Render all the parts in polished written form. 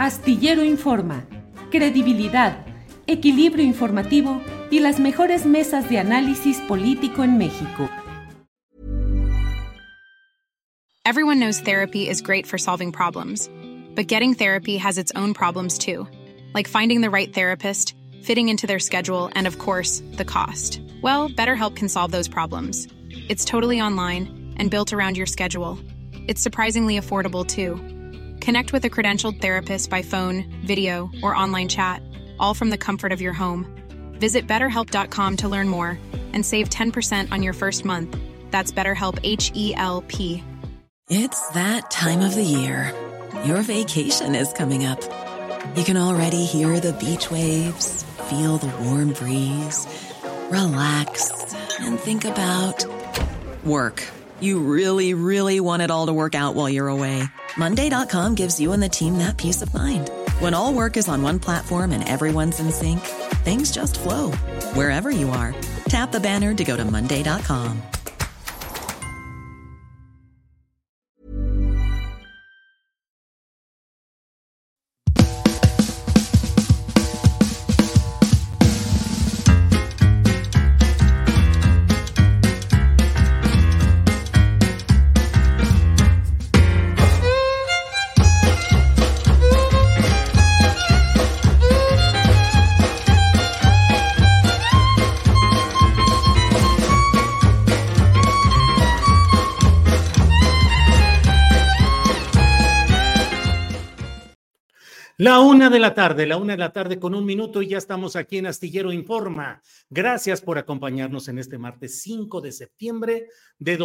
Astillero Informa, credibilidad, equilibrio informativo y las mejores mesas de análisis político en México. Everyone knows therapy is great for solving problems, but getting therapy has its own problems too, like finding the right therapist, fitting into their schedule, and of course, the cost. Well, BetterHelp can solve those problems. It's totally online and built around your schedule. It's surprisingly affordable too. Connect with a credentialed therapist by phone, video, or online chat, all from the comfort of your home. Visit BetterHelp.com to learn more and save 10% on your first month. That's BetterHelp, H-E-L-P. It's that time of the year. Your vacation is coming up. You can already hear the beach waves, feel the warm breeze, relax, and think about work. You really, really want it all to work out while you're away. Monday.com gives you and the team that peace of mind. When all work is on one platform and everyone's in sync, things just flow. Wherever you are, tap the banner to go to Monday.com. La una de la tarde con 1 minuto y ya estamos aquí en Astillero Informa. Gracias por acompañarnos en este martes 5 de septiembre de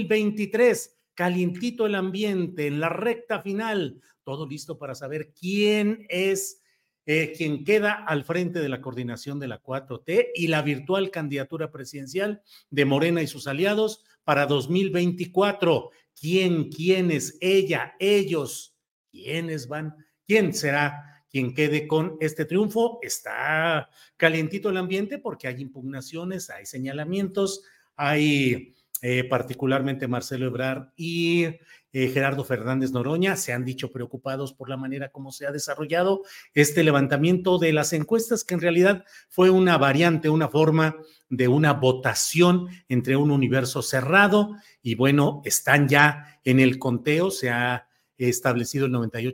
2023. Calientito el ambiente, en la recta final. Todo listo para saber quién es quien queda al frente de la coordinación de la 4T y la virtual candidatura presidencial de Morena y sus aliados para 2024. ¿Quién es ella, ellos? ¿Quiénes van? ¿Quién será quien quede con este triunfo? Está calientito el ambiente porque hay impugnaciones, hay señalamientos, hay particularmente Marcelo Ebrard y Gerardo Fernández Noroña se han dicho preocupados por la manera como se ha desarrollado este levantamiento de las encuestas, que en realidad fue una variante, una forma de una votación entre un universo cerrado y bueno, están ya en el conteo, se ha establecido el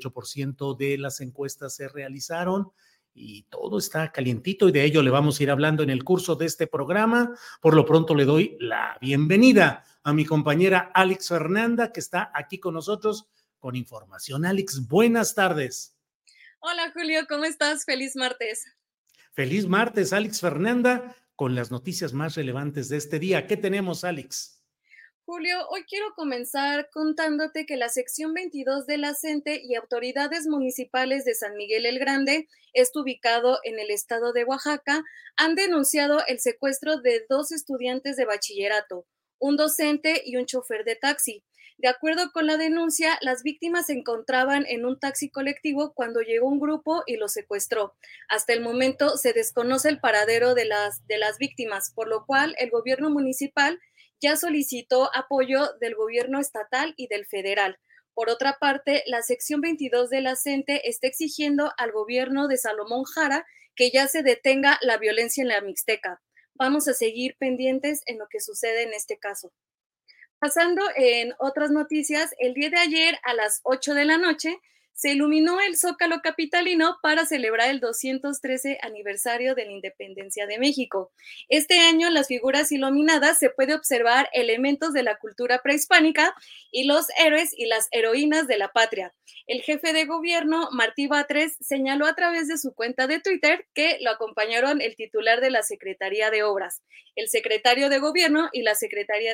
98% de las encuestas se realizaron y todo está calientito y de ello le vamos a ir hablando en el curso de este programa. Por lo pronto le doy la bienvenida a mi compañera Alex Fernanda, que está aquí con nosotros con información. Alex, buenas tardes. Hola Julio, ¿cómo estás? Feliz martes. Feliz martes, Alex Fernanda, con las noticias más relevantes de este día. ¿Qué tenemos, Alex? Julio, hoy quiero comenzar contándote que la sección 22 de la CENTE y autoridades municipales de San Miguel el Grande, esto ubicado en el estado de Oaxaca, han denunciado el secuestro de 2 estudiantes de bachillerato, un docente y un chofer de taxi. De acuerdo con la denuncia, las víctimas se encontraban en un taxi colectivo cuando llegó un grupo y los secuestró. Hasta el momento se desconoce el paradero de las víctimas, por lo cual el gobierno municipal ya solicitó apoyo del gobierno estatal y del federal. Por otra parte, la sección 22 de la CENTE está exigiendo al gobierno de Salomón Jara que ya se detenga la violencia en la Mixteca. Vamos a seguir pendientes en lo que sucede en este caso. Pasando en otras noticias, el día de ayer a las 8 de la noche se iluminó el Zócalo capitalino para celebrar el 213 aniversario de la independencia de México. Este año, en las figuras iluminadas se puede observar elementos de la cultura prehispánica y los héroes y las heroínas de la patria. El jefe de gobierno, Martí Batres, señaló a través de su cuenta de Twitter que lo acompañaron el titular de la Secretaría de Obras, el secretario de Gobierno y la secretaria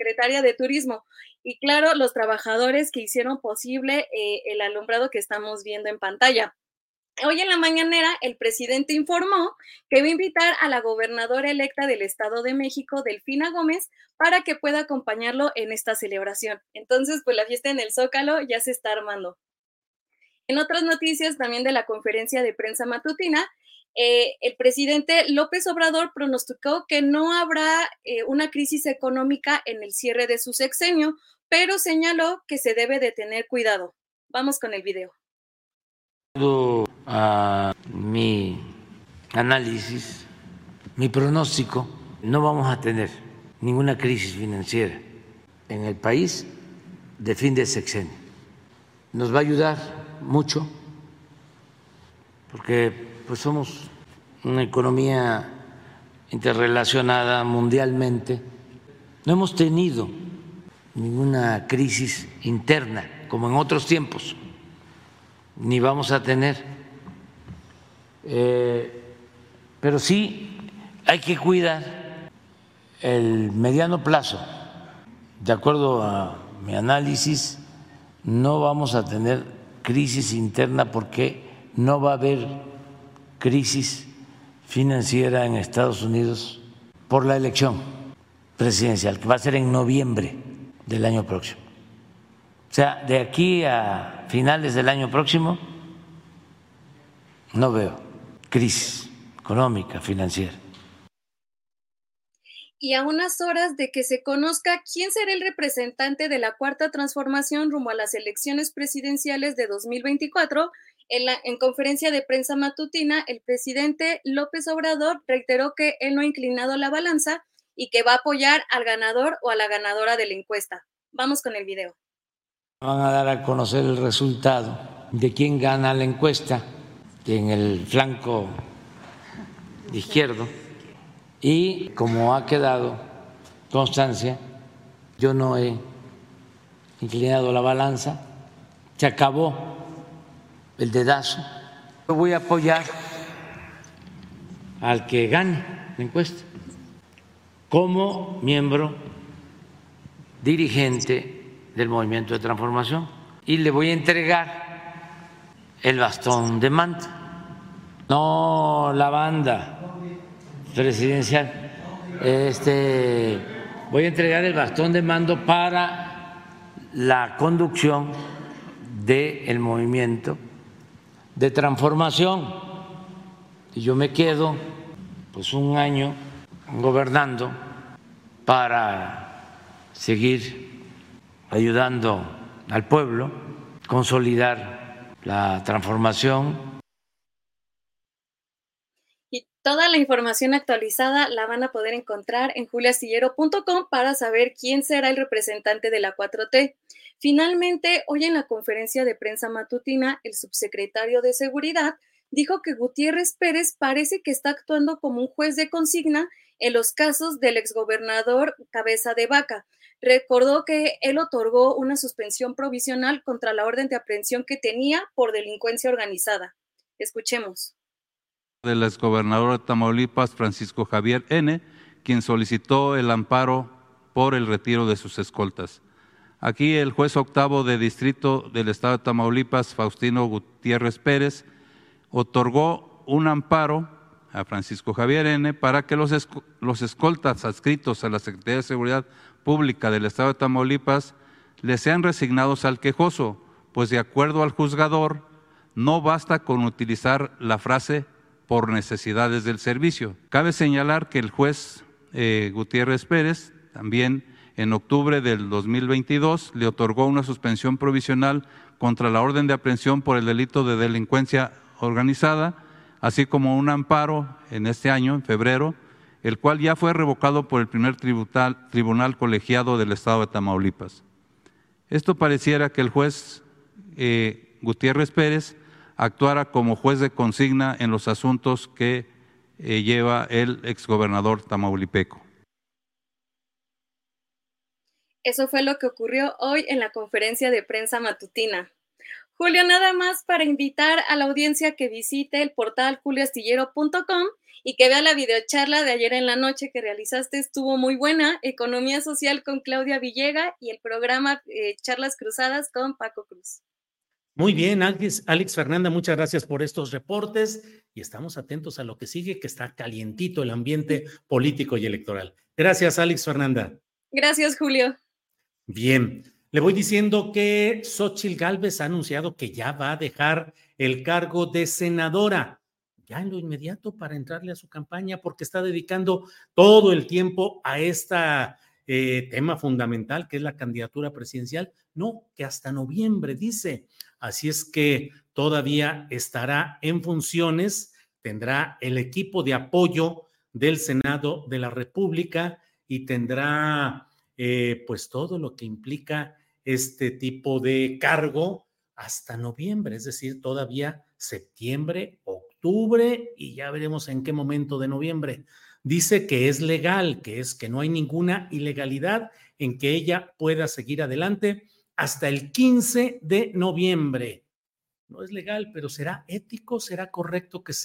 de Turismo. Y claro, los trabajadores que hicieron posible el alumbrado que estamos viendo en pantalla. Hoy en la mañanera, el presidente informó que va a invitar a la gobernadora electa del Estado de México, Delfina Gómez, para que pueda acompañarlo en esta celebración. Entonces, pues la fiesta en el Zócalo ya se está armando. En otras noticias también de la conferencia de prensa matutina, el presidente López Obrador pronosticó que no habrá una crisis económica en el cierre de su sexenio, pero señaló que se debe de tener cuidado. Vamos con el video. A mi análisis, mi pronóstico, no vamos a tener ninguna crisis financiera en el país de fin de sexenio. Nos va a ayudar mucho porque pues somos una economía interrelacionada mundialmente. No hemos tenido ninguna crisis interna como en otros tiempos, ni vamos a tener. Pero sí hay que cuidar el mediano plazo. De acuerdo a mi análisis, no vamos a tener crisis interna porque no va a haber crisis financiera en Estados Unidos por la elección presidencial, que va a ser en noviembre del año próximo. O sea, de aquí a finales del año próximo no veo crisis económica, financiera. Y a unas horas de que se conozca quién será el representante de la Cuarta Transformación rumbo a las elecciones presidenciales de 2024, en conferencia de prensa matutina, el presidente López Obrador reiteró que él no ha inclinado la balanza y que va a apoyar al ganador o a la ganadora de la encuesta. Vamos con el video. Van a dar a conocer el resultado de quién gana la encuesta en el flanco izquierdo. Y como ha quedado constancia, yo no he inclinado la balanza, se acabó el dedazo. Yo voy a apoyar al que gane la encuesta como miembro dirigente del Movimiento de Transformación y le voy a entregar el bastón de mando, no la banda presidencial. Voy a entregar el bastón de mando para la conducción del movimiento de transformación. Y yo me quedo pues un año gobernando para seguir ayudando al pueblo, consolidar la transformación. Toda la información actualizada la van a poder encontrar en juliastillero.com para saber quién será el representante de la 4T. Finalmente, hoy en la conferencia de prensa matutina, el subsecretario de Seguridad dijo que Gutiérrez Pérez parece que está actuando como un juez de consigna en los casos del exgobernador Cabeza de Vaca. Recordó que él otorgó una suspensión provisional contra la orden de aprehensión que tenía por delincuencia organizada. Escuchemos. Del exgobernador de Tamaulipas, Francisco Javier N., quien solicitó el amparo por el retiro de sus escoltas. Aquí el juez octavo de distrito del estado de Tamaulipas, Faustino Gutiérrez Pérez, otorgó un amparo a Francisco Javier N. para que los escoltas adscritos a la Secretaría de Seguridad Pública del estado de Tamaulipas le sean resignados al quejoso, pues de acuerdo al juzgador, no basta con utilizar la frase por necesidades del servicio. Cabe señalar que el juez Gutiérrez Pérez también en octubre del 2022 le otorgó una suspensión provisional contra la orden de aprehensión por el delito de delincuencia organizada, así como un amparo en este año, en febrero, el cual ya fue revocado por el primer tribunal colegiado del estado de Tamaulipas. Esto pareciera que el juez Gutiérrez Pérez actuara como juez de consigna en los asuntos que lleva el exgobernador tamaulipeco. Eso fue lo que ocurrió hoy en la conferencia de prensa matutina. Julio, nada más para invitar a la audiencia que visite el portal juliastillero.com y que vea la videocharla de ayer en la noche que realizaste, estuvo muy buena, Economía Social con Claudia Villega y el programa Charlas Cruzadas con Paco Cruz. Muy bien, Alex Fernanda, muchas gracias por estos reportes y estamos atentos a lo que sigue, que está calientito el ambiente político y electoral. Gracias, Alex Fernanda. Gracias, Julio. Bien, le voy diciendo que Xóchitl Gálvez ha anunciado que ya va a dejar el cargo de senadora, ya en lo inmediato para entrarle a su campaña, porque está dedicando todo el tiempo a esta tema fundamental que es la candidatura presidencial. No, que hasta noviembre, dice. Así es que todavía estará en funciones, tendrá el equipo de apoyo del Senado de la República y tendrá pues todo lo que implica este tipo de cargo hasta noviembre, es decir, todavía septiembre, octubre y ya veremos en qué momento de noviembre. Dice que es legal, que no hay ninguna ilegalidad en que ella pueda seguir adelante hasta el 15 de noviembre. No es legal, pero ¿será ético? ¿Será correcto que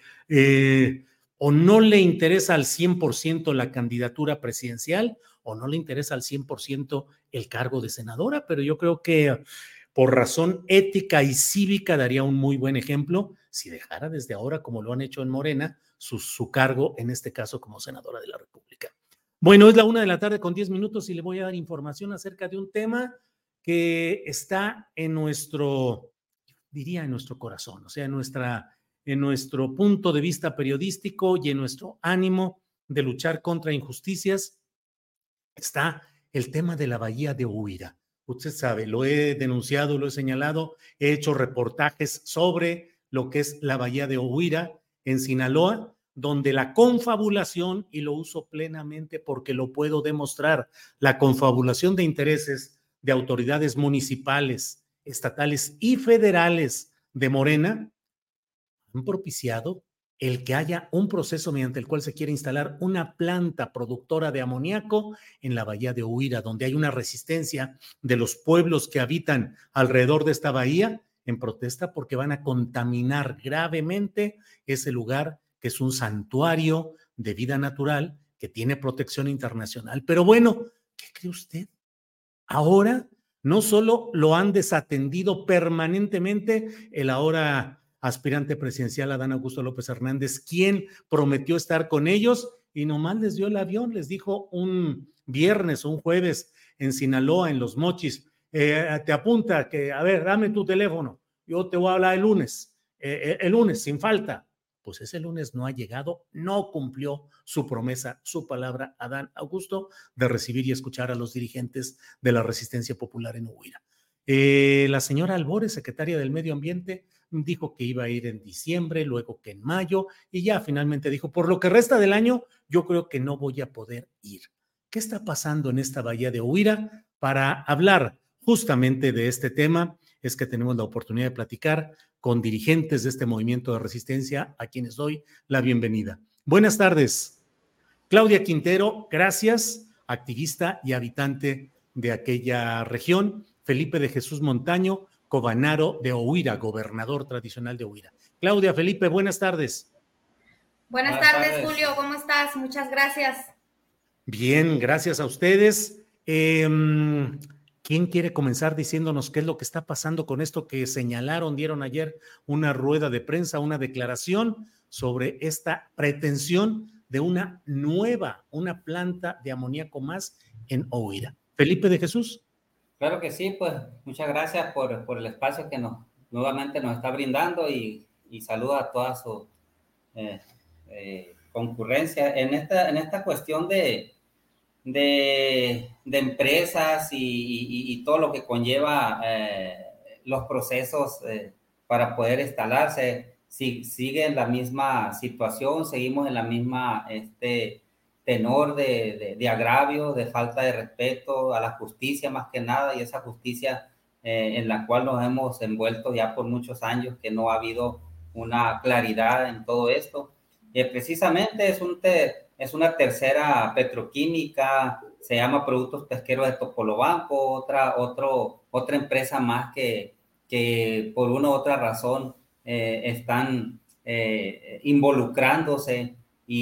o no le interesa al 100% la candidatura presidencial o no le interesa al 100% el cargo de senadora? Pero yo creo que por razón ética y cívica daría un muy buen ejemplo si dejara desde ahora, como lo han hecho en Morena, su cargo, en este caso como senadora de la República. Bueno, es la 1:10 y le voy a dar información acerca de un tema que está en nuestro corazón, o sea, en nuestro punto de vista periodístico y en nuestro ánimo de luchar contra injusticias, está el tema de la bahía de Huira. Usted sabe, lo he denunciado, lo he señalado, he hecho reportajes sobre lo que es la bahía de Huira en Sinaloa, donde la confabulación, y lo uso plenamente porque lo puedo demostrar, la confabulación de intereses de autoridades municipales, estatales y federales de Morena han propiciado el que haya un proceso mediante el cual se quiere instalar una planta productora de amoníaco en la bahía de Huira, donde hay una resistencia de los pueblos que habitan alrededor de esta bahía en protesta porque van a contaminar gravemente ese lugar que es un santuario de vida natural que tiene protección internacional. Pero bueno, ¿qué cree usted? Ahora no solo lo han desatendido permanentemente el ahora aspirante presidencial Adán Augusto López Hernández, quien prometió estar con ellos y nomás les dio el avión, les dijo un viernes o un jueves en Sinaloa, en Los Mochis, te apunta que, a ver, dame tu teléfono, yo te voy a hablar el lunes, sin falta. Pues ese lunes no ha llegado, no cumplió su promesa, su palabra, Adán Augusto, de recibir y escuchar a los dirigentes de la Resistencia Popular en Huira. La señora Albores, secretaria del Medio Ambiente, dijo que iba a ir en diciembre, luego que en mayo, y ya finalmente dijo, por lo que resta del año, yo creo que no voy a poder ir. ¿Qué está pasando en esta bahía de Huira? Para hablar justamente de este tema, es que tenemos la oportunidad de platicar con dirigentes de este movimiento de resistencia, a quienes doy la bienvenida. Buenas tardes. Claudia Quintero, gracias, activista y habitante de aquella región. Felipe de Jesús Montaño, cobanaro de Huira, gobernador tradicional de Huira. Claudia, Felipe, buenas tardes. Buenas tardes, Julio, ¿cómo estás? Muchas gracias. Bien, gracias a ustedes. ¿Quién quiere comenzar diciéndonos qué es lo que está pasando con esto que señalaron, dieron ayer una rueda de prensa, una declaración sobre esta pretensión de una planta de amoníaco más en Huira? Felipe de Jesús. Claro que sí, pues muchas gracias por el espacio que nuevamente nos está brindando y saludo a toda su concurrencia en esta cuestión de empresas y todo lo que conlleva los procesos para poder instalarse. Sigue en la misma situación, seguimos en la misma tenor de agravio, de falta de respeto a la justicia más que nada, y esa justicia en la cual nos hemos envuelto ya por muchos años, que no ha habido una claridad en todo esto. Precisamente es una tercera petroquímica, se llama Productos Pesqueros de Topolobampo, otra empresa más que por una u otra razón están involucrándose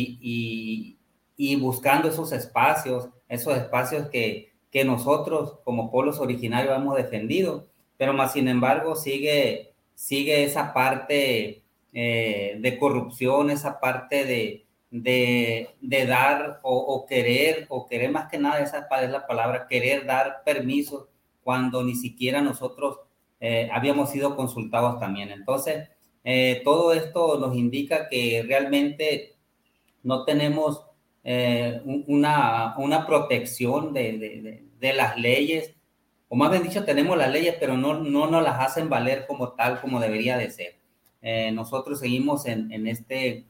y buscando esos espacios que nosotros como pueblos originarios hemos defendido, pero más sin embargo sigue esa parte de corrupción, esa parte de dar o querer más que nada, esa es la palabra, querer dar permisos cuando ni siquiera nosotros habíamos sido consultados también. Entonces, todo esto nos indica que realmente no tenemos una protección de las leyes o más bien dicho, tenemos las leyes, pero no nos las hacen valer como tal, como debería de ser. Nosotros seguimos en este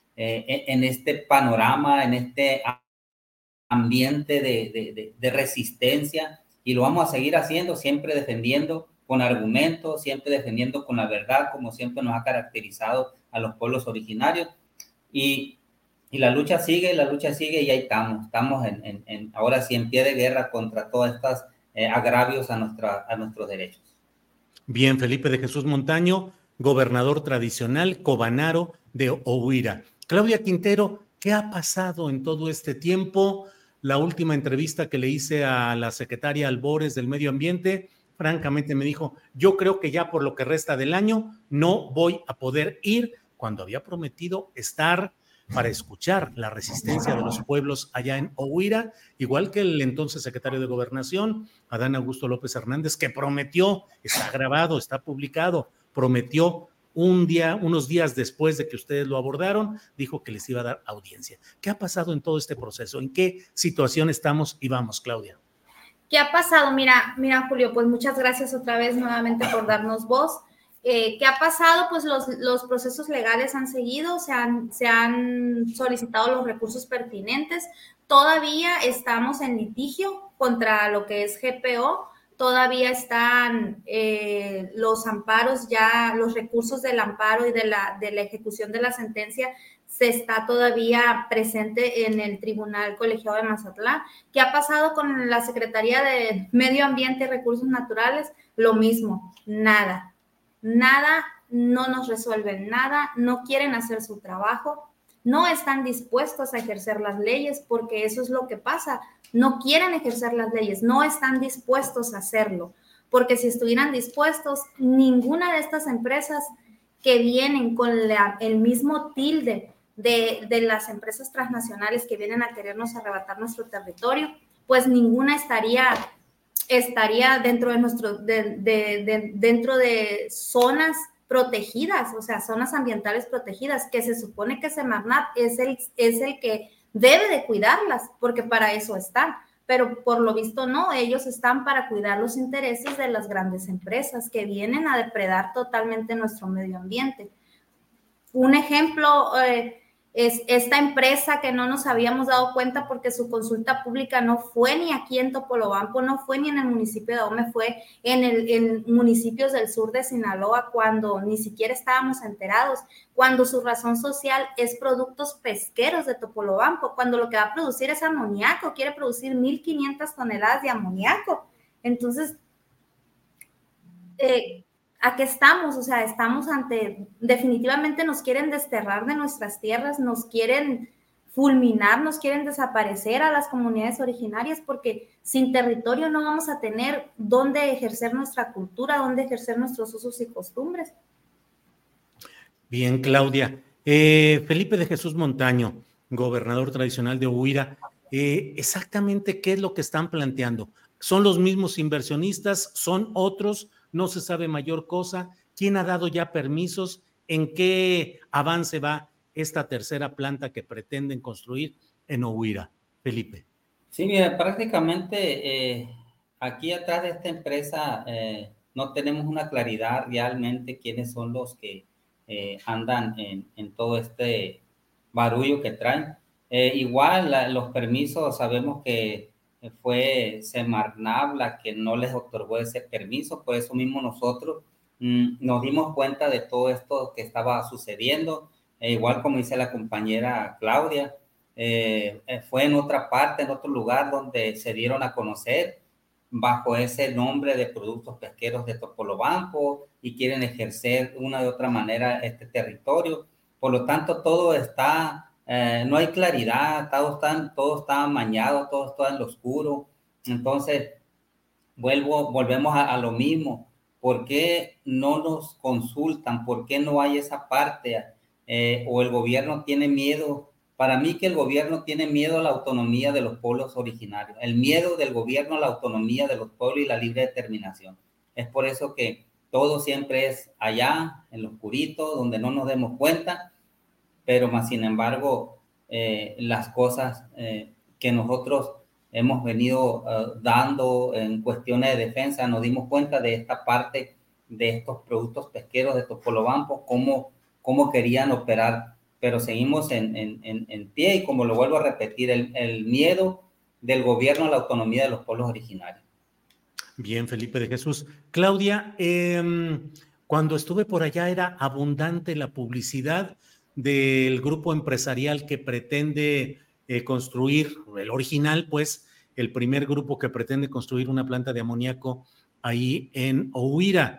panorama, en este ambiente de resistencia, y lo vamos a seguir haciendo, siempre defendiendo con argumentos, siempre defendiendo con la verdad, como siempre nos ha caracterizado a los pueblos originarios. Y la lucha sigue y ahí estamos ahora sí en pie de guerra contra todas estas agravios a nuestros derechos. Bien, Felipe de Jesús Montaño, gobernador tradicional cobanaro de Ohuira. Claudia Quintero, ¿qué ha pasado en todo este tiempo? La última entrevista que le hice a la secretaria Albores del Medio Ambiente, francamente me dijo, yo creo que ya por lo que resta del año no voy a poder ir, cuando había prometido estar para escuchar la resistencia de los pueblos allá en Ohuira, igual que el entonces secretario de Gobernación, Adán Augusto López Hernández, que prometió, está grabado, está publicado, prometió unos días después de que ustedes lo abordaron, dijo que les iba a dar audiencia. ¿Qué ha pasado en todo este proceso? ¿En qué situación estamos? Y vamos, Claudia. ¿Qué ha pasado? Mira, Julio, pues muchas gracias otra vez nuevamente por darnos voz. ¿Qué ha pasado? Pues los procesos legales han seguido, se han solicitado los recursos pertinentes. Todavía estamos en litigio contra lo que es GPO. Todavía están los amparos, ya los recursos del amparo y de la ejecución de la sentencia se está todavía presente en el Tribunal Colegiado de Mazatlán. ¿Qué ha pasado con la Secretaría de Medio Ambiente y Recursos Naturales? Lo mismo, nada, no nos resuelven nada, no quieren hacer su trabajo, no están dispuestos a ejercer las leyes, porque eso es lo que pasa. No quieren ejercer las leyes, no están dispuestos a hacerlo, porque si estuvieran dispuestos, ninguna de estas empresas que vienen con el mismo tilde de las empresas transnacionales que vienen a querernos arrebatar nuestro territorio, pues ninguna estaría dentro de dentro de zonas protegidas, o sea, zonas ambientales protegidas, que se supone que Semarnat es el que debe de cuidarlas, porque para eso están, pero por lo visto no, ellos están para cuidar los intereses de las grandes empresas que vienen a depredar totalmente nuestro medio ambiente. Un ejemplo es esta empresa que no nos habíamos dado cuenta porque su consulta pública no fue ni aquí en Topolobampo, no fue ni en el municipio de Ahome, fue en municipios del sur de Sinaloa, cuando ni siquiera estábamos enterados, cuando su razón social es productos pesqueros de Topolobampo, cuando lo que va a producir es amoníaco, quiere producir 1,500 toneladas de amoníaco. Entonces, ¿a qué estamos? O sea, estamos definitivamente nos quieren desterrar de nuestras tierras, nos quieren fulminar, nos quieren desaparecer a las comunidades originarias, porque sin territorio no vamos a tener dónde ejercer nuestra cultura, dónde ejercer nuestros usos y costumbres. Bien, Claudia. Felipe de Jesús Montaño, gobernador tradicional de Ohuira, exactamente qué es lo que están planteando. ¿Son los mismos inversionistas? ¿Son otros? No se sabe mayor cosa. ¿Quién ha dado ya permisos? ¿En qué avance va esta tercera planta que pretenden construir en Ohuira? Felipe. Sí, mira, prácticamente aquí atrás de esta empresa no tenemos una claridad realmente quiénes son los que andan en todo este barullo que traen. Igual los permisos, sabemos que fue Semarnat la que no les otorgó ese permiso, por eso mismo nosotros nos dimos cuenta de todo esto que estaba sucediendo, igual como dice la compañera Claudia, fue en otra parte, en otro lugar donde se dieron a conocer bajo ese nombre de productos pesqueros de Topolobampo y quieren ejercer una de otra manera este territorio. Por lo tanto, todo está... no hay claridad, todo está amañado, todo está en lo oscuro. Entonces, volvemos a lo mismo. ¿Por qué no nos consultan? ¿Por qué no hay esa parte? ¿O el gobierno tiene miedo? Para mí que el gobierno tiene miedo a la autonomía de los pueblos originarios. El miedo del gobierno a la autonomía de los pueblos y la libre determinación. Es por eso que todo siempre es allá, en lo oscurito, donde no nos demos cuenta. Pero más sin embargo, las cosas que nosotros hemos venido dando en cuestiones de defensa. Nos dimos cuenta de esta parte de estos productos pesqueros de Topolobampo, cómo querían operar, pero seguimos en pie, y como lo vuelvo a repetir, el miedo del gobierno a la autonomía de los pueblos originarios. Bien, Felipe de Jesús. Claudia, cuando estuve por allá era abundante la publicidad del grupo empresarial que pretende construir, el original, pues, el primer grupo que pretende construir una planta de amoníaco ahí en Ohuira,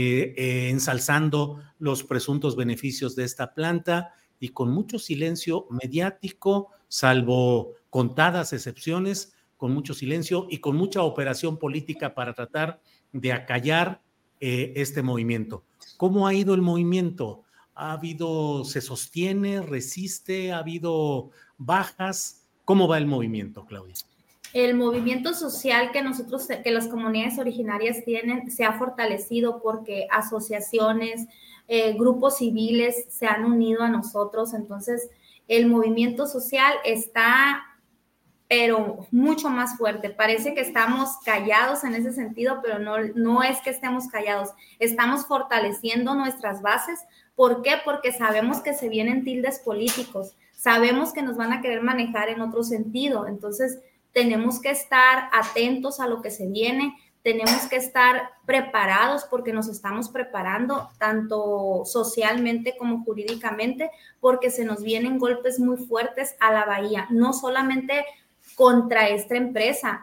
ensalzando los presuntos beneficios de esta planta y con mucho silencio mediático, salvo contadas excepciones, con mucho silencio y con mucha operación política para tratar de acallar este movimiento. ¿Cómo ha ido el movimiento? ¿Se sostiene, resiste? ¿Ha habido bajas? ¿Cómo va el movimiento, Claudia? El movimiento social que las comunidades originarias tienen se ha fortalecido porque asociaciones, grupos civiles se han unido a nosotros. Entonces, el movimiento social está, pero mucho más fuerte. Parece que estamos callados en ese sentido, pero no es que estemos callados. Estamos fortaleciendo nuestras bases. ¿Por qué? Porque sabemos que se vienen tildes políticos. Sabemos que nos van a querer manejar en otro sentido. Entonces, tenemos que estar atentos a lo que se viene, tenemos que estar preparados porque nos estamos preparando tanto socialmente como jurídicamente, porque se nos vienen golpes muy fuertes a la bahía, no solamente contra esta empresa.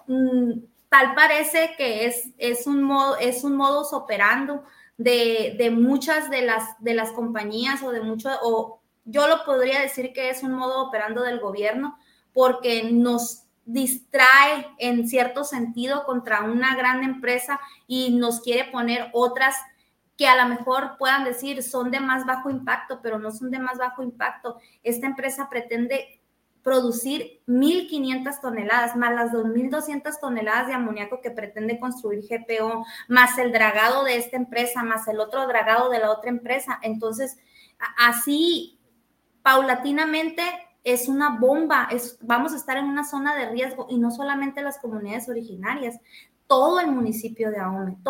Tal parece que es un modus operandi de muchas de las compañías o yo lo podría decir que es un modo operando del gobierno, porque nos distrae en cierto sentido contra una gran empresa y nos quiere poner otras que a lo mejor puedan decir son de más bajo impacto, pero no son de más bajo impacto. Esta empresa pretende producir 1,500 toneladas, más las 2,200 toneladas de amoníaco que pretende construir GPO, más el dragado de esta empresa, más el otro dragado de la otra empresa. Entonces, así, paulatinamente, es una bomba, vamos a estar en una zona de riesgo, y no solamente las comunidades originarias, todo el municipio de Ahome,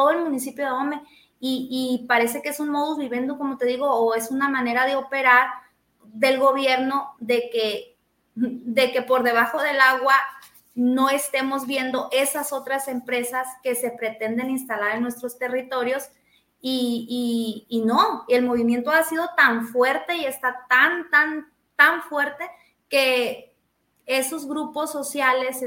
y parece que es un modus vivendi, como te digo, o es una manera de operar del gobierno de que por debajo del agua no estemos viendo esas otras empresas que se pretenden instalar en nuestros territorios, y no, el movimiento ha sido tan fuerte y está tan fuerte que esos grupos sociales,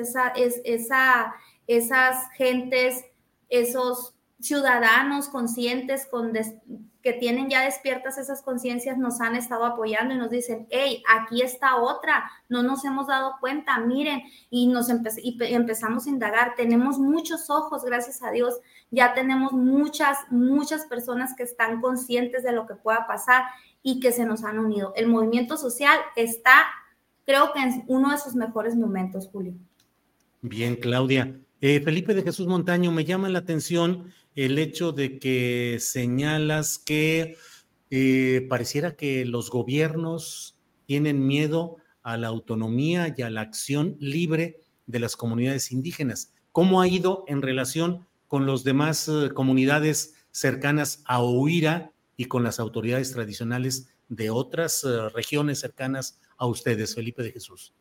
esas gentes, esos ciudadanos conscientes que tienen ya despiertas esas conciencias, nos han estado apoyando y nos dicen, hey, aquí está otra, no nos hemos dado cuenta, miren, y empezamos a indagar. Tenemos muchos ojos, gracias a Dios, ya tenemos muchas personas que están conscientes de lo que pueda pasar y que se nos han unido. El movimiento social está, creo que en uno de sus mejores momentos, Julio. Bien, Claudia. Felipe de Jesús Montaño, me llama la atención el hecho de que señalas que pareciera que los gobiernos tienen miedo a la autonomía y a la acción libre de las comunidades indígenas. ¿Cómo ha ido en relación con las demás comunidades cercanas a Ohuira y con las autoridades tradicionales de otras regiones cercanas a ustedes, Felipe de Jesús?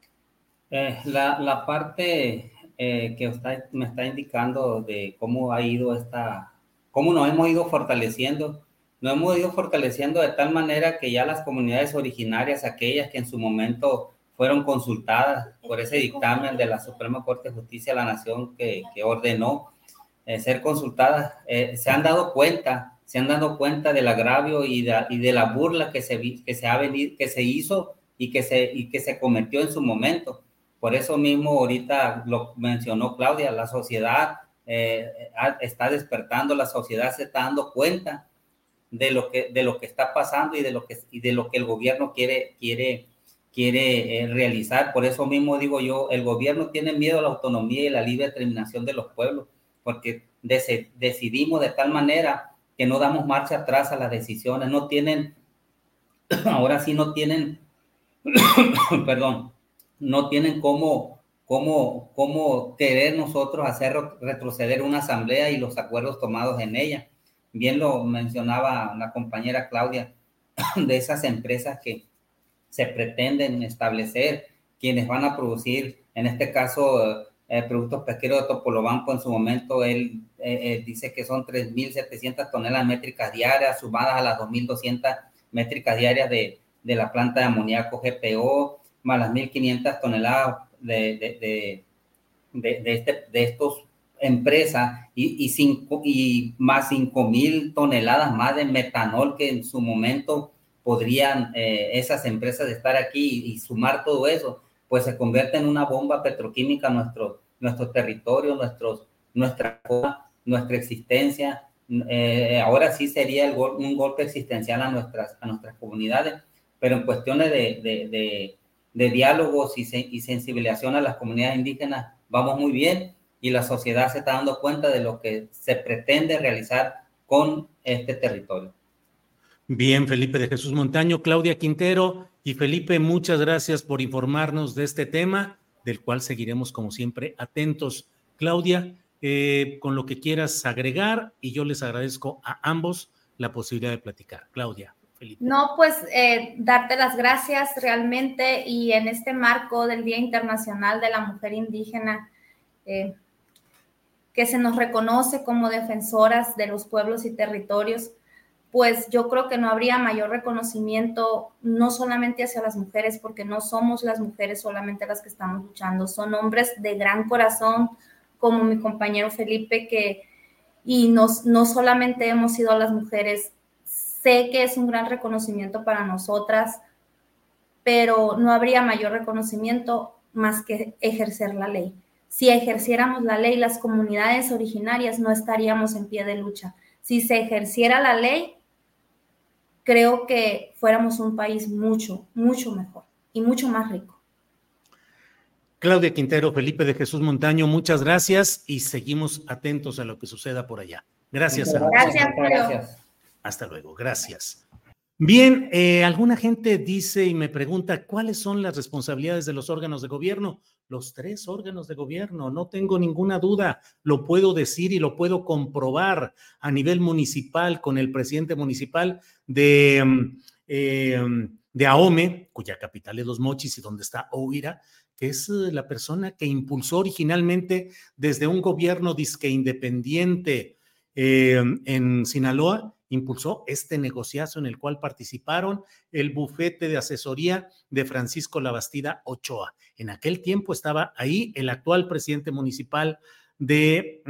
La parte que usted me está indicando de cómo ha ido cómo nos hemos ido fortaleciendo de tal manera que ya las comunidades originarias, aquellas que en su momento fueron consultadas por ese dictamen de la Suprema Corte de Justicia de la Nación que ordenó ser consultadas, se han dado cuenta del agravio y de la burla que se hizo y que se cometió en su momento. Por eso mismo ahorita lo mencionó Claudia, la sociedad está despertando, la sociedad se está dando cuenta de lo que está pasando y de lo que el gobierno quiere realizar. Por eso mismo digo yo, el gobierno tiene miedo a la autonomía y la libre determinación de los pueblos, porque decidimos de tal manera que no damos marcha atrás a las decisiones. Ahora sí no tienen, perdón, no tienen cómo cómo querer nosotros hacer retroceder una asamblea y los acuerdos tomados en ella. Bien lo mencionaba la compañera Claudia, de esas empresas que se pretenden establecer, quienes van a producir, en este caso, productos pesqueros de Topolobampo. En su momento él dice que son 3.700 toneladas métricas diarias, sumadas a las 2.200 métricas diarias de la planta de amoníaco GPO, más las 1.500 toneladas de estos empresas y más 5.000 toneladas más de metanol que en su momento podrían esas empresas estar aquí y sumar todo eso, pues se convierte en una bomba petroquímica nuestro territorio, nuestra existencia. Ahora sí sería un golpe existencial a nuestras comunidades, pero en cuestiones de diálogos y sensibilización a las comunidades indígenas vamos muy bien, y la sociedad se está dando cuenta de lo que se pretende realizar con este territorio. Bien, Felipe de Jesús Montaño, Claudia Quintero y Felipe, muchas gracias por informarnos de este tema, del cual seguiremos como siempre atentos. Claudia, con lo que quieras agregar, y yo les agradezco a ambos la posibilidad de platicar. Claudia, Felipe. No, pues darte las gracias realmente, y en este marco del Día Internacional de la Mujer Indígena, que se nos reconoce como defensoras de los pueblos y territorios, pues yo creo que no habría mayor reconocimiento, no solamente hacia las mujeres, porque no somos las mujeres solamente las que estamos luchando, son hombres de gran corazón, como mi compañero Felipe, y no solamente hemos sido las mujeres. Sé que es un gran reconocimiento para nosotras, pero no habría mayor reconocimiento más que ejercer la ley. Si ejerciéramos la ley, las comunidades originarias no estaríamos en pie de lucha. Si se ejerciera la ley, creo que fuéramos un país mucho, mucho mejor y mucho más rico. Claudia Quintero, Felipe de Jesús Montaño, muchas gracias y seguimos atentos a lo que suceda por allá. Gracias. Gracias. Hasta luego, gracias. Bien, alguna gente dice y me pregunta cuáles son las responsabilidades de los órganos de gobierno. Los 3 órganos de gobierno, no tengo ninguna duda, lo puedo decir y lo puedo comprobar a nivel municipal con el presidente municipal de Ahome, cuya capital es Los Mochis y donde está Oira, que es la persona que impulsó originalmente desde un gobierno disque independiente en Sinaloa, impulsó este negociazo en el cual participaron el bufete de asesoría de Francisco Labastida Ochoa. En aquel tiempo estaba ahí el actual presidente municipal de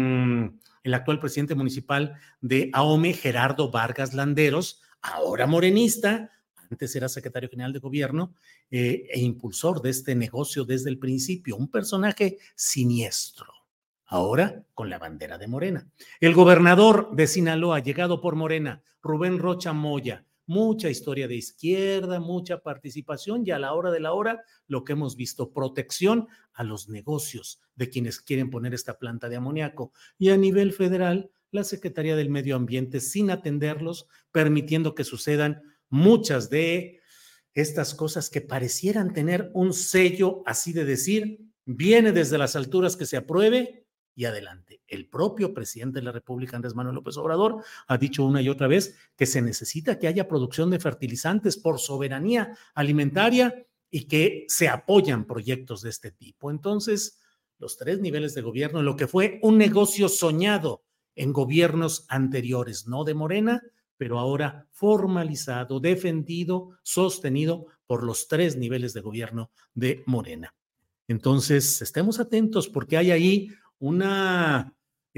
Ahome, Gerardo Vargas Landeros, ahora morenista, antes era secretario general de gobierno e impulsor de este negocio desde el principio, un personaje siniestro. Ahora con la bandera de Morena. El gobernador de Sinaloa, llegado por Morena, Rubén Rocha Moya, mucha historia de izquierda, mucha participación y a la hora de la hora, lo que hemos visto, protección a los negocios de quienes quieren poner esta planta de amoníaco. Y a nivel federal, la Secretaría del Medio Ambiente, sin atenderlos, permitiendo que sucedan muchas de estas cosas que parecieran tener un sello así de decir, viene desde las alturas que se apruebe, y adelante. El propio presidente de la República, Andrés Manuel López Obrador, ha dicho una y otra vez que se necesita que haya producción de fertilizantes por soberanía alimentaria y que se apoyan proyectos de este tipo. Entonces, los 3 niveles de gobierno, lo que fue un negocio soñado en gobiernos anteriores, no de Morena, pero ahora formalizado, defendido, sostenido por los 3 niveles de gobierno de Morena. Entonces, estemos atentos porque hay ahí una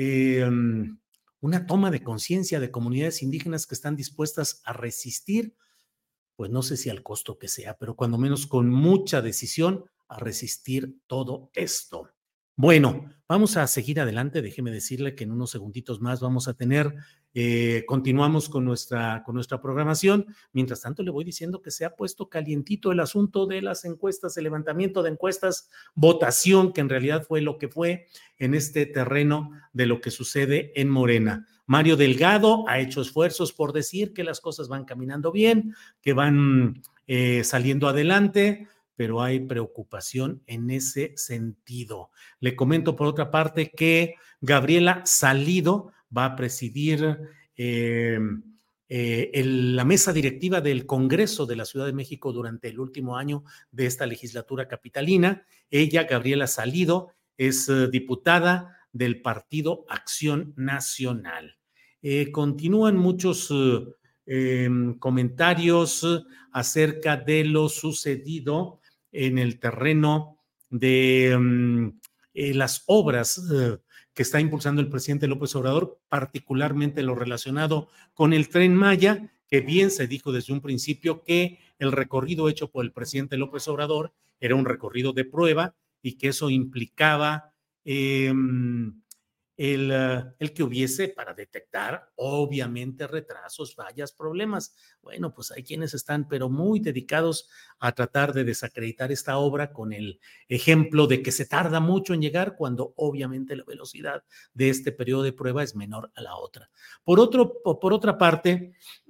toma de conciencia de comunidades indígenas que están dispuestas a resistir, pues no sé si al costo que sea, pero cuando menos con mucha decisión a resistir todo esto. Bueno, vamos a seguir adelante. Déjeme decirle que en unos segunditos más vamos a tener, continuamos con nuestra programación. Mientras tanto, le voy diciendo que se ha puesto calientito el asunto de las encuestas, el levantamiento de encuestas, votación, que en realidad fue lo que fue en este terreno de lo que sucede en Morena. Mario Delgado ha hecho esfuerzos por decir que las cosas van caminando bien, que van saliendo adelante, pero hay preocupación en ese sentido. Le comento por otra parte que Gabriela Salido va a presidir la mesa directiva del Congreso de la Ciudad de México durante el último año de esta legislatura capitalina. Ella, Gabriela Salido, es diputada del Partido Acción Nacional. Continúan muchos comentarios acerca de lo sucedido en el terreno de las obras que está impulsando el presidente López Obrador, particularmente lo relacionado con el Tren Maya, que bien se dijo desde un principio que el recorrido hecho por el presidente López Obrador era un recorrido de prueba y que eso implicaba el que hubiese para detectar obviamente retrasos, fallas, problemas. Bueno, pues hay quienes están pero muy dedicados a tratar de desacreditar esta obra con el ejemplo de que se tarda mucho en llegar cuando obviamente la velocidad de este periodo de prueba es menor a la otra. Por otra parte,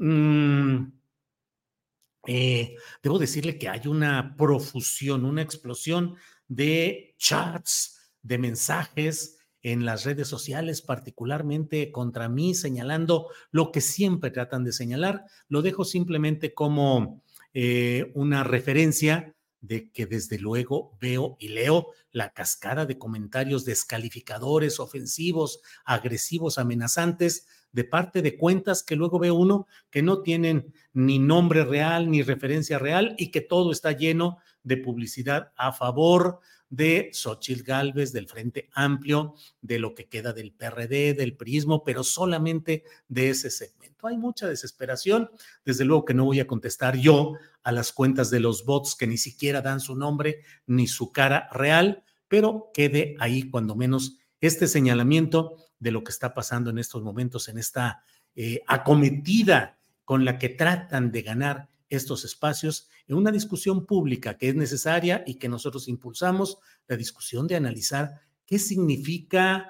debo decirle que hay una profusión, una explosión de chats, de mensajes en las redes sociales, particularmente contra mí, señalando lo que siempre tratan de señalar. Lo dejo simplemente como una referencia de que desde luego veo y leo la cascada de comentarios descalificadores, ofensivos, agresivos, amenazantes, de parte de cuentas que luego ve uno que no tienen ni nombre real ni referencia real y que todo está lleno de publicidad a favor de Xóchitl Gálvez, del Frente Amplio, de lo que queda del PRD, del priismo, pero solamente de ese segmento. Hay mucha desesperación. Desde luego que no voy a contestar yo a las cuentas de los bots que ni siquiera dan su nombre ni su cara real, pero quede ahí cuando menos este señalamiento de lo que está pasando en estos momentos, en esta acometida con la que tratan de ganar estos espacios en una discusión pública que es necesaria y que nosotros impulsamos, la discusión de analizar qué significa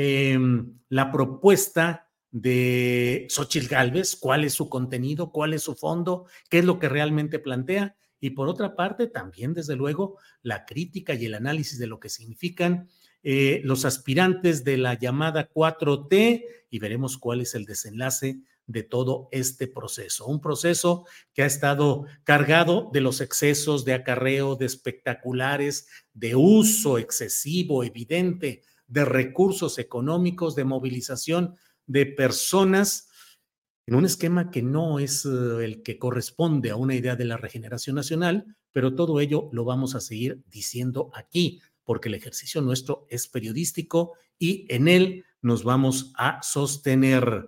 la propuesta de Xóchitl Gálvez, cuál es su contenido, cuál es su fondo, qué es lo que realmente plantea, y por otra parte también desde luego la crítica y el análisis de lo que significan los aspirantes de la llamada 4T, y veremos cuál es el desenlace de todo este proceso. Un proceso que ha estado cargado de los excesos de acarreo, de espectaculares, de uso excesivo, evidente, de recursos económicos, de movilización de personas en un esquema que no es el que corresponde a una idea de la regeneración nacional, pero todo ello lo vamos a seguir diciendo aquí, porque el ejercicio nuestro es periodístico y en él nos vamos a sostener.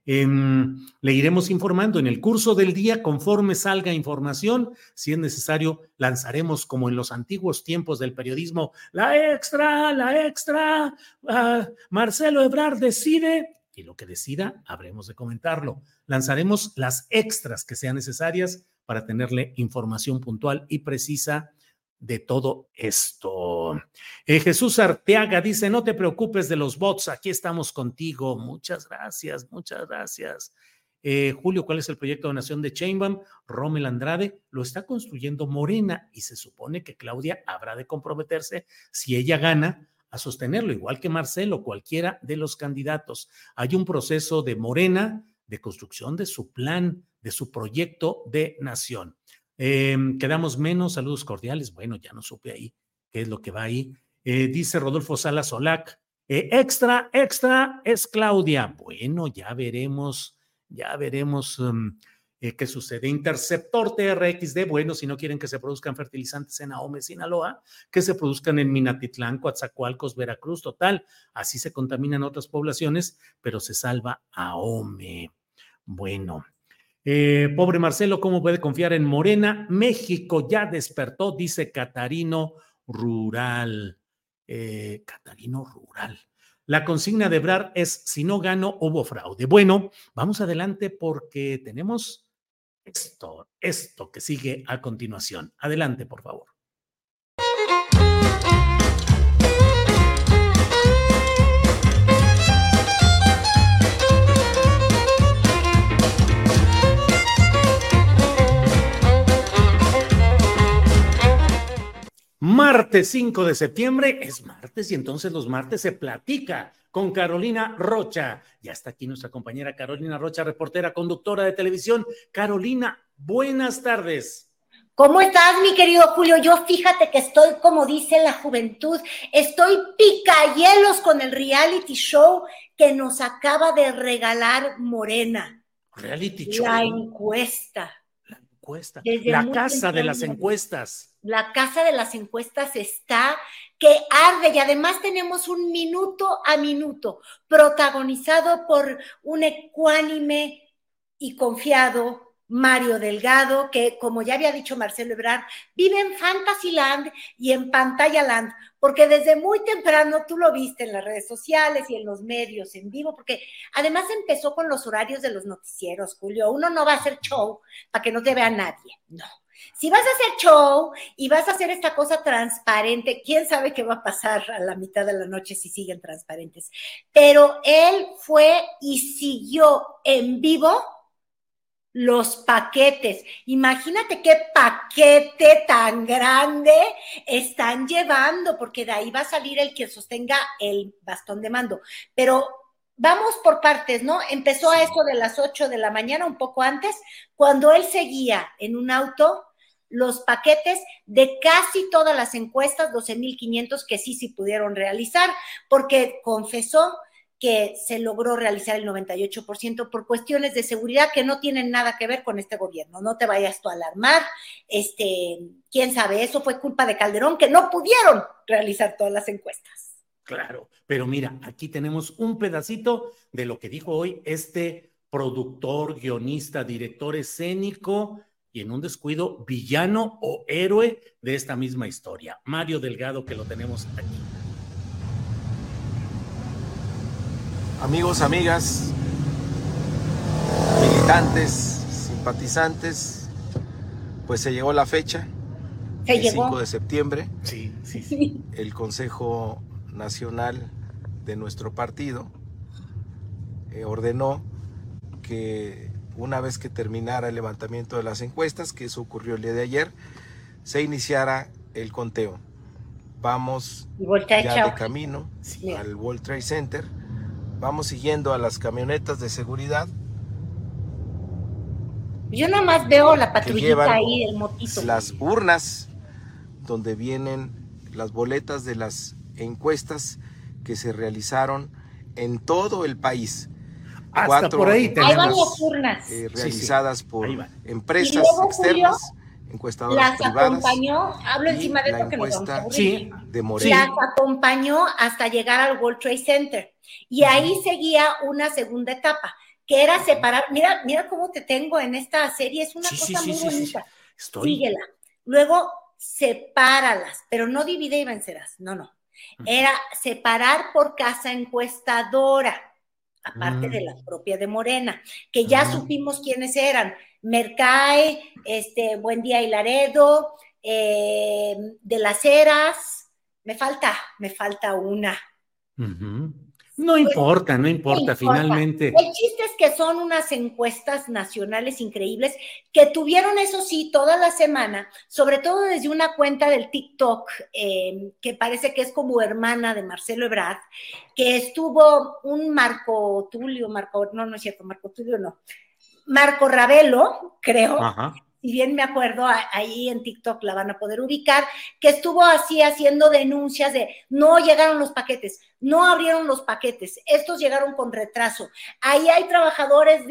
Le iremos informando en el curso del día conforme salga información. Si es necesario, lanzaremos como en los antiguos tiempos del periodismo, la extra, Marcelo Ebrard decide, y lo que decida habremos de comentarlo. Lanzaremos las extras que sean necesarias para tenerle información puntual y precisa de todo esto. Jesús Arteaga dice, no te preocupes de los bots, aquí estamos contigo. Muchas gracias, muchas gracias. Julio, ¿cuál es el proyecto de donación de Sheinbaum? Rommel Andrade, lo está construyendo Morena y se supone que Claudia habrá de comprometerse, si ella gana, a sostenerlo, igual que Marcelo, cualquiera de los candidatos. Hay un proceso de Morena de construcción de su plan, de su proyecto de nación. Quedamos menos, saludos cordiales. Bueno, ya no supe ahí qué es lo que va ahí. Dice Rodolfo Sala Solac, extra es Claudia. Bueno, ya veremos qué sucede. Interceptor TRXD, bueno, si no quieren que se produzcan fertilizantes en Ahome, Sinaloa, que se produzcan en Minatitlán, Coatzacoalcos, Veracruz, total, así se contaminan otras poblaciones, pero se salva Ahome. Bueno. Pobre Marcelo, ¿cómo puede confiar en Morena? México ya despertó, dice Catarino Rural. Catarino Rural. La consigna de Ebrard es, si no gano, hubo fraude. Bueno, vamos adelante porque tenemos esto que sigue a continuación. Adelante, por favor. Martes 5 de septiembre es martes y entonces los martes se platica con Carolina Rocha. Ya está aquí nuestra compañera Carolina Rocha, reportera, conductora de televisión. Carolina, buenas tardes. ¿Cómo estás, mi querido Julio? Yo fíjate que estoy, como dice la juventud, estoy picahielos con el reality show que nos acaba de regalar Morena. Reality show. La encuesta. La casa de las encuestas. La casa de las encuestas está que arde y además tenemos un minuto a minuto protagonizado por un ecuánime y confiado Mario Delgado, que como ya había dicho Marcelo Ebrard, vive en Fantasyland y en Pantalla Land, porque desde muy temprano tú lo viste en las redes sociales y en los medios en vivo, porque además empezó con los horarios de los noticieros, Julio. Uno no va a hacer show para que no te vea nadie, no. Si vas a hacer show y vas a hacer esta cosa transparente, quién sabe qué va a pasar a la mitad de la noche si siguen transparentes. Pero él fue y siguió en vivo los paquetes. Imagínate qué paquete tan grande están llevando, porque de ahí va a salir el que sostenga el bastón de mando. Pero vamos por partes, ¿no? Empezó a eso de las 8 de la mañana, un poco antes, cuando él seguía en un auto los paquetes de casi todas las encuestas, 12,500 que sí pudieron realizar, porque confesó que se logró realizar el 98% por cuestiones de seguridad que no tienen nada que ver con este gobierno. No te vayas tú a alarmar, quién sabe, eso fue culpa de Calderón, que no pudieron realizar todas las encuestas. Claro, pero mira, aquí tenemos un pedacito de lo que dijo hoy este productor, guionista, director escénico y en un descuido villano o héroe de esta misma historia, Mario Delgado, que lo tenemos aquí. Amigos, amigas, militantes, simpatizantes, pues se llegó la fecha, el 5 de septiembre. Sí. El Consejo Nacional de nuestro partido ordenó que una vez que terminara el levantamiento de las encuestas, que eso ocurrió el día de ayer, se iniciara el conteo. Vamos ya de camino al World Trade Center. Vamos siguiendo a las camionetas de seguridad. Yo nada más veo la patrullita ahí, el motito. Las urnas donde vienen las boletas de las encuestas que se realizaron en todo el país. Hasta 4 por ahí tenemos. Hay varias urnas. Realizadas por empresas externas, encuestadoras privadas. Las acompañó, hablo encima de esto que nos vamos a aburrir. De Morena. Las acompañó hasta llegar al World Trade Center. Y ahí seguía una segunda etapa, que era separar. Mira cómo te tengo en esta serie, es una cosa muy bonita. Síguela. Luego, sepáralas, pero no divide y vencerás. No. Era separar por casa encuestadora, aparte de la propia de Morena, que ya supimos quiénes eran. Mercay, Buendía y Laredo, de las Heras. Me falta una. No importa, finalmente. El chiste es que son unas encuestas nacionales increíbles que tuvieron, eso sí, toda la semana, sobre todo desde una cuenta del TikTok, que parece que es como hermana de Marcelo Ebrard, que estuvo un Marco Ravelo, creo. Ajá. Si bien me acuerdo, ahí en TikTok la van a poder ubicar, que estuvo así haciendo denuncias de no llegaron los paquetes, no abrieron los paquetes, estos llegaron con retraso. Ahí hay trabajadores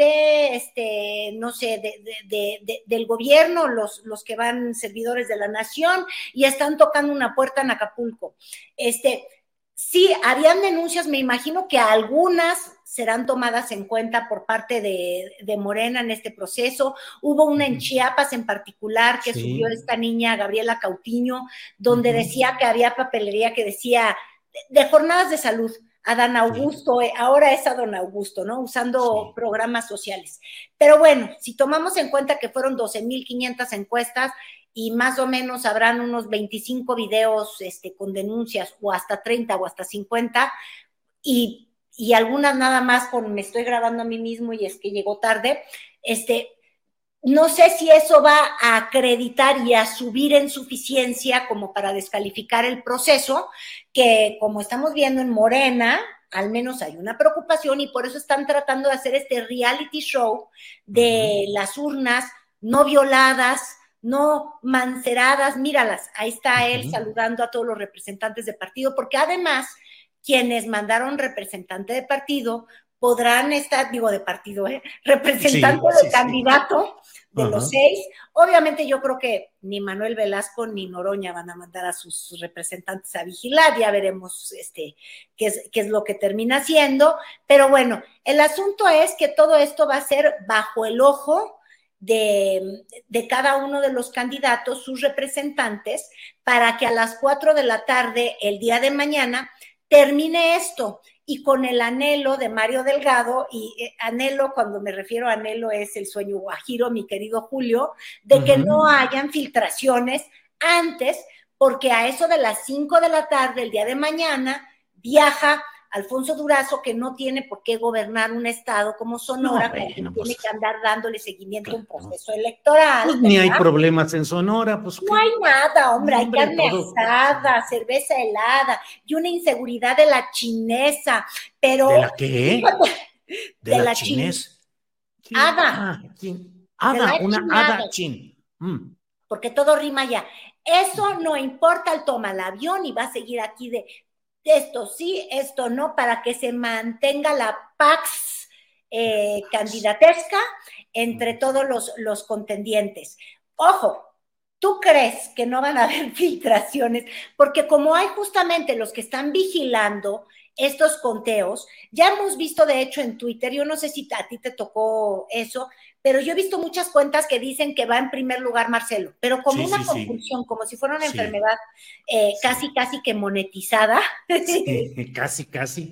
del gobierno, los que van servidores de la nación y están tocando una puerta en Acapulco. Sí, habían denuncias, me imagino que algunas serán tomadas en cuenta por parte de Morena en este proceso. Hubo una en Chiapas en particular que subió esta niña, Gabriela Cautiño, donde decía que había papelería que decía de jornadas de salud. Adán Augusto, ahora es Adán Augusto, ¿no? Usando programas sociales. Pero bueno, si tomamos en cuenta que fueron 12,500 encuestas, y más o menos habrán unos 25 videos con denuncias, o hasta 30 o hasta 50, y algunas nada más con me estoy grabando a mí mismo y es que llegó tarde, No sé si eso va a acreditar y a subir en suficiencia como para descalificar el proceso, que como estamos viendo en Morena, al menos hay una preocupación y por eso están tratando de hacer este reality show de las urnas no violadas, no manceradas. Míralas, ahí está él saludando a todos los representantes de partido, porque además quienes mandaron representante de partido podrán estar, digo de partido, representante de candidato de los 6. Obviamente yo creo que ni Manuel Velasco ni Noroña van a mandar a sus representantes a vigilar, ya veremos qué es lo que termina siendo, pero bueno, el asunto es que todo esto va a ser bajo el ojo de cada uno de los candidatos, sus representantes, para que a las 4 de la tarde el día de mañana termine esto. Y con el anhelo de Mario Delgado, y anhelo, cuando me refiero a anhelo, es el sueño guajiro, mi querido Julio, de que no hayan filtraciones antes, porque a eso de las 5 de la tarde, el día de mañana, viaja Alfonso Durazo, que no tiene por qué gobernar un estado como Sonora, que tiene que andar dándole seguimiento a un proceso electoral. Pues ni hay problemas en Sonora. Pues, no hay nada, hombre, hay carne asada, cerveza helada y una inseguridad de la chinesa, pero... ¿De la qué? ¿De la chinesa? Hada. Hada, una hada chin. Porque todo rima ya. Eso no importa, él toma el avión y va a seguir aquí de esto sí, esto no, para que se mantenga la pax candidatesca entre todos los contendientes. Ojo, ¿tú crees que no van a haber filtraciones? Porque como hay justamente los que están vigilando estos conteos, ya hemos visto de hecho en Twitter, yo no sé si a ti te tocó eso, pero yo he visto muchas cuentas que dicen que va en primer lugar Marcelo, pero como una compulsión, como si fuera una enfermedad casi que monetizada. Casi.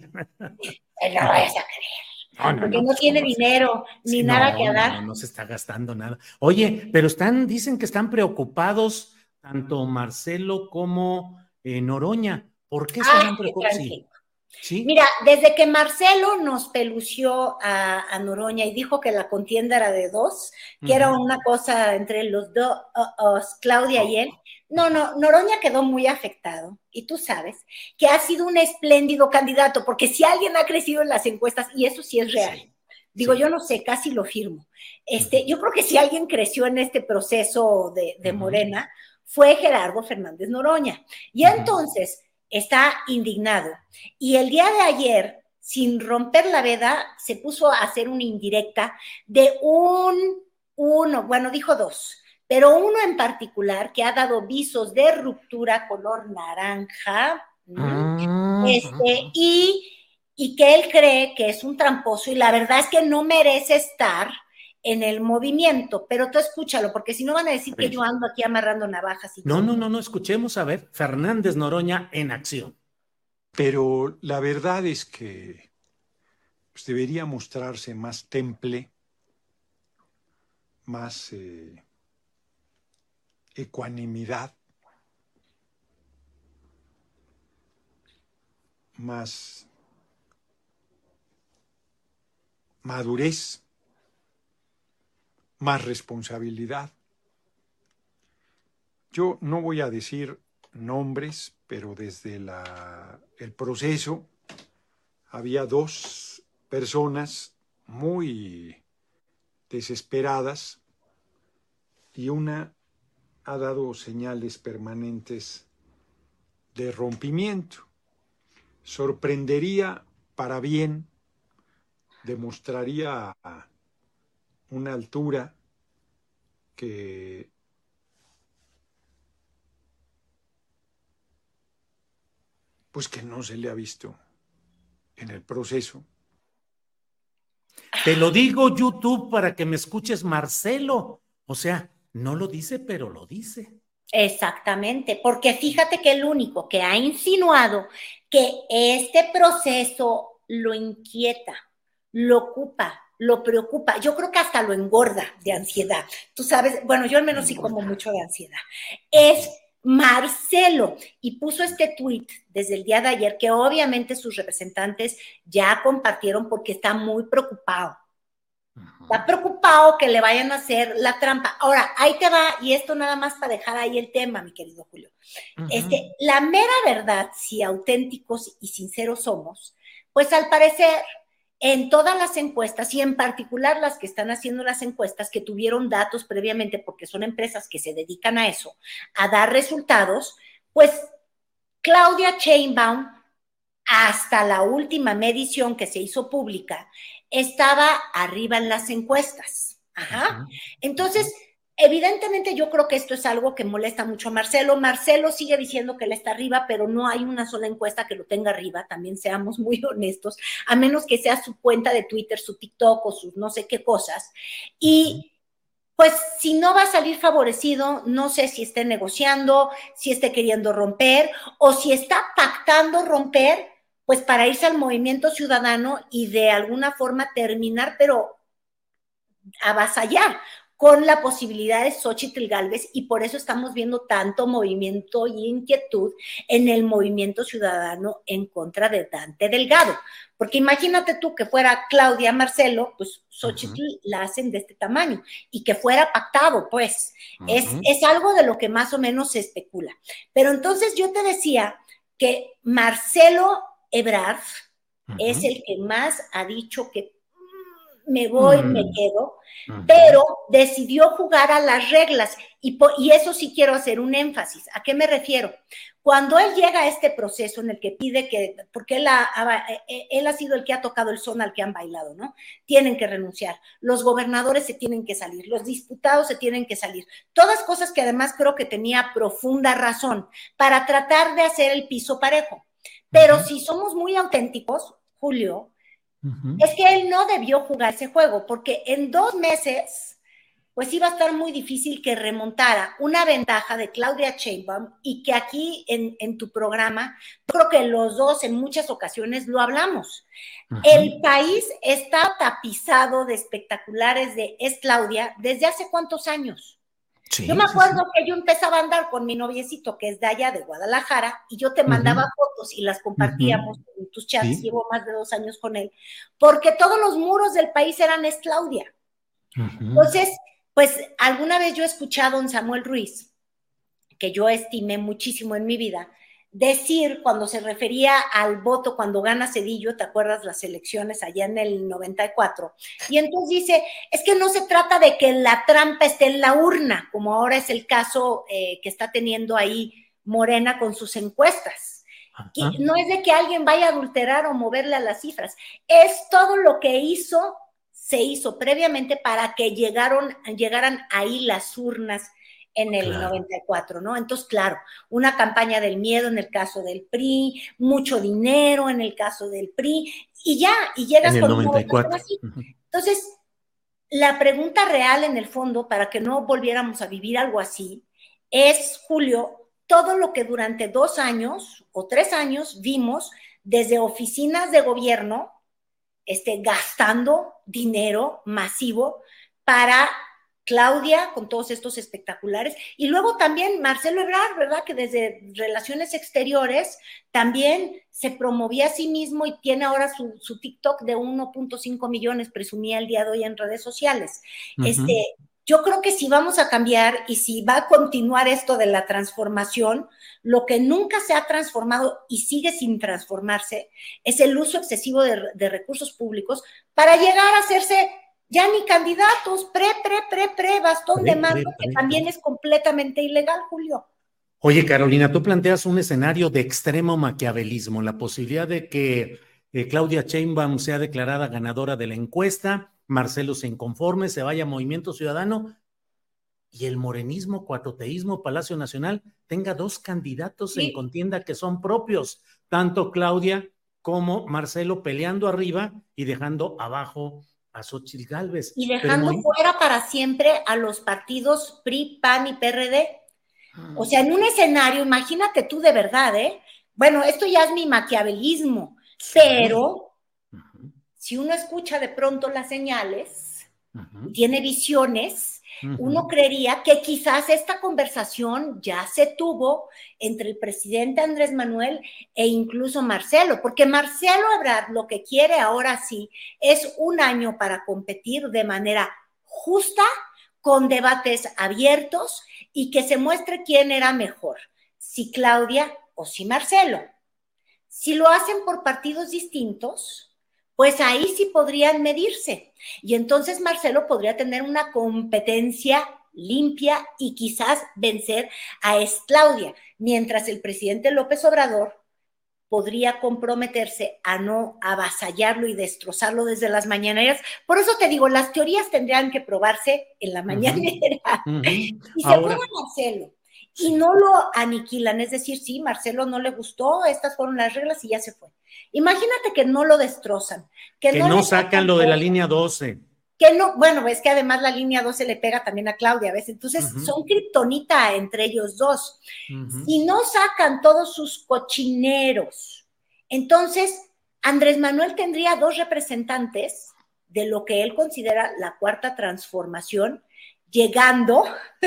No vayas a creer. Porque no tiene dinero ni nada que dar. No se está gastando nada. Oye, pero dicen que están preocupados tanto Marcelo como Noroña. ¿Por qué están preocupados? ¿Sí? Mira, desde que Marcelo nos pelució a Noroña y dijo que la contienda era de 2, que era una cosa entre los dos, Claudia y él, Noroña quedó muy afectado, y tú sabes que ha sido un espléndido candidato, porque si alguien ha crecido en las encuestas, y eso sí es real, digo, yo no sé, casi lo firmo, yo creo que si alguien creció en este proceso de Morena, fue Gerardo Fernández Noroña, y entonces está indignado. Y el día de ayer, sin romper la veda, se puso a hacer una indirecta de bueno, dijo 2, pero uno en particular que ha dado visos de ruptura color naranja, y que él cree que es un tramposo, y la verdad es que no merece estar en el movimiento, pero tú escúchalo, porque si no van a decir que yo ando aquí amarrando navajas. No, escuchemos a ver, Fernández Noroña en acción. Pero la verdad es que pues, debería mostrarse más temple, más ecuanimidad, más madurez, más responsabilidad. Yo no voy a decir nombres, pero desde el proceso había 2 personas muy desesperadas y una ha dado señales permanentes de rompimiento. Sorprendería para bien, demostraría una altura que pues que no se le ha visto en el proceso. Te lo digo, YouTube, para que me escuches, Marcelo. O sea, no lo dice, pero lo dice. Exactamente, porque fíjate que el único que ha insinuado que este proceso lo inquieta, lo ocupa, lo preocupa, yo creo que hasta lo engorda de ansiedad. Tú sabes, bueno, yo al menos sí como mucho de ansiedad. Es Marcelo, y puso este tuit desde el día de ayer que obviamente sus representantes ya compartieron porque está muy preocupado. Está preocupado que le vayan a hacer la trampa. Ahora, ahí te va, y esto nada más para dejar ahí el tema, mi querido Julio. La mera verdad, si auténticos y sinceros somos, pues al parecer, en todas las encuestas, y en particular las que están haciendo las encuestas, que tuvieron datos previamente, porque son empresas que se dedican a eso, a dar resultados, pues Claudia Sheinbaum, hasta la última medición que se hizo pública, estaba arriba en las encuestas. Entonces, evidentemente yo creo que esto es algo que molesta mucho a Marcelo. Marcelo sigue diciendo que él está arriba, pero no hay una sola encuesta que lo tenga arriba, también seamos muy honestos, a menos que sea su cuenta de Twitter, su TikTok o sus no sé qué cosas. Y pues si no va a salir favorecido, no sé si esté negociando, si esté queriendo romper o si está pactando romper, pues para irse al Movimiento Ciudadano y de alguna forma terminar, pero avasallar con la posibilidad de Xóchitl Gálvez, y por eso estamos viendo tanto movimiento y inquietud en el Movimiento Ciudadano en contra de Dante Delgado. Porque imagínate tú que fuera Claudia Marcelo, pues Xóchitl la hacen de este tamaño, y que fuera pactado, pues. Es algo de lo que más o menos se especula. Pero entonces yo te decía que Marcelo Ebrard es el que más ha dicho que me voy, me quedo, pero decidió jugar a las reglas, y eso sí quiero hacer un énfasis. ¿A qué me refiero? Cuando él llega a este proceso en el que pide que, porque él ha sido el que ha tocado el son al que han bailado, ¿no? Tienen que renunciar, los gobernadores se tienen que salir, los diputados se tienen que salir, todas cosas que además creo que tenía profunda razón para tratar de hacer el piso parejo. Pero si somos muy auténticos, Julio, es que él no debió jugar ese juego, porque en 2 meses, pues iba a estar muy difícil que remontara una ventaja de Claudia Sheinbaum, y que aquí en tu programa, creo que los dos en muchas ocasiones lo hablamos. El país está tapizado de espectaculares de Es Claudia desde hace ¿cuántos años? Yo me acuerdo que yo empezaba a andar con mi noviecito, que es de allá de Guadalajara, y yo te mandaba fotos y las compartíamos en tus chats. Llevo más de 2 años con él, porque todos los muros del país eran Es Claudia. Entonces, pues alguna vez yo he escuchado a don Samuel Ruiz, que yo estimé muchísimo en mi vida, decir, cuando se refería al voto cuando gana Zedillo, ¿te acuerdas las elecciones allá en el 94? Y entonces dice, es que no se trata de que la trampa esté en la urna, como ahora es el caso que está teniendo ahí Morena con sus encuestas. No es de que alguien vaya a adulterar o moverle a las cifras, es todo lo que se hizo previamente para que llegaran ahí las urnas en el 94, ¿no? Entonces, claro, una campaña del miedo en el caso del PRI, mucho dinero en el caso del PRI, y llegas con un 94. Así. Entonces, la pregunta real en el fondo, para que no volviéramos a vivir algo así, es, Julio, todo lo que durante 2 años o 3 años vimos desde oficinas de gobierno, gastando dinero masivo para Claudia, con todos estos espectaculares, y luego también Marcelo Ebrard, ¿verdad? Que desde Relaciones Exteriores también se promovía a sí mismo, y tiene ahora su TikTok de 1.5 millones, presumía el día de hoy en redes sociales. Yo creo que si vamos a cambiar y si va a continuar esto de la transformación, lo que nunca se ha transformado y sigue sin transformarse es el uso excesivo de recursos públicos para llegar a hacerse ya ni candidatos, bastón de mando, que también es completamente ilegal, Julio. Oye, Carolina, tú planteas un escenario de extremo maquiavelismo, la posibilidad de que Claudia Sheinbaum sea declarada ganadora de la encuesta, Marcelo se inconforme, se vaya a Movimiento Ciudadano, y el morenismo, cuatroteísmo, Palacio Nacional, tenga 2 candidatos en contienda que son propios, tanto Claudia como Marcelo peleando arriba y dejando abajo a Xóchitl Gálvez. Y dejando fuera para siempre a los partidos PRI, PAN y PRD. O sea, en un escenario, imagínate tú de verdad, bueno, esto ya es mi maquiavelismo, pero si uno escucha de pronto las señales, tiene visiones, Uno creería que quizás esta conversación ya se tuvo entre el presidente Andrés Manuel e incluso Marcelo, porque Marcelo Ebrard lo que quiere ahora sí es un año para competir de manera justa, con debates abiertos y que se muestre quién era mejor, si Claudia o si Marcelo. Si lo hacen por partidos distintos, pues ahí sí podrían medirse. Y entonces Marcelo podría tener una competencia limpia y quizás vencer a Claudia, mientras el presidente López Obrador podría comprometerse a no avasallarlo y destrozarlo desde las mañaneras. Por eso te digo, las teorías tendrían que probarse en la mañanera. Y se pone Marcelo y no lo aniquilan, es decir, sí, Marcelo no le gustó, estas fueron las reglas y ya se fue. Imagínate que no lo destrozan. Que no sacan lo de la línea 12. Que no, bueno, es que además la línea 12 le pega también a Claudia a veces, entonces son kriptonita entre ellos dos. Si no sacan todos sus cochineros, entonces Andrés Manuel tendría 2 representantes de lo que él considera la cuarta transformación, llegando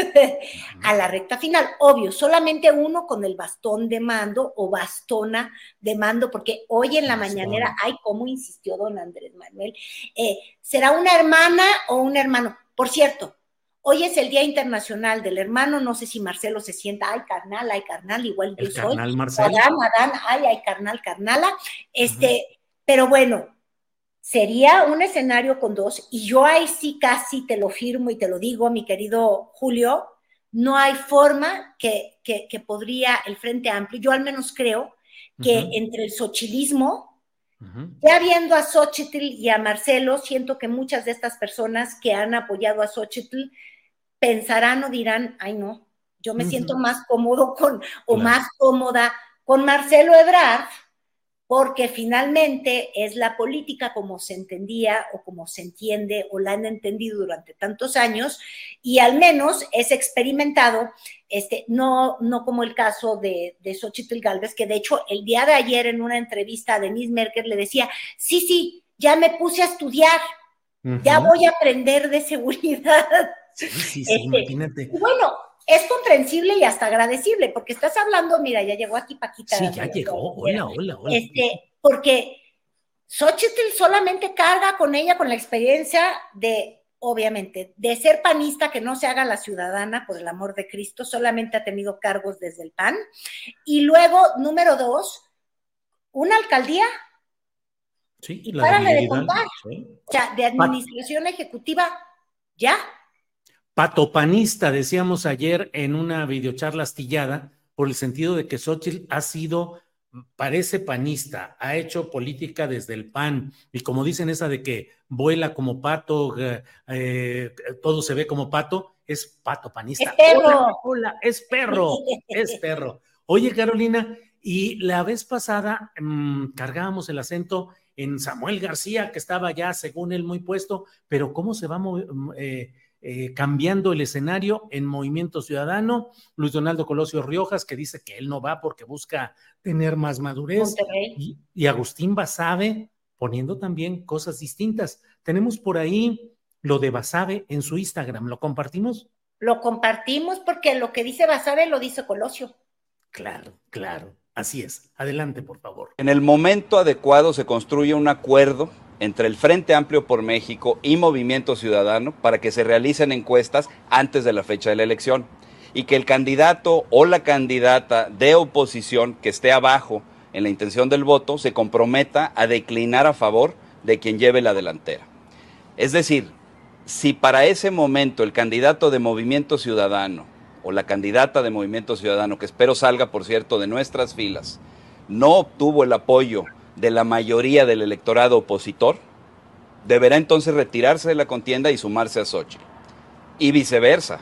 a la recta final. Obvio, solamente uno con el bastón de mando o bastona de mando, porque hoy en la mañanera, ay, cómo insistió don Andrés Manuel, ¿será una hermana o un hermano? Por cierto, hoy es el Día Internacional del Hermano, no sé si Marcelo se sienta, ay, carnal, igual yo soy. Carnal Marcelo. Adán, ay, carnala, pero bueno, sería un escenario con 2, y yo ahí sí casi te lo firmo y te lo digo, mi querido Julio, no hay forma que podría el Frente Amplio, yo al menos creo que entre el xochilismo, ya viendo a Xóchitl y a Marcelo, siento que muchas de estas personas que han apoyado a Xóchitl pensarán o dirán, ay no, yo me siento más cómodo más cómoda con Marcelo Ebrard, porque finalmente es la política como se entendía o como se entiende o la han entendido durante tantos años, y al menos es experimentado, no como el caso de Xóchitl Gálvez, que de hecho el día de ayer en una entrevista a Denise Merker le decía, sí, ya me puse a estudiar, ya voy a aprender de seguridad. Sí, imagínate. Bueno, es comprensible y hasta agradecible, porque estás hablando, mira, ya llegó aquí Paquita. Sí, ya llegó, hola. Porque Xóchitl solamente carga con ella con la experiencia de, obviamente, de ser panista, que no se haga la ciudadana, por el amor de Cristo, solamente ha tenido cargos desde el PAN, y luego, número 2, una alcaldía, sí, y párale de contar, o sea, de administración ejecutiva, ya. Patopanista, decíamos ayer en una videocharla astillada, por el sentido de que Xóchitl parece panista, ha hecho política desde el PAN, y como dicen esa de que vuela como pato, todo se ve como pato, es patopanista. Es perro. Hola, es perro. Oye, Carolina, y la vez pasada cargábamos el acento en Samuel García, que estaba ya, según él, muy puesto, pero ¿cómo se va cambiando el escenario en Movimiento Ciudadano? Luis Donaldo Colosio Riojas, que dice que él no va porque busca tener más madurez, y Agustín Basabe poniendo también cosas distintas. Tenemos por ahí lo de Basabe en su Instagram, ¿lo compartimos? Lo compartimos porque lo que dice Basabe lo dice Colosio. Claro, así es. Adelante, por favor. En el momento adecuado se construye un acuerdo entre el Frente Amplio por México y Movimiento Ciudadano para que se realicen encuestas antes de la fecha de la elección y que el candidato o la candidata de oposición que esté abajo en la intención del voto se comprometa a declinar a favor de quien lleve la delantera. Es decir, si para ese momento el candidato de Movimiento Ciudadano o la candidata de Movimiento Ciudadano, que espero salga, por cierto, de nuestras filas, no obtuvo el apoyo de la mayoría del electorado opositor, deberá entonces retirarse de la contienda y sumarse a Xóchitl. Y viceversa.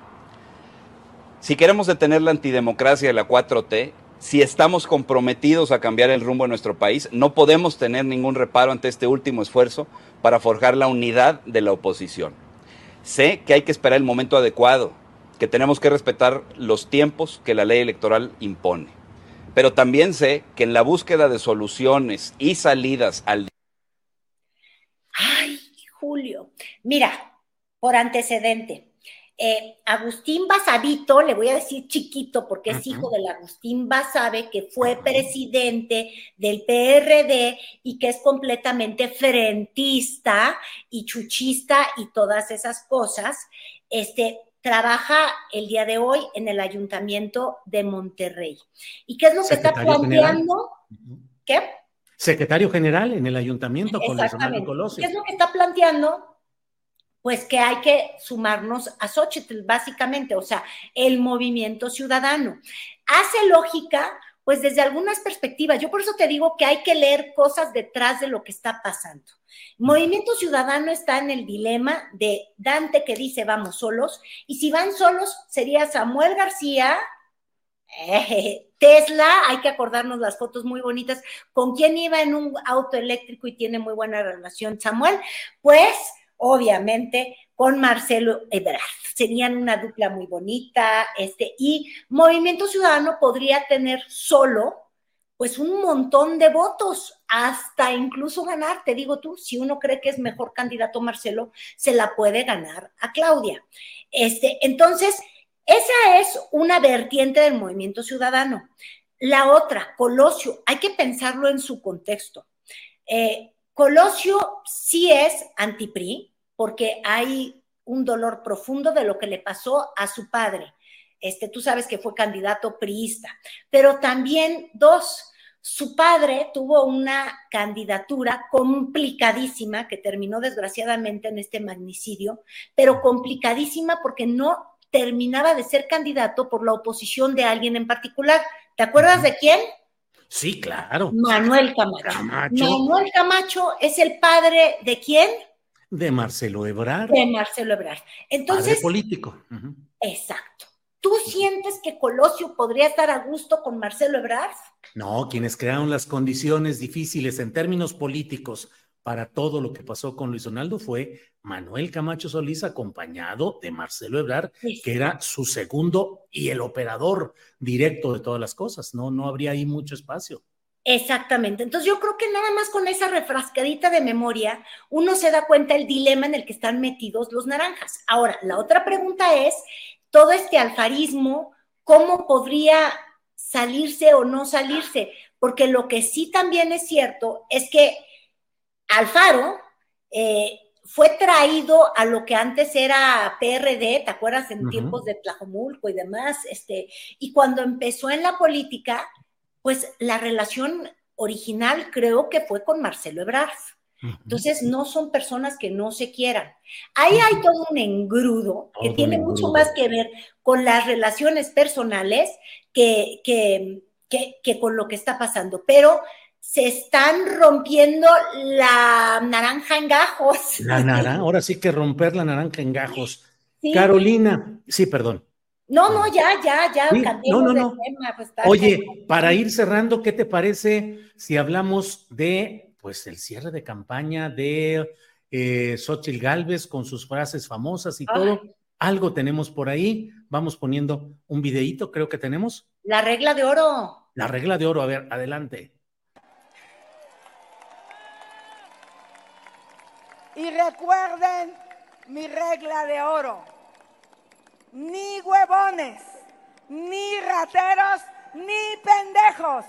Si queremos detener la antidemocracia de la 4T, si estamos comprometidos a cambiar el rumbo de nuestro país, no podemos tener ningún reparo ante este último esfuerzo para forjar la unidad de la oposición. Sé que hay que esperar el momento adecuado, que tenemos que respetar los tiempos que la ley electoral impone. Pero también sé que en la búsqueda de soluciones y salidas al... Ay, Julio, mira, por antecedente, Agustín Bassavito, le voy a decir chiquito porque es hijo del Agustín Basabe, que fue presidente del PRD y que es completamente frentista y chuchista y todas esas cosas, trabaja el día de hoy en el Ayuntamiento de Monterrey. ¿Y qué es lo que está planteando? ¿Qué? Secretario general en el Ayuntamiento con Leonardo Colosio. ¿Qué es lo que está planteando? Pues que hay que sumarnos a Xóchitl, básicamente, o sea, el movimiento ciudadano. Hace lógica, pues desde algunas perspectivas. Yo por eso te digo que hay que leer cosas detrás de lo que está pasando. Movimiento Ciudadano está en el dilema de Dante, que dice vamos solos, y si van solos sería Samuel García, Tesla, hay que acordarnos las fotos muy bonitas, con quien iba en un auto eléctrico y tiene muy buena relación Samuel, pues obviamente con Marcelo Ebrard. Serían una dupla muy bonita, y Movimiento Ciudadano podría tener solo pues un montón de votos, hasta incluso ganar, te digo tú, si uno cree que es mejor candidato Marcelo, se la puede ganar a Claudia. Entonces, esa es una vertiente del Movimiento Ciudadano. La otra, Colosio, hay que pensarlo en su contexto. Colosio sí es anti-PRI, porque hay un dolor profundo de lo que le pasó a su padre. Tú sabes que fue candidato priista, pero también su padre tuvo una candidatura complicadísima que terminó desgraciadamente en este magnicidio, pero complicadísima porque no terminaba de ser candidato por la oposición de alguien en particular. ¿Te acuerdas de quién? Sí, claro. Manuel Camacho. Manuel Camacho es el padre ¿de quién? De Marcelo Ebrard. De Marcelo Ebrard. Entonces, padre político. Exacto. ¿Tú sientes que Colosio podría estar a gusto con Marcelo Ebrard? No, quienes crearon las condiciones difíciles en términos políticos para todo lo que pasó con Luis Donaldo fue Manuel Camacho Solís, acompañado de Marcelo Ebrard, que era su segundo y el operador directo de todas las cosas. No habría ahí mucho espacio. Exactamente. Entonces yo creo que nada más con esa refrescadita de memoria uno se da cuenta del dilema en el que están metidos los naranjas. Ahora, la otra pregunta es, todo este alfarismo, ¿cómo podría salirse o no salirse? Porque lo que sí también es cierto es que Alfaro fue traído a lo que antes era PRD, ¿te acuerdas? En tiempos de Tlajomulco y demás, y cuando empezó en la política, pues la relación original creo que fue con Marcelo Ebrard. Entonces no son personas que no se quieran. Ahí hay todo un engrudo que tiene mucho más que ver con las relaciones personales que con lo que está pasando, pero se están rompiendo la naranja en gajos. Ahora sí que romper la naranja en gajos. Sí. Carolina, sí, perdón. No, ya, sí, cambiemos de tema. Pues, Oye, para ir cerrando, ¿qué te parece si hablamos de pues el cierre de campaña de Xóchitl Gálvez con sus frases famosas y todo? Algo tenemos por ahí, vamos poniendo un videíto, creo que tenemos. La regla de oro. La regla de oro, a ver, adelante. Y recuerden mi regla de oro. Ni huevones, ni rateros, ni pendejos.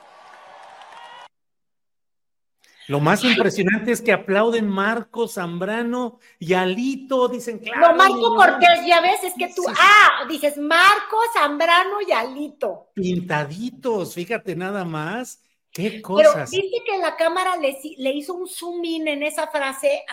Lo más impresionante es que aplauden Marco Zambrano y Alito, dicen claro. No, Marco Cortés, ya ves, es que tú, dices Marco Zambrano y Alito. Pintaditos, fíjate nada más, qué cosas. Pero viste que la cámara le hizo un zoom in en esa frase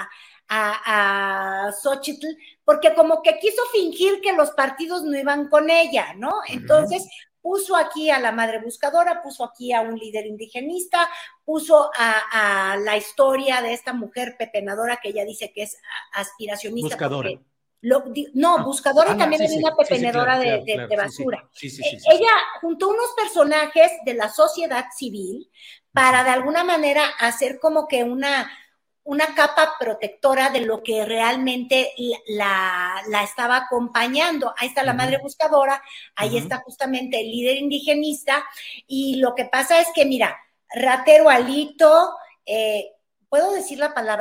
a Xóchitl, porque como que quiso fingir que los partidos no iban con ella, ¿no? Entonces puso aquí a la madre buscadora, puso aquí a un líder indigenista, puso a la historia de esta mujer pepenadora que ella dice que es aspiracionista. Buscadora. Buscadora también es una pepenadora de basura. Sí. Ella juntó unos personajes de la sociedad civil para de alguna manera hacer como que una capa protectora de lo que realmente la estaba acompañando. Ahí está la madre buscadora, ahí está justamente el líder indigenista, y lo que pasa es que, mira, ratero Alito, ¿puedo decir la palabra?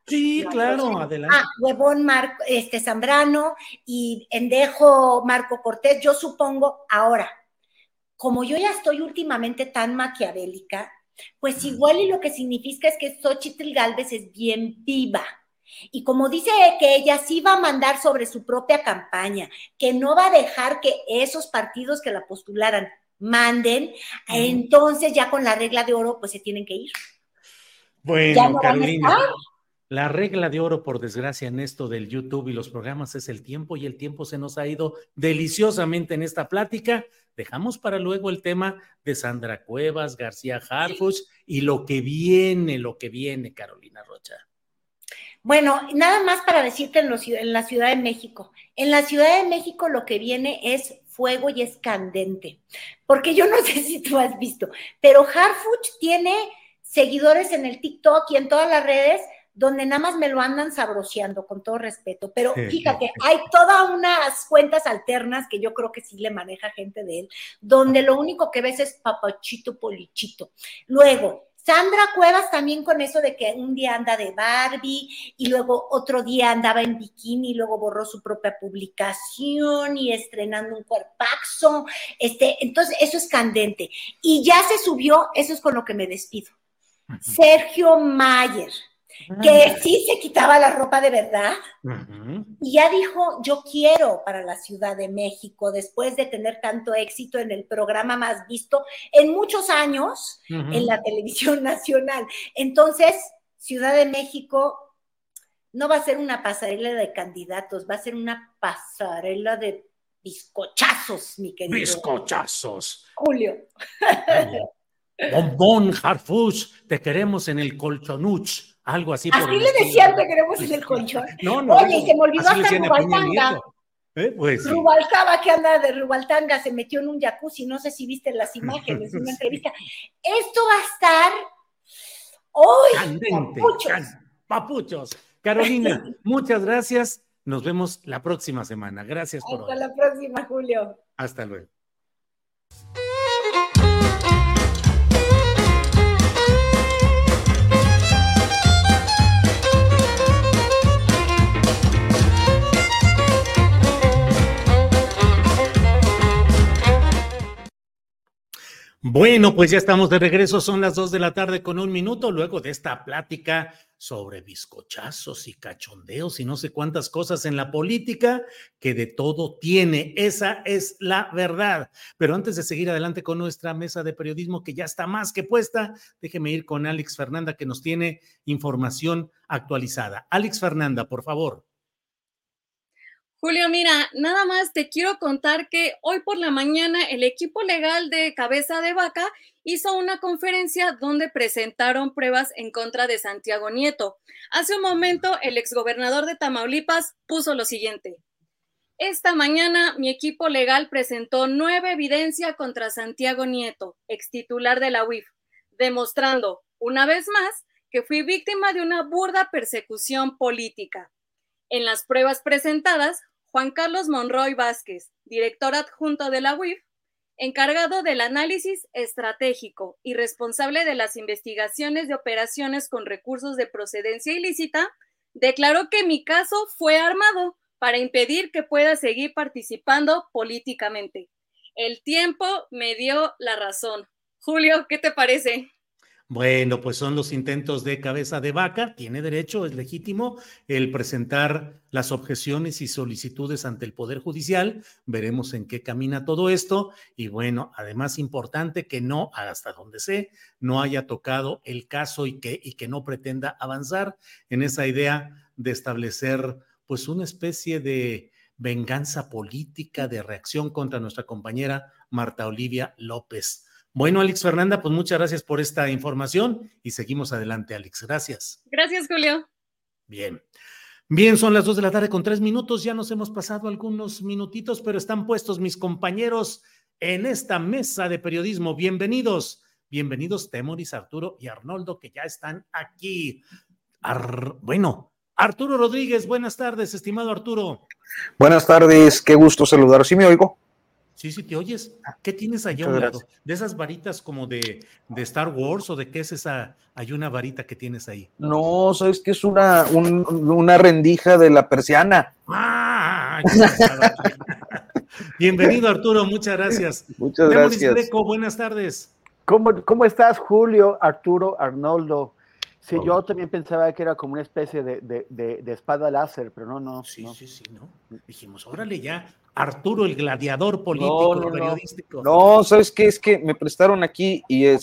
Sí, claro, adelante. Huevón Zambrano y Endejo Marco Cortés, yo supongo. Ahora, como yo ya estoy últimamente tan maquiavélica, pues igual y lo que significa es que Xóchitl Gálvez es bien viva. Y como dice que ella sí va a mandar sobre su propia campaña, que no va a dejar que esos partidos que la postularan manden, entonces ya con la regla de oro pues se tienen que ir. Bueno, ya no Carolina, la regla de oro, por desgracia, en esto del YouTube y los programas es el tiempo, y el tiempo se nos ha ido deliciosamente en esta plática. Dejamos para luego el tema de Sandra Cuevas, García Harfuch y lo que viene, Carolina Rocha. Bueno, nada más para decirte en la Ciudad de México. En la Ciudad de México lo que viene es fuego y es candente. Porque yo no sé si tú has visto, pero Harfuch tiene seguidores en el TikTok y en todas las redes donde nada más me lo andan sabroseando, con todo respeto. Pero fíjate, hay todas unas cuentas alternas que yo creo que sí le maneja gente de él, donde lo único que ves es papachito polichito. Luego, Sandra Cuevas también con eso de que un día anda de Barbie y luego otro día andaba en bikini y luego borró su propia publicación y estrenando un cuerpazo. Entonces, eso es candente. Y ya se subió, eso es con lo que me despido, Sergio Mayer, que sí se quitaba la ropa de verdad, y ya dijo, yo quiero para la Ciudad de México, después de tener tanto éxito en el programa más visto en muchos años en la televisión nacional. Entonces, Ciudad de México no va a ser una pasarela de candidatos, va a ser una pasarela de bizcochazos, mi querido. Bizcochazos. Julio. Bombón, Harfuch, te queremos en el colchonuch. Algo así. Así le decían, te queremos en el colchón. No, oye, y se me olvidó hasta Rubaltanga. Pues sí. Rubalcaba, que anda de Rubaltanga, se metió en un jacuzzi, no sé si viste las imágenes, una entrevista. Esto va a estar hoy. Candente, papuchos. Carolina, muchas gracias. Nos vemos la próxima semana. Gracias por hoy. Hasta la próxima, Julio. Hasta luego. Bueno, pues ya estamos de regreso, son las 2:00 p.m, luego de esta plática sobre bizcochazos y cachondeos y no sé cuántas cosas en la política, que de todo tiene, esa es la verdad. Pero antes de seguir adelante con nuestra mesa de periodismo, que ya está más que puesta, déjeme ir con Alex Fernanda, que nos tiene información actualizada. Alex Fernanda, por favor. Julio, mira, nada más te quiero contar que hoy por la mañana el equipo legal de Cabeza de Vaca hizo una conferencia donde presentaron pruebas en contra de Santiago Nieto. Hace un momento el exgobernador de Tamaulipas puso lo siguiente: esta mañana mi equipo legal presentó nueva evidencia contra Santiago Nieto, extitular de la UIF, demostrando una vez más que fui víctima de una burda persecución política. En las pruebas presentadas, Juan Carlos Monroy Vázquez, director adjunto de la UIF, encargado del análisis estratégico y responsable de las investigaciones de operaciones con recursos de procedencia ilícita, declaró que mi caso fue armado para impedir que pueda seguir participando políticamente. El tiempo me dio la razón. Julio, ¿qué te parece? Bueno, pues son los intentos de Cabeza de Vaca, tiene derecho, es legítimo el presentar las objeciones y solicitudes ante el Poder Judicial, veremos en qué camina todo esto, y bueno, además importante que no, hasta donde sé, no haya tocado el caso y que no pretenda avanzar en esa idea de establecer pues una especie de venganza política, de reacción contra nuestra compañera Marta Olivia López. Bueno, Alex Fernanda, pues muchas gracias por esta información y seguimos adelante, Alex. Gracias. Gracias, Julio. Bien. Bien, son las 2:03 p.m, ya nos hemos pasado algunos minutitos, pero están puestos mis compañeros en esta mesa de periodismo. Bienvenidos, Temoris, Arturo y Arnoldo, que ya están aquí. Bueno, Arturo Rodríguez, buenas tardes, estimado Arturo. Buenas tardes, qué gusto saludar. ¿Sí me oigo? Sí, te oyes. ¿Qué tienes allá a un lado? ¿De esas varitas como de Star Wars o de qué es esa? Hay una varita que tienes ahí. No, sabes que es una rendija de la persiana. Bienvenido, Arturo, muchas gracias. Muchas gracias. Greco, buenas tardes. ¿Cómo estás, Julio, Arturo, Arnoldo? Sí, yo también pensaba que era como una especie de espada láser, pero no. Sí, ¿no? Dijimos, órale ya, Arturo, el gladiador político, periodístico. No, ¿sabes qué? Es que me prestaron aquí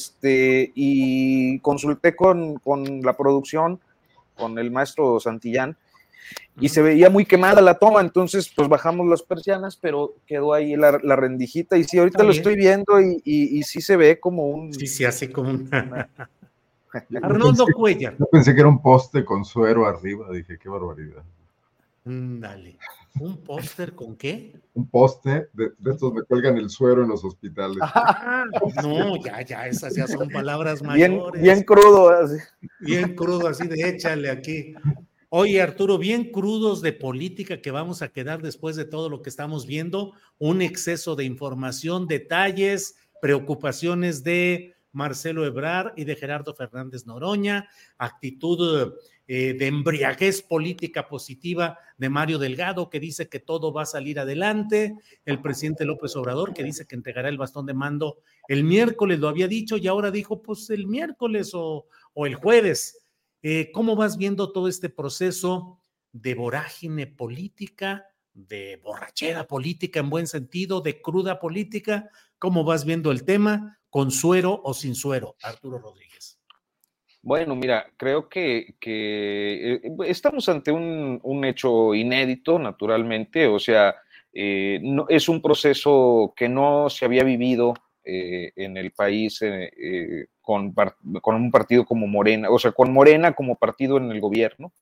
y consulté con la producción, con el maestro Santillán, y se veía muy quemada la toma, entonces pues bajamos las persianas, pero quedó ahí la rendijita, y sí, ahorita lo estoy viendo y sí se ve como un... Sí, así como una... Arnoldo Cuellar. Yo pensé que era un poste con suero arriba, dije, qué barbaridad. Dale. ¿Un póster con qué? Un poste, de estos me cuelgan el suero en los hospitales. No, ya, esas ya son palabras mayores. Bien crudo. Así. Bien crudo, así de échale aquí. Oye, Arturo, bien crudos de política que vamos a quedar después de todo lo que estamos viendo, un exceso de información, detalles, preocupaciones de Marcelo Ebrard y de Gerardo Fernández Noroña, actitud de embriaguez política positiva de Mario Delgado, que dice que todo va a salir adelante, el presidente López Obrador, que dice que entregará el bastón de mando el miércoles, lo había dicho, y ahora dijo, pues el miércoles o el jueves. ¿Cómo vas viendo todo este proceso de vorágine política, de borrachera política en buen sentido, de cruda política? ¿Cómo vas viendo el tema, con suero o sin suero, Arturo Rodríguez? Bueno, mira, creo que estamos ante un hecho inédito, naturalmente, o sea, no, es un proceso que no se había vivido en el país con un partido como Morena, o sea, con Morena como partido en el gobierno,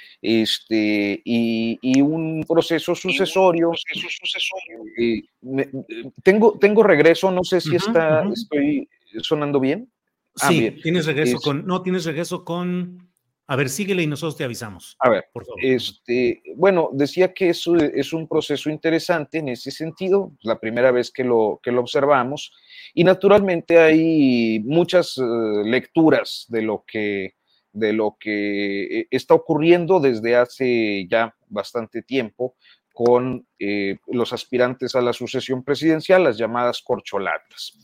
y un proceso sucesorio. Tengo regreso, no sé si estoy sonando bien. Sí, bien. Tienes regreso tienes regreso con... A ver, síguele y nosotros te avisamos. A ver, por favor. Bueno, decía que eso es un proceso interesante en ese sentido, la primera vez que lo observamos, y naturalmente hay muchas lecturas de lo que está ocurriendo desde hace ya bastante tiempo con los aspirantes a la sucesión presidencial, las llamadas corcholatas.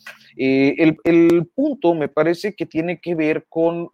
El punto me parece que tiene que ver con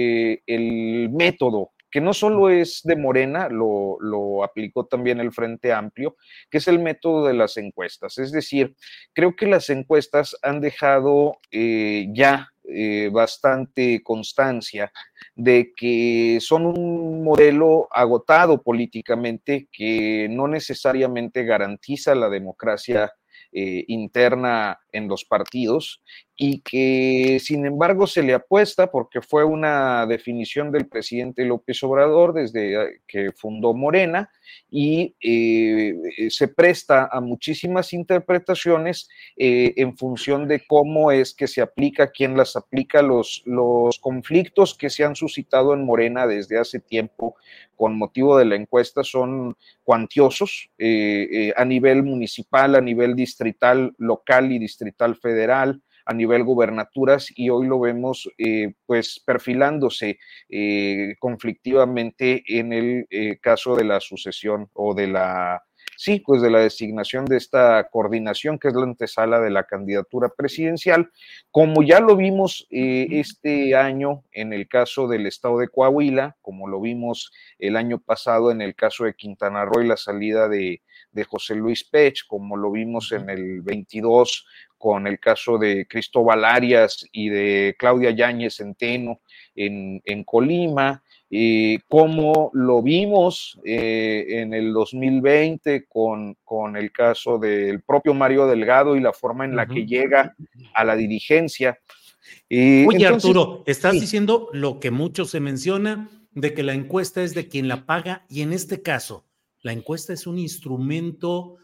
el método, que no solo es de Morena, lo aplicó también el Frente Amplio, que es el método de las encuestas. Es decir, creo que las encuestas han dejado ya bastante constancia de que son un modelo agotado políticamente que no necesariamente garantiza la democracia interna en los partidos y que sin embargo se le apuesta porque fue una definición del presidente López Obrador desde que fundó Morena y se presta a muchísimas interpretaciones en función de cómo es que se aplica, quién las aplica, los conflictos que se han suscitado en Morena desde hace tiempo con motivo de la encuesta son cuantiosos a nivel municipal, a nivel distrital, local y distrital federal, a nivel gubernaturas, y hoy lo vemos pues perfilándose conflictivamente en el caso de la sucesión o de la designación de esta coordinación que es la antesala de la candidatura presidencial, como ya lo vimos este año en el caso del estado de Coahuila, como lo vimos el año pasado en el caso de Quintana Roo y la salida de José Luis Pech, como lo vimos en el 22 con el caso de Cristóbal Arias y de Claudia Yáñez Centeno en Colima, como lo vimos en el 2020 con el caso del propio Mario Delgado y la forma en la que llega a la dirigencia. Oye, entonces, Arturo, estás diciendo lo que mucho se menciona, de que la encuesta es de quien la paga, y en este caso, la encuesta es un instrumento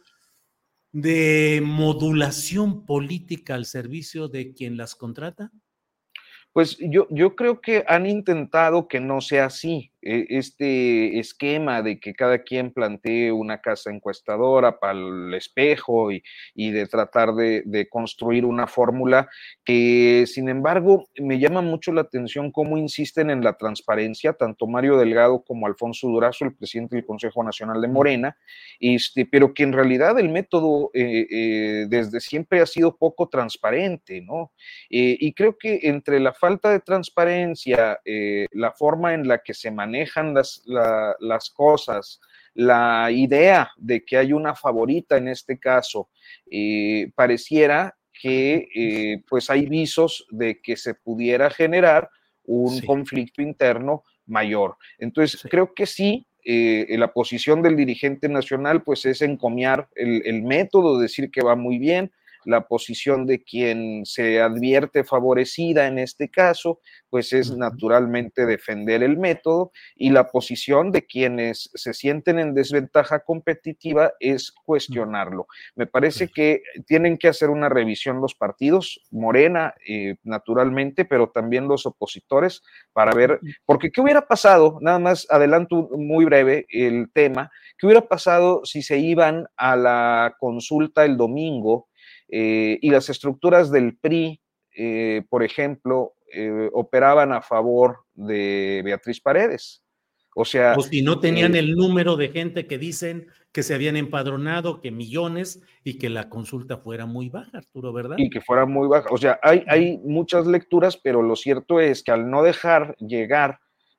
de modulación política al servicio de quien las contrata. Pues yo creo que han intentado que no sea así. este esquema de que cada quien plantee una casa encuestadora para el espejo y de tratar de construir una fórmula que, sin embargo, me llama mucho la atención cómo insisten en la transparencia, tanto Mario Delgado como Alfonso Durazo, el presidente del Consejo Nacional de Morena, pero que en realidad el método desde siempre ha sido poco transparente, ¿no? Y creo que entre la falta de transparencia, la forma en la que se manejan las cosas, la idea de que hay una favorita en este caso, pareciera que pues hay visos de que se pudiera generar un conflicto interno mayor. Entonces, creo que sí, la posición del dirigente nacional pues es encomiar el método, decir que va muy bien. La posición de quien se advierte favorecida en este caso, pues es naturalmente defender el método, y la posición de quienes se sienten en desventaja competitiva es cuestionarlo. Me parece que tienen que hacer una revisión los partidos, Morena naturalmente, pero también los opositores, para ver, porque ¿qué hubiera pasado? Nada más adelanto muy breve el tema, ¿qué hubiera pasado si se iban a la consulta el domingo y las estructuras del PRI, por ejemplo, operaban a favor de Beatriz Paredes? O sea, o si no tenían el número de gente que dicen que se habían empadronado, que millones, y que la consulta fuera muy baja, Arturo, ¿verdad? Y que fuera muy baja. O sea, hay muchas lecturas, pero lo cierto es que al no dejar llegar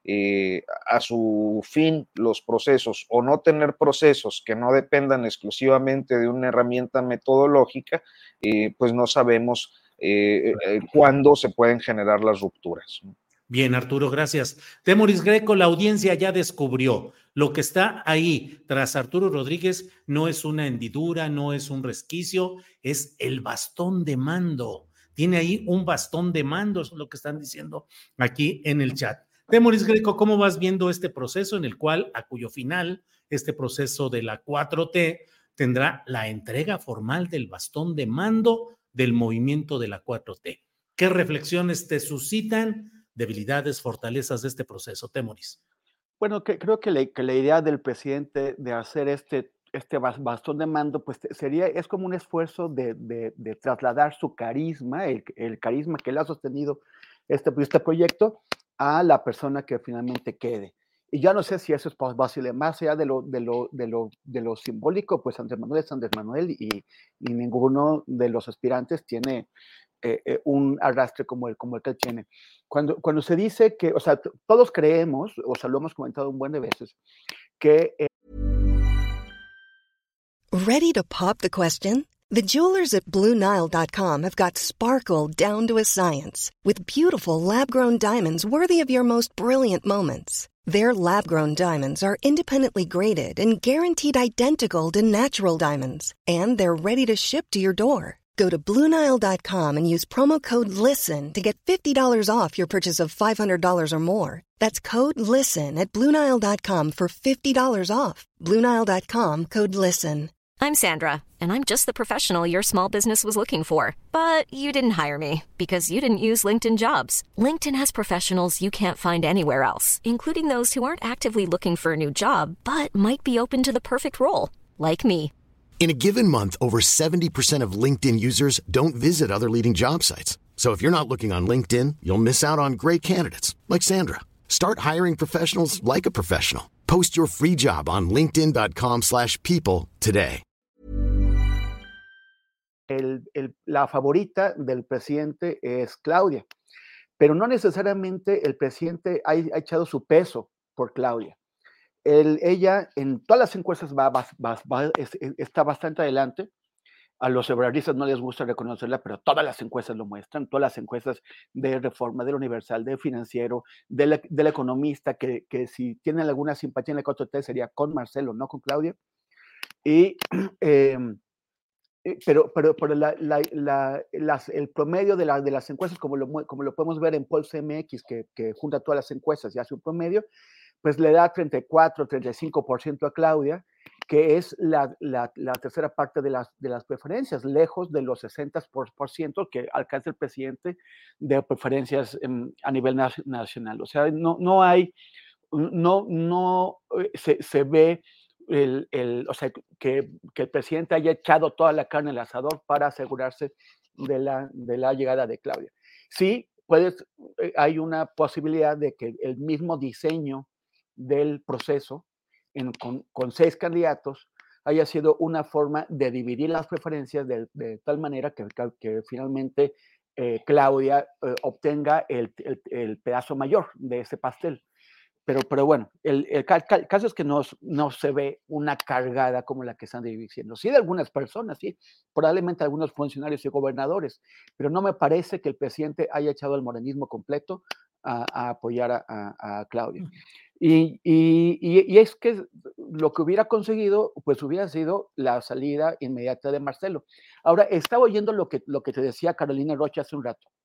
a su fin los procesos, o no tener procesos que no dependan exclusivamente de una herramienta metodológica, pues no sabemos cuándo se pueden generar las rupturas. Bien, Arturo, gracias. Temoris Greco, la audiencia ya descubrió lo que está ahí tras Arturo Rodríguez. No es una hendidura, no es un resquicio, es el bastón de mando. Tiene ahí un bastón de mando, eso es lo que están diciendo aquí en el chat. Temoris Greco, ¿cómo vas viendo este proceso en el cual, a cuyo final, este proceso de la 4T tendrá la entrega formal del bastón de mando del movimiento de la 4T? ¿Qué reflexiones te suscitan? Debilidades, fortalezas de este proceso, Temoris. Bueno, creo que la idea del presidente de hacer este bastón de mando, pues es como un esfuerzo de trasladar su carisma, el carisma que le ha sostenido este proyecto, a la persona que finalmente quede. Y ya no sé si eso es posible, más allá de lo simbólico, pues Andrés Manuel es Andrés Manuel, y ninguno de los aspirantes tiene un arrastre como el que él tiene. Cuando se dice que, o sea, todos creemos, o sea, lo hemos comentado un buen de veces, que... ¿Ready to pop the question? The jewelers at BlueNile.com have got sparkle down to a science with beautiful lab-grown diamonds worthy of your most brilliant moments. Their lab-grown diamonds are independently graded and guaranteed identical to natural diamonds, and they're ready to ship to your door. Go to BlueNile.com and use promo code LISTEN to get $50 off your purchase of $500 or more. That's code LISTEN at BlueNile.com for $50 off. BlueNile.com, code LISTEN. I'm Sandra, and I'm just the professional your small business was looking for. But you didn't hire me because you didn't use LinkedIn Jobs. LinkedIn has professionals you can't find anywhere else, including those who aren't actively looking for a new job, but might be open to the perfect role, like me. In a given month, over 70% of LinkedIn users don't visit other leading job sites. So if you're not looking on LinkedIn, you'll miss out on great candidates like Sandra. Start hiring professionals like a professional. Post your free job on linkedin.com/people today. La favorita del presidente es Claudia, pero no necesariamente el presidente ha echado su peso por Claudia. Ella en todas las encuestas está bastante adelante. A los ebrardistas no les gusta reconocerla, pero todas las encuestas lo muestran, todas las encuestas de Reforma, del Universal, del Financiero, del Economista, que si tienen alguna simpatía en la 4T sería con Marcelo, no con Claudia. Y pero el promedio de las encuestas, como lo podemos ver en Pulse MX, que junta todas las encuestas y hace un promedio, pues le da 34-35% a Claudia, que es la tercera parte de las preferencias, lejos de los 60% que alcanza el presidente de preferencias a nivel nacional. O sea, no hay no se ve o sea, que el presidente haya echado toda la carne al asador para asegurarse de la llegada de Claudia. Sí, hay una posibilidad de que el mismo diseño del proceso con 6 candidatos haya sido una forma de dividir las preferencias de tal manera que finalmente Claudia obtenga el pedazo mayor de ese pastel. Pero bueno, el caso es que no se ve una cargada como la que están diciendo. Sí, de algunas personas, sí, probablemente algunos funcionarios y gobernadores, pero no me parece que el presidente haya echado el morenismo completo a apoyar a Claudia. Y es que lo que hubiera conseguido, pues hubiera sido la salida inmediata de Marcelo. Ahora, estaba oyendo lo que te decía Carolina Rocha hace un rato,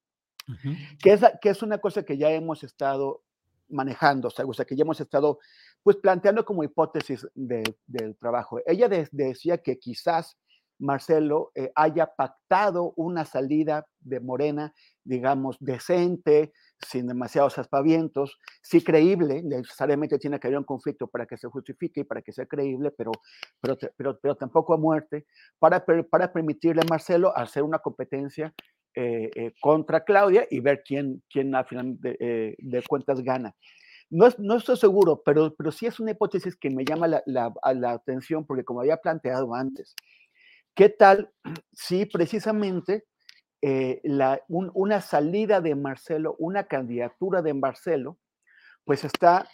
que es una cosa que ya hemos estado manejando, o sea, que ya hemos estado pues planteando como hipótesis del trabajo. Ella decía que quizás Marcelo haya pactado una salida de Morena, digamos, decente, sin demasiados aspavientos, sí creíble, necesariamente tiene que haber un conflicto para que se justifique y para que sea creíble, pero tampoco a muerte, para permitirle a Marcelo hacer una competencia contra Claudia y ver quién al final de cuentas gana. No estoy seguro, pero sí es una hipótesis que me llama la atención, porque como había planteado antes, ¿qué tal si precisamente una salida de Marcelo, una candidatura de Marcelo, pues está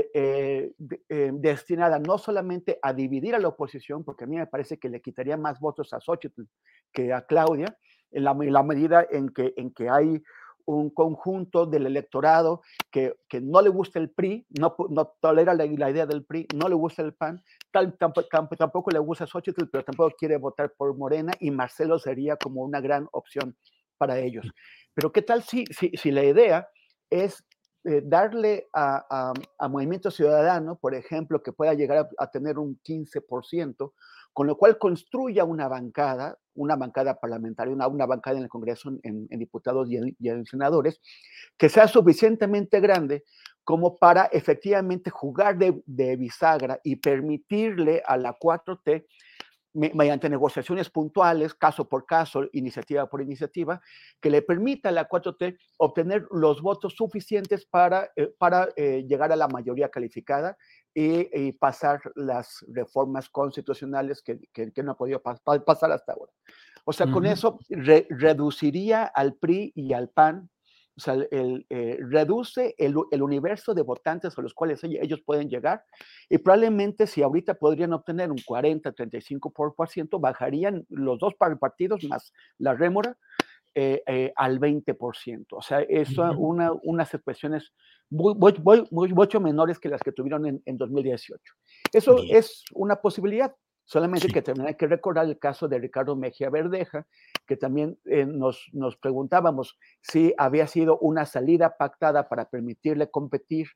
destinada no solamente a dividir a la oposición, porque a mí me parece que le quitaría más votos a Xochitl que a Claudia, en la medida en que hay un conjunto del electorado que no le gusta el PRI, no tolera la idea del PRI, no le gusta el PAN, tampoco le gusta Xochitl, pero tampoco quiere votar por Morena, y Marcelo sería como una gran opción para ellos. Pero ¿qué tal si la idea es darle a Movimiento Ciudadano, por ejemplo, que pueda llegar a tener un 15%, con lo cual construya una bancada parlamentaria, una bancada en el Congreso, en diputados y en senadores, que sea suficientemente grande como para efectivamente jugar de bisagra y permitirle a la 4T, mediante negociaciones puntuales, caso por caso, iniciativa por iniciativa, que le permita a la 4T obtener los votos suficientes para llegar a la mayoría calificada y pasar las reformas constitucionales que no ha podido pasar hasta ahora. O sea, con eso reduciría al PRI y al PAN, o sea, reduce el universo de votantes a los cuales ellos pueden llegar, y probablemente si ahorita podrían obtener un 40-35%, bajarían los dos partidos más la rémora al 20%. O sea, es unas expresiones mucho menores que las que tuvieron en 2018. Eso bien. Es una posibilidad. Solamente que también hay que recordar el caso de Ricardo Mejía Verdeja, que también nos preguntábamos si había sido una salida pactada para permitirle competir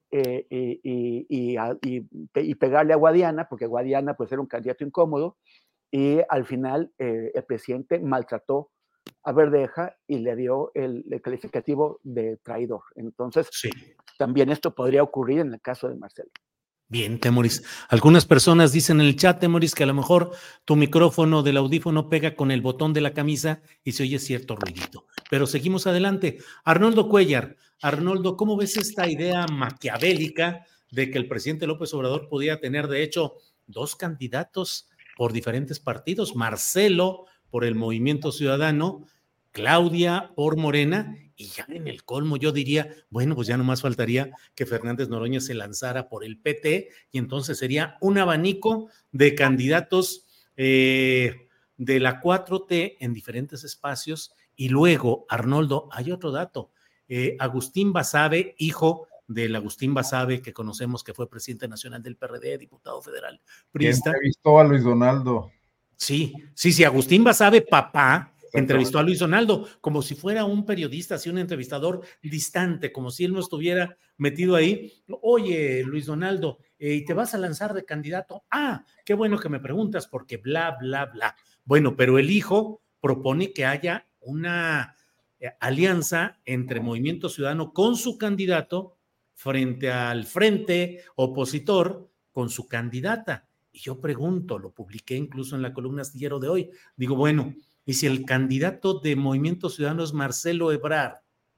y pegarle a Guadiana, porque Guadiana pues era un candidato incómodo, y al final el presidente maltrató a Verdeja y le dio el calificativo de traidor. Entonces, también esto podría ocurrir en el caso de Marcelo. Bien, Temoris. Algunas personas dicen en el chat, Temoris, que a lo mejor tu micrófono del audífono pega con el botón de la camisa y se oye cierto ruidito. Pero seguimos adelante. Arnoldo Cuellar. Arnoldo, ¿cómo ves esta idea maquiavélica de que el presidente López Obrador podía tener, de hecho, 2 candidatos por diferentes partidos? Marcelo por el Movimiento Ciudadano, Claudia por Morena, y ya en el colmo yo diría, bueno, pues ya nomás faltaría que Fernández Noroña se lanzara por el PT, y entonces sería un abanico de candidatos de la 4T en diferentes espacios. Y luego, Arnoldo, hay otro dato, Agustín Basabe, hijo del Agustín Basabe que conocemos, que fue presidente nacional del PRD, diputado federal priista. Entrevistó a Luis Donaldo. Sí, Agustín Basabe, papá, entrevistó a Luis Donaldo como si fuera un periodista, así un entrevistador distante, como si él no estuviera metido ahí. Oye, Luis Donaldo, ¿y te vas a lanzar de candidato? Ah, qué bueno que me preguntas, porque bla, bla, bla. Bueno, pero el hijo propone que haya una alianza entre Movimiento Ciudadano con su candidato frente al frente opositor con su candidata. Y yo pregunto, lo publiqué incluso en la columna Astillero de hoy, digo, bueno, y si el candidato de Movimiento Ciudadano es Marcelo Ebrard,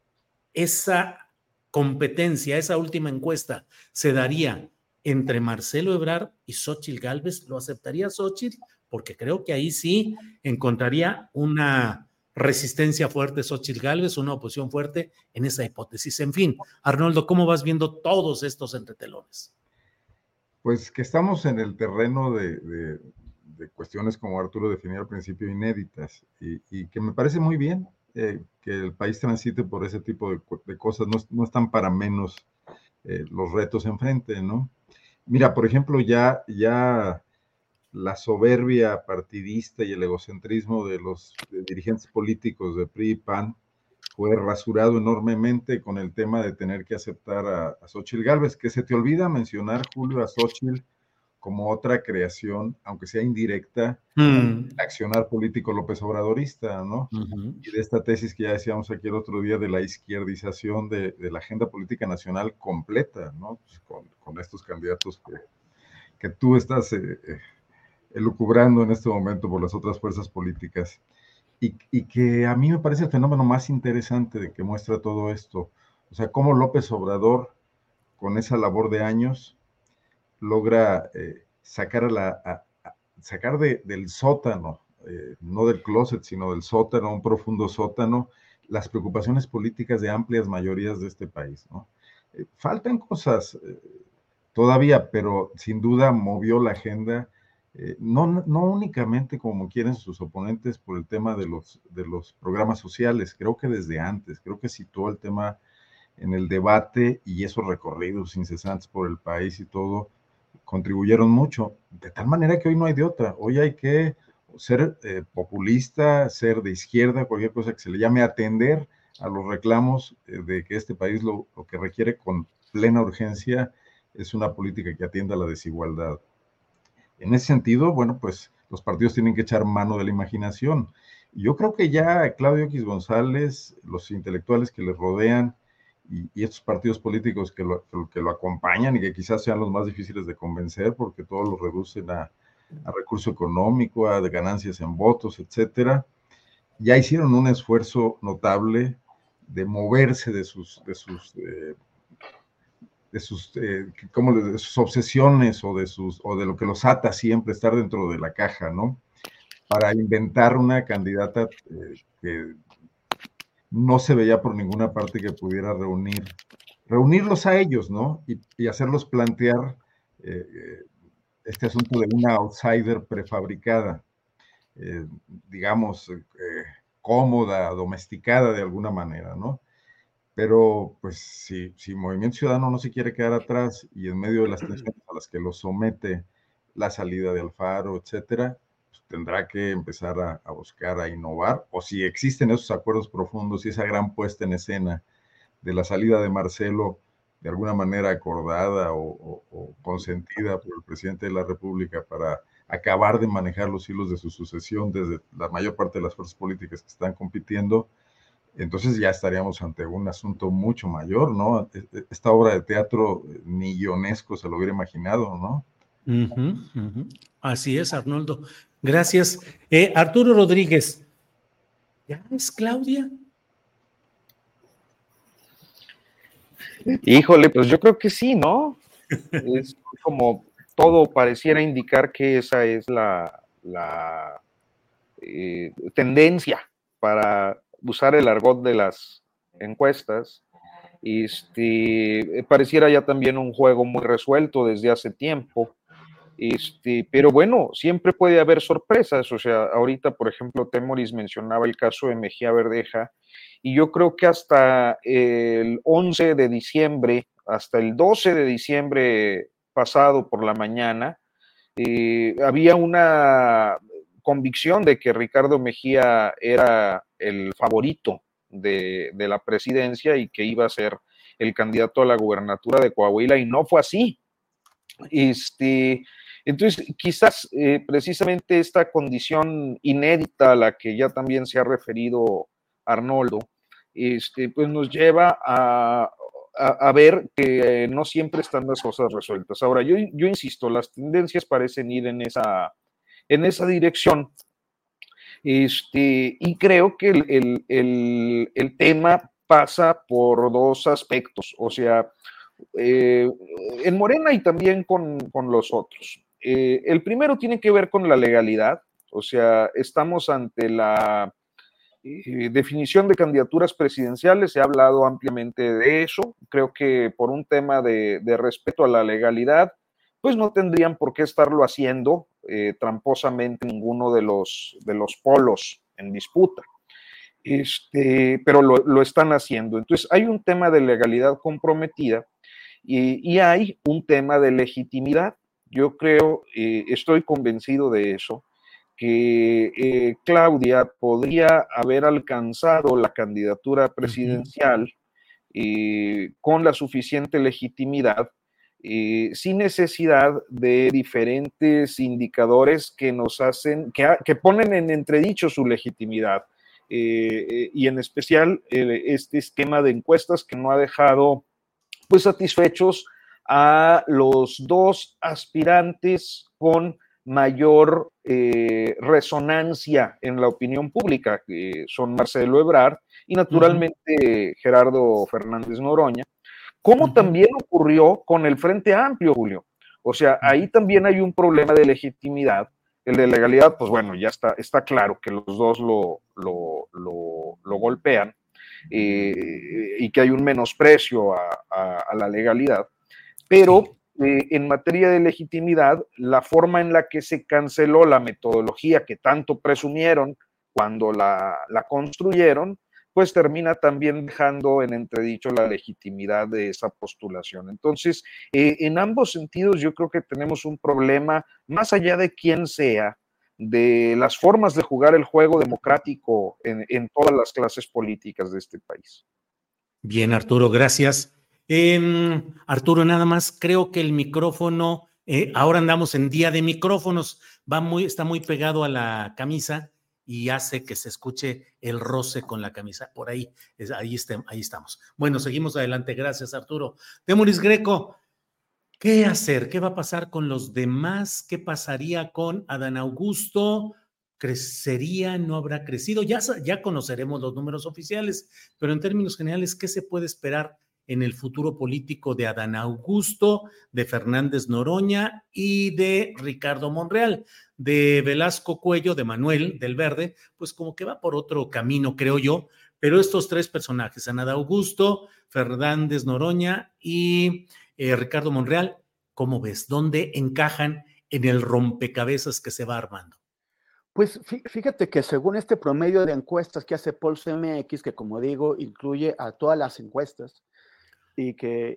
esa competencia, esa última encuesta, se daría entre Marcelo Ebrard y Xóchitl Gálvez, ¿lo aceptaría Xóchitl? Porque creo que ahí sí encontraría una resistencia fuerte Xóchitl Gálvez, una oposición fuerte en esa hipótesis. En fin, Arnoldo, ¿cómo vas viendo todos estos entretelones? Pues que estamos en el terreno de cuestiones, como Arturo definía al principio, inéditas, y que me parece muy bien que el país transite por ese tipo de cosas, no están para menos los retos enfrente, ¿no? Mira, por ejemplo, ya la soberbia partidista y el egocentrismo de los dirigentes políticos de PRI y PAN fue rasurado enormemente con el tema de tener que aceptar a Xóchitl Gálvez, que se te olvida mencionar, Julio, a Xóchitl como otra creación, aunque sea indirecta, accionar político López Obradorista, ¿no? Y de esta tesis que ya decíamos aquí el otro día de la izquierdización de la agenda política nacional completa, ¿no? Pues con estos candidatos que tú estás elucubrando en este momento por las otras fuerzas políticas. Y que a mí me parece el fenómeno más interesante de que muestra todo esto. O sea, cómo López Obrador, con esa labor de años, logra sacar del sótano, no del closet, sino del sótano, un profundo sótano, las preocupaciones políticas de amplias mayorías de este país, ¿no? Faltan cosas todavía, pero sin duda movió la agenda. No únicamente como quieren sus oponentes por el tema de los programas sociales, creo que desde antes, creo que situó el tema en el debate y esos recorridos incesantes por el país y todo contribuyeron mucho, de tal manera que hoy no hay de otra, hoy hay que ser populista, ser de izquierda, cualquier cosa que se le llame, atender a los reclamos de que este país lo que requiere con plena urgencia es una política que atienda a la desigualdad. En ese sentido, bueno, pues los partidos tienen que echar mano de la imaginación. Yo creo que ya Claudio X González, los intelectuales que le rodean y estos partidos políticos que lo acompañan y que quizás sean los más difíciles de convencer porque todos lo reducen a recurso económico, a ganancias en votos, etcétera, ya hicieron un esfuerzo notable de moverse de sus obsesiones o de lo que los ata siempre, estar dentro de la caja, ¿no? Para inventar una candidata que no se veía por ninguna parte que pudiera reunirlos a ellos, ¿no? Y hacerlos plantear este asunto de una outsider prefabricada, digamos, cómoda, domesticada de alguna manera, ¿no? Pero, pues, si Movimiento Ciudadano no se quiere quedar atrás y en medio de las tensiones a las que lo somete la salida de Alfaro, etcétera, pues tendrá que empezar a buscar, a innovar, o si existen esos acuerdos profundos y esa gran puesta en escena de la salida de Marcelo, de alguna manera acordada o consentida por el presidente de la República para acabar de manejar los hilos de su sucesión desde la mayor parte de las fuerzas políticas que están compitiendo, entonces ya estaríamos ante un asunto mucho mayor, ¿no? Esta obra de teatro ni Ionesco se lo hubiera imaginado, ¿no? Así es, Arnoldo. Gracias. Arturo Rodríguez, ¿ya es Claudia? Híjole, pues yo creo que sí, ¿no? Es como todo pareciera indicar que esa es la tendencia para usar el argot de las encuestas. Pareciera ya también un juego muy resuelto desde hace tiempo, pero bueno, siempre puede haber sorpresas. O sea, ahorita, por ejemplo, Temoris mencionaba el caso de Mejía Verdeja, y yo creo que hasta el 11 de diciembre, hasta el 12 de diciembre pasado por la mañana, había una convicción de que Ricardo Mejía era el favorito de la presidencia y que iba a ser el candidato a la gubernatura de Coahuila, y no fue así. Entonces, quizás precisamente esta condición inédita a la que ya también se ha referido Arnoldo, pues nos lleva a a ver que no siempre están las cosas resueltas. Ahora, yo insisto, las tendencias parecen ir en esa dirección. Y creo que el tema pasa por dos aspectos, o sea, en Morena y también con los otros. El primero tiene que ver con la legalidad, o sea, estamos ante la definición de candidaturas presidenciales, se ha hablado ampliamente de eso, creo que por un tema de respeto a la legalidad, pues no tendrían por qué estarlo haciendo tramposamente ninguno de los polos en disputa. Pero lo están haciendo. Entonces, hay un tema de legalidad comprometida y hay un tema de legitimidad. Yo creo, estoy convencido de eso, que Claudia podría haber alcanzado la candidatura presidencial con la suficiente legitimidad, sin necesidad de diferentes indicadores que nos hacen, que ponen en entredicho su legitimidad. Y en especial este esquema de encuestas que no ha dejado pues satisfechos a los dos aspirantes con mayor resonancia en la opinión pública, que son Marcelo Ebrard y naturalmente Gerardo Fernández Noroña, como también ocurrió con el Frente Amplio, Julio. O sea, ahí también hay un problema de legitimidad. El de legalidad, pues bueno, ya está claro que los dos lo golpean y que hay un menosprecio a la legalidad, pero en materia de legitimidad, la forma en la que se canceló la metodología que tanto presumieron cuando la construyeron, pues termina también dejando en entredicho la legitimidad de esa postulación. Entonces, en ambos sentidos yo creo que tenemos un problema, más allá de quién sea, de las formas de jugar el juego democrático en todas las clases políticas de este país. Bien, Arturo, gracias. Arturo, nada más, creo que el micrófono, ahora andamos en día de micrófonos, está muy pegado a la camisa y hace que se escuche el roce con la camisa. Por ahí estamos. Bueno, seguimos adelante. Gracias, Arturo. Temoris Greco, ¿qué hacer? ¿Qué va a pasar con los demás? ¿Qué pasaría con Adán Augusto? ¿Crecería? ¿No habrá crecido? Ya conoceremos los números oficiales, pero en términos generales, ¿qué se puede esperar en el futuro político de Adán Augusto, de Fernández Noroña y de Ricardo Monreal? De Velasco Cuello, de Manuel, del Verde, pues como que va por otro camino, creo yo, pero estos tres personajes, Adán Augusto, Fernández Noroña y Ricardo Monreal, ¿cómo ves? ¿Dónde encajan en el rompecabezas que se va armando? Pues fíjate que según este promedio de encuestas que hace Pulse MX, que como digo, incluye a todas las encuestas, y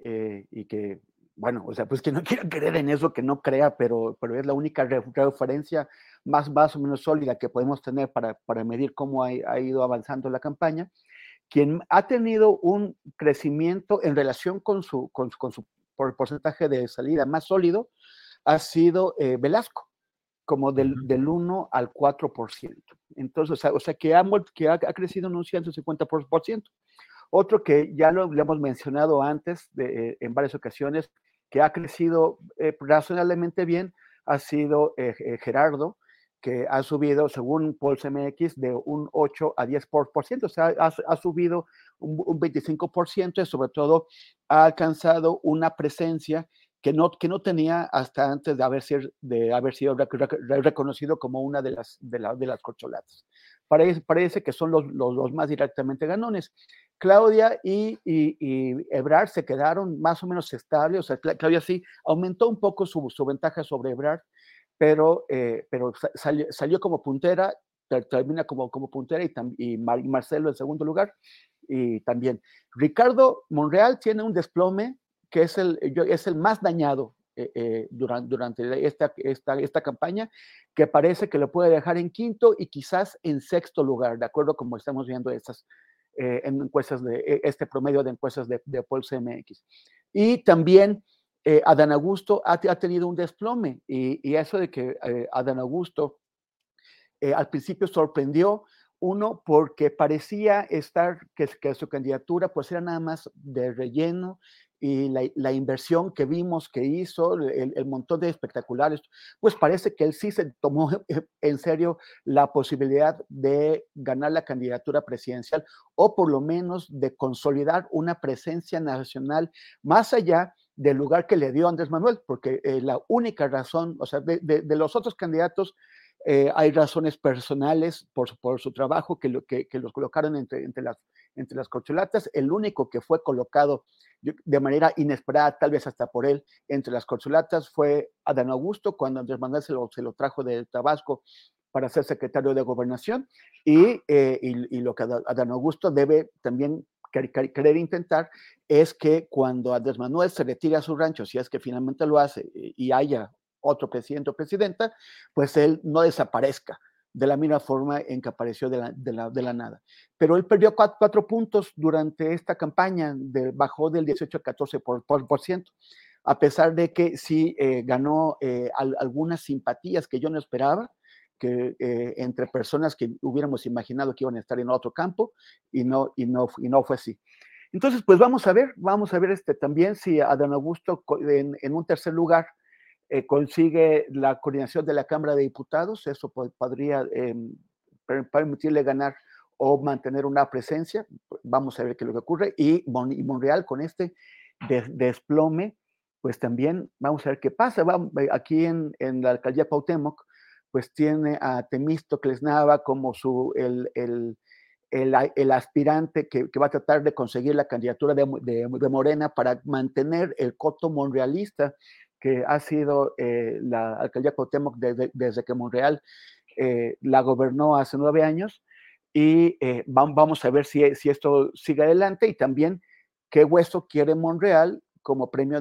que bueno, o sea, pues que no quiera creer en eso, que no crea, pero es la única referencia más o menos sólida que podemos tener para medir cómo ha ido avanzando la campaña. Quien ha tenido un crecimiento en relación con su porcentaje de salida más sólido ha sido Velasco, como del 1 al 4%. Entonces, o sea que ha crecido en un 150%. Otro que ya lo hemos mencionado antes en varias ocasiones, que ha crecido razonablemente bien, ha sido Gerardo, que ha subido, según Pulse MX, de un 8 a 10%, o sea, ha subido un 25% y sobre todo ha alcanzado una presencia que no tenía hasta antes de haber sido reconocido como una de las corcholatas. Parece que son los más directamente ganones. Claudia y Ebrard se quedaron más o menos estables, o sea, Claudia sí aumentó un poco su ventaja sobre Ebrard, pero salió como puntera, termina como puntera y Marcelo en segundo lugar, y también Ricardo Monreal tiene un desplome que es el más dañado durante esta campaña, que parece que lo puede dejar en quinto y quizás en sexto lugar, de acuerdo como estamos viendo estas en encuestas este promedio de encuestas de Pulse MX. Y también Adán Augusto ha tenido un desplome y eso de que Adán Augusto al principio sorprendió Uno, porque parecía estar que su candidatura pues era nada más de relleno, y la inversión que vimos que hizo, el montón de espectaculares, pues parece que él sí se tomó en serio la posibilidad de ganar la candidatura presidencial, o por lo menos de consolidar una presencia nacional más allá del lugar que le dio Andrés Manuel, porque la única razón, o sea, de los otros candidatos, hay razones personales por su trabajo que los colocaron entre las corcholatas. El único que fue colocado de manera inesperada, tal vez hasta por él, entre las corcholatas fue Adán Augusto, cuando Andrés Manuel se lo trajo de Tabasco para ser secretario de Gobernación, y lo que Adán Augusto debe también querer intentar es que cuando Andrés Manuel se retire a su rancho, si es que finalmente lo hace y haya otro presidente o presidenta, pues él no desaparezca de la misma forma en que apareció de la nada. Pero él perdió 4 puntos durante esta campaña, bajó del 18 al 14%, a pesar de que sí ganó algunas simpatías que yo no esperaba, que entre personas que hubiéramos imaginado que iban a estar en otro campo, y no fue así. Entonces, pues vamos a ver también si Adán Augusto en un tercer lugar consigue la coordinación de la Cámara de Diputados. Eso podría permitirle ganar o mantener una presencia. Vamos a ver qué es lo que ocurre. Y Monreal, con este desplome, pues también vamos a ver qué pasa. Aquí en la alcaldía Cuauhtémoc, pues tiene a Temístocles Nava como el aspirante que va a tratar de conseguir la candidatura de Morena para mantener el coto monrealista que ha sido la alcaldía Cuauhtémoc desde que Monreal la gobernó hace 9 años, y vamos a ver si esto sigue adelante, y también qué hueso quiere Monreal como premio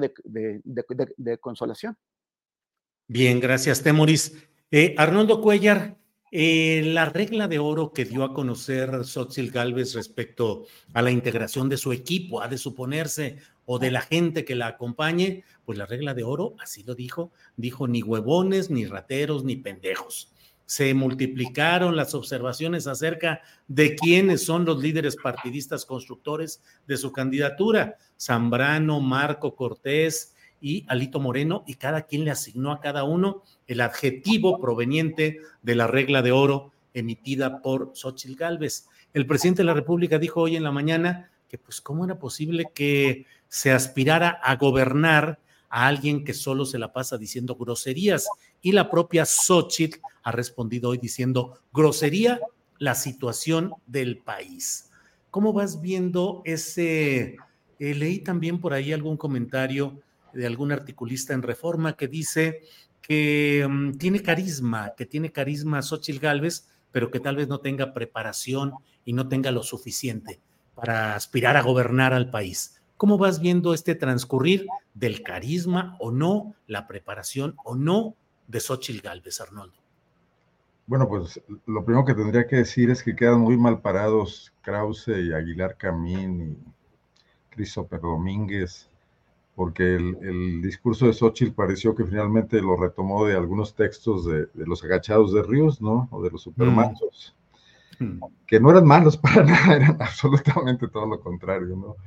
de consolación. Bien, gracias, Temoris. Arnoldo Cuellar, la regla de oro que dio a conocer Xóchitl Gálvez respecto a la integración de su equipo, ha de suponerse, o de la gente que la acompañe, pues la regla de oro, así lo dijo ni huevones, ni rateros, ni pendejos. Se multiplicaron las observaciones acerca de quiénes son los líderes partidistas constructores de su candidatura: Zambrano, Marco Cortés y Alito Moreno, y cada quien le asignó a cada uno el adjetivo proveniente de la regla de oro emitida por Xóchitl Gálvez. El presidente de la República dijo hoy en la mañana que pues cómo era posible que se aspirara a gobernar a alguien que solo se la pasa diciendo groserías, y la propia Xóchitl ha respondido hoy diciendo: grosería la situación del país. ¿Cómo vas viendo ese? Leí también por ahí algún comentario de algún articulista en Reforma que dice que tiene carisma Xóchitl Gálvez, pero que tal vez no tenga preparación y no tenga lo suficiente para aspirar a gobernar al país. ¿Cómo vas viendo este transcurrir del carisma o no, la preparación o no de Xóchitl Gálvez, Arnoldo? Bueno, pues lo primero que tendría que decir es que quedan muy mal parados Krause y Aguilar Camín y Christopher Domínguez, porque el discurso de Xóchitl pareció que finalmente lo retomó de algunos textos de los agachados de Ríos, ¿no? O de los supermachos, que no eran malos para nada, eran absolutamente todo lo contrario, ¿no?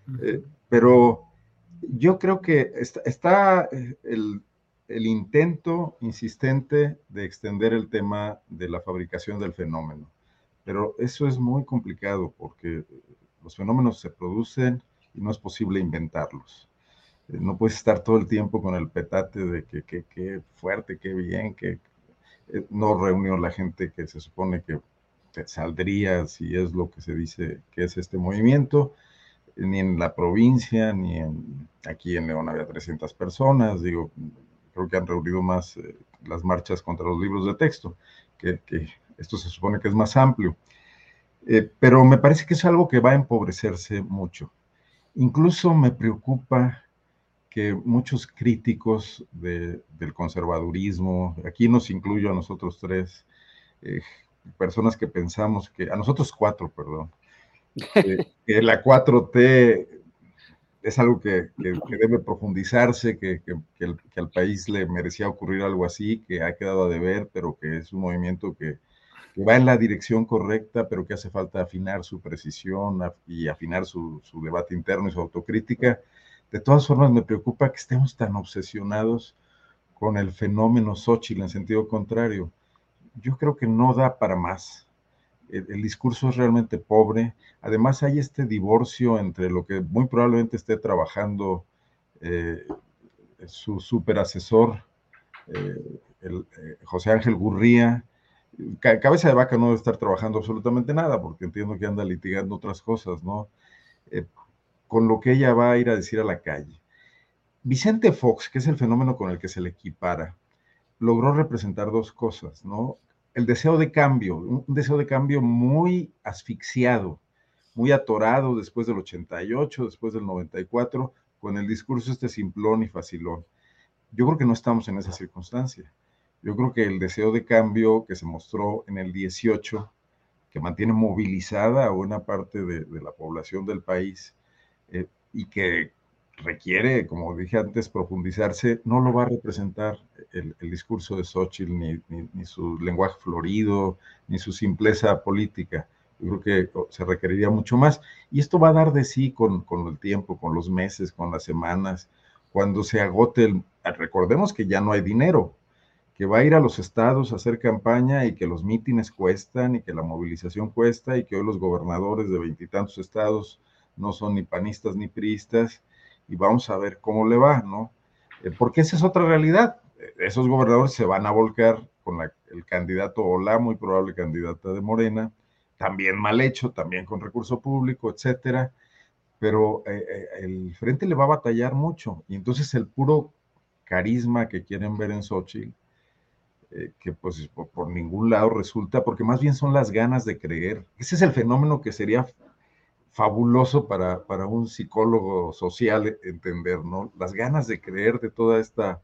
Pero yo creo que está el intento insistente de extender el tema de la fabricación del fenómeno, pero eso es muy complicado porque los fenómenos se producen y no es posible inventarlos. No puedes estar todo el tiempo con el petate de que fuerte, qué bien, que no reunió la gente que se supone que saldría, si es lo que se dice que es este movimiento, ni en la provincia, ni aquí en León había 300 personas, digo, creo que han reunido más las marchas contra los libros de texto, que esto se supone que es más amplio. Pero me parece que es algo que va a empobrecerse mucho. Incluso me preocupa que muchos críticos del conservadurismo, aquí nos incluyo a nosotros 3, personas que pensamos que, a nosotros 4, perdón, que la 4T es algo que debe profundizarse, que al país le merecía ocurrir algo así, que ha quedado a deber, pero que es un movimiento que que va en la dirección correcta, pero que hace falta afinar su precisión y afinar su debate interno y su autocrítica. De todas formas, me preocupa que estemos tan obsesionados con el fenómeno Xóchitl en sentido contrario. Yo creo que no da para más. El discurso es realmente pobre. Además, hay este divorcio entre lo que muy probablemente esté trabajando su superasesor, José Ángel Gurría. Cabeza de vaca no debe estar trabajando absolutamente nada, porque entiendo que anda litigando otras cosas, ¿no? Con lo que ella va a ir a decir a la calle. Vicente Fox, que es el fenómeno con el que se le equipara, logró representar dos cosas, ¿no? El deseo de cambio, un deseo de cambio muy asfixiado, muy atorado después del 88, después del 94, con el discurso simplón y facilón. Yo creo que no estamos en esa circunstancia. Yo creo que el deseo de cambio que se mostró en el 18, que mantiene movilizada a buena parte de la población del país y que requiere, como dije antes, profundizarse, no lo va a representar el discurso de Xóchitl, ni su lenguaje florido, ni su simpleza política. Yo creo que se requeriría mucho más. Y esto va a dar de sí con el tiempo, con los meses, con las semanas, cuando se agote recordemos que ya no hay dinero, que va a ir a los estados a hacer campaña y que los mítines cuestan y que la movilización cuesta y que hoy los gobernadores de 20 y tantos estados no son ni panistas ni priistas, y vamos a ver cómo le va, ¿no? Porque esa es otra realidad. Esos gobernadores se van a volcar con el candidato o la muy probable candidata de Morena, también mal hecho, también con recurso público, etcétera, pero el frente le va a batallar mucho, y entonces el puro carisma que quieren ver en Xóchitl, que pues por ningún lado resulta, porque más bien son las ganas de creer. Ese es el fenómeno que sería fabuloso para un psicólogo social entender, ¿no? Las ganas de creer de toda esta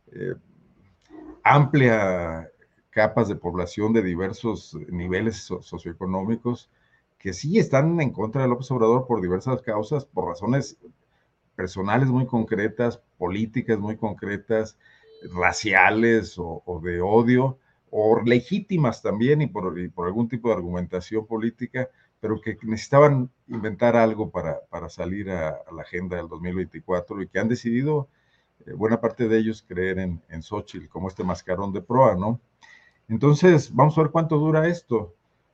amplia capas de población de diversos niveles socioeconómicos que sí están en contra de López Obrador por diversas causas, por razones personales muy concretas, políticas muy concretas, raciales o de odio, o legítimas también y por algún tipo de argumentación política, pero que necesitaban inventar algo para salir a la agenda del 2024 y que han decidido, buena parte de ellos, creer en Xóchitl como este mascarón de proa, ¿no? Entonces, vamos a ver cuánto dura esto.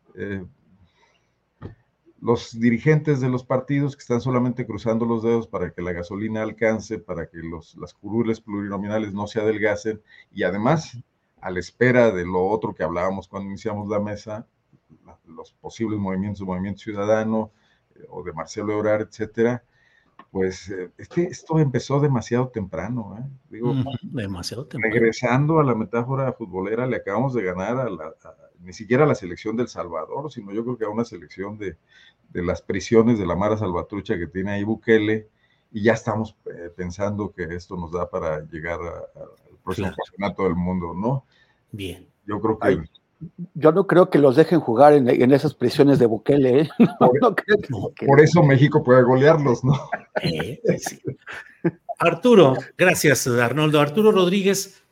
Los dirigentes de los partidos que están solamente cruzando los dedos para que la gasolina alcance, para que las curules plurinominales no se adelgacen, y además, a la espera de lo otro que hablábamos cuando iniciamos la mesa, los posibles movimientos de Movimiento Ciudadano o de Marcelo Ebrard, etcétera, pues es que esto empezó demasiado temprano, ¿eh? Digo, demasiado temprano. Regresando a la metáfora futbolera, le acabamos de ganar ni siquiera a la selección del Salvador, sino yo creo que a una selección de las prisiones de la Mara Salvatrucha que tiene ahí Bukele, y ya estamos pensando que esto nos da para llegar al próximo campeonato del mundo, ¿no? Bien. Yo creo que... Yo no creo que los dejen jugar en esas prisiones de Bukele, ¿eh? Por eso México puede golearlos, ¿no? Sí. Arturo, gracias, Arnoldo. Arturo Rodríguez,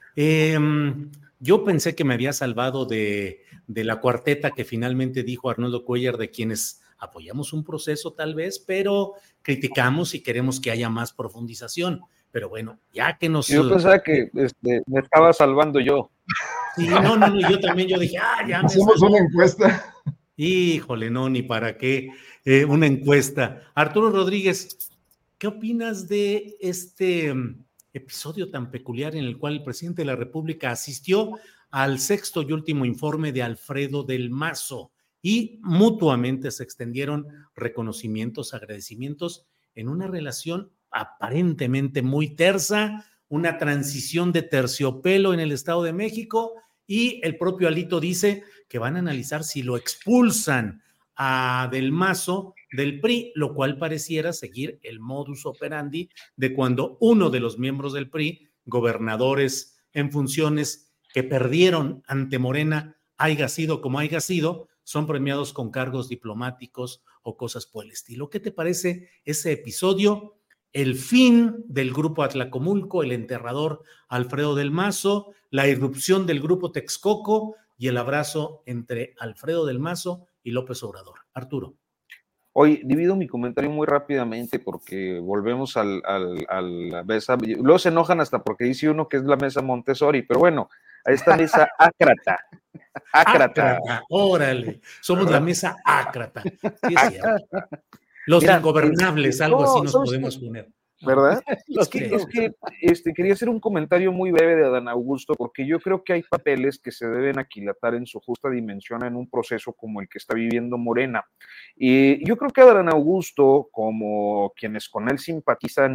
yo pensé que me había salvado de la cuarteta que finalmente dijo Arnoldo Cuellar, de quienes apoyamos un proceso tal vez, pero criticamos y queremos que haya más profundización. Pero bueno, ya que nos... Yo pensaba que me estaba salvando yo. Sí, no, yo también, yo dije, ya me hacemos una encuesta. Híjole, no, ni para qué una encuesta. Arturo Rodríguez, ¿qué opinas de este episodio tan peculiar en el cual el presidente de la República asistió al sexto y último informe de Alfredo del Mazo y mutuamente se extendieron reconocimientos, agradecimientos en una relación aparentemente muy tersa, una transición de terciopelo en el Estado de México, y el propio Alito dice que van a analizar si lo expulsan a Del Mazo del PRI, lo cual pareciera seguir el modus operandi de cuando uno de los miembros del PRI, gobernadores en funciones que perdieron ante Morena, haya sido como haya sido, son premiados con cargos diplomáticos o cosas por el estilo. ¿Qué te parece ese episodio? El fin del grupo Atlacomulco, el enterrador Alfredo del Mazo, la irrupción del grupo Texcoco y el abrazo entre Alfredo del Mazo y López Obrador. Arturo. Hoy divido mi comentario muy rápidamente porque volvemos a la mesa. Luego se enojan hasta porque dice uno que es la mesa Montessori, pero bueno, a esta mesa ácrata. Ácrata. Órale, somos la mesa ácrata. Sí, es cierto. Los ingobernables, algo así nos podemos poner. ¿Verdad? Es que quería hacer un comentario muy breve de Adán Augusto, porque yo creo que hay papeles que se deben aquilatar en su justa dimensión en un proceso como el que está viviendo Morena. Y yo creo que Adán Augusto, como quienes con él simpatizan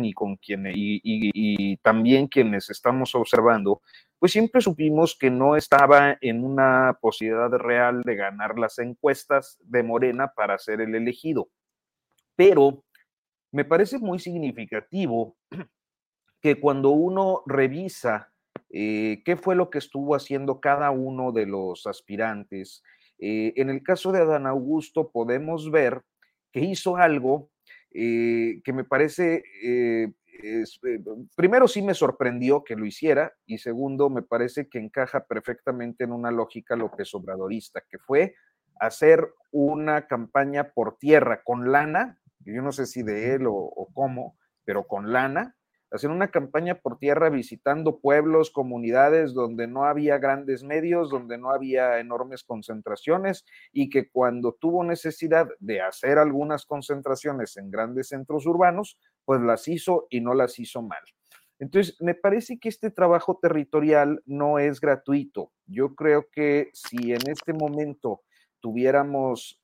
y también quienes estamos observando, pues siempre supimos que no estaba en una posibilidad real de ganar las encuestas de Morena para ser el elegido. Pero me parece muy significativo que cuando uno revisa qué fue lo que estuvo haciendo cada uno de los aspirantes, en el caso de Adán Augusto podemos ver que hizo algo que me parece, primero sí me sorprendió que lo hiciera y segundo me parece que encaja perfectamente en una lógica López Obradorista, que fue hacer una campaña por tierra con lana. Yo no sé si de él o cómo, pero con lana, hacer una campaña por tierra visitando pueblos, comunidades donde no había grandes medios, donde no había enormes concentraciones y que cuando tuvo necesidad de hacer algunas concentraciones en grandes centros urbanos, pues las hizo y no las hizo mal. Entonces, me parece que este trabajo territorial no es gratuito. Yo creo que si en este momento tuviéramos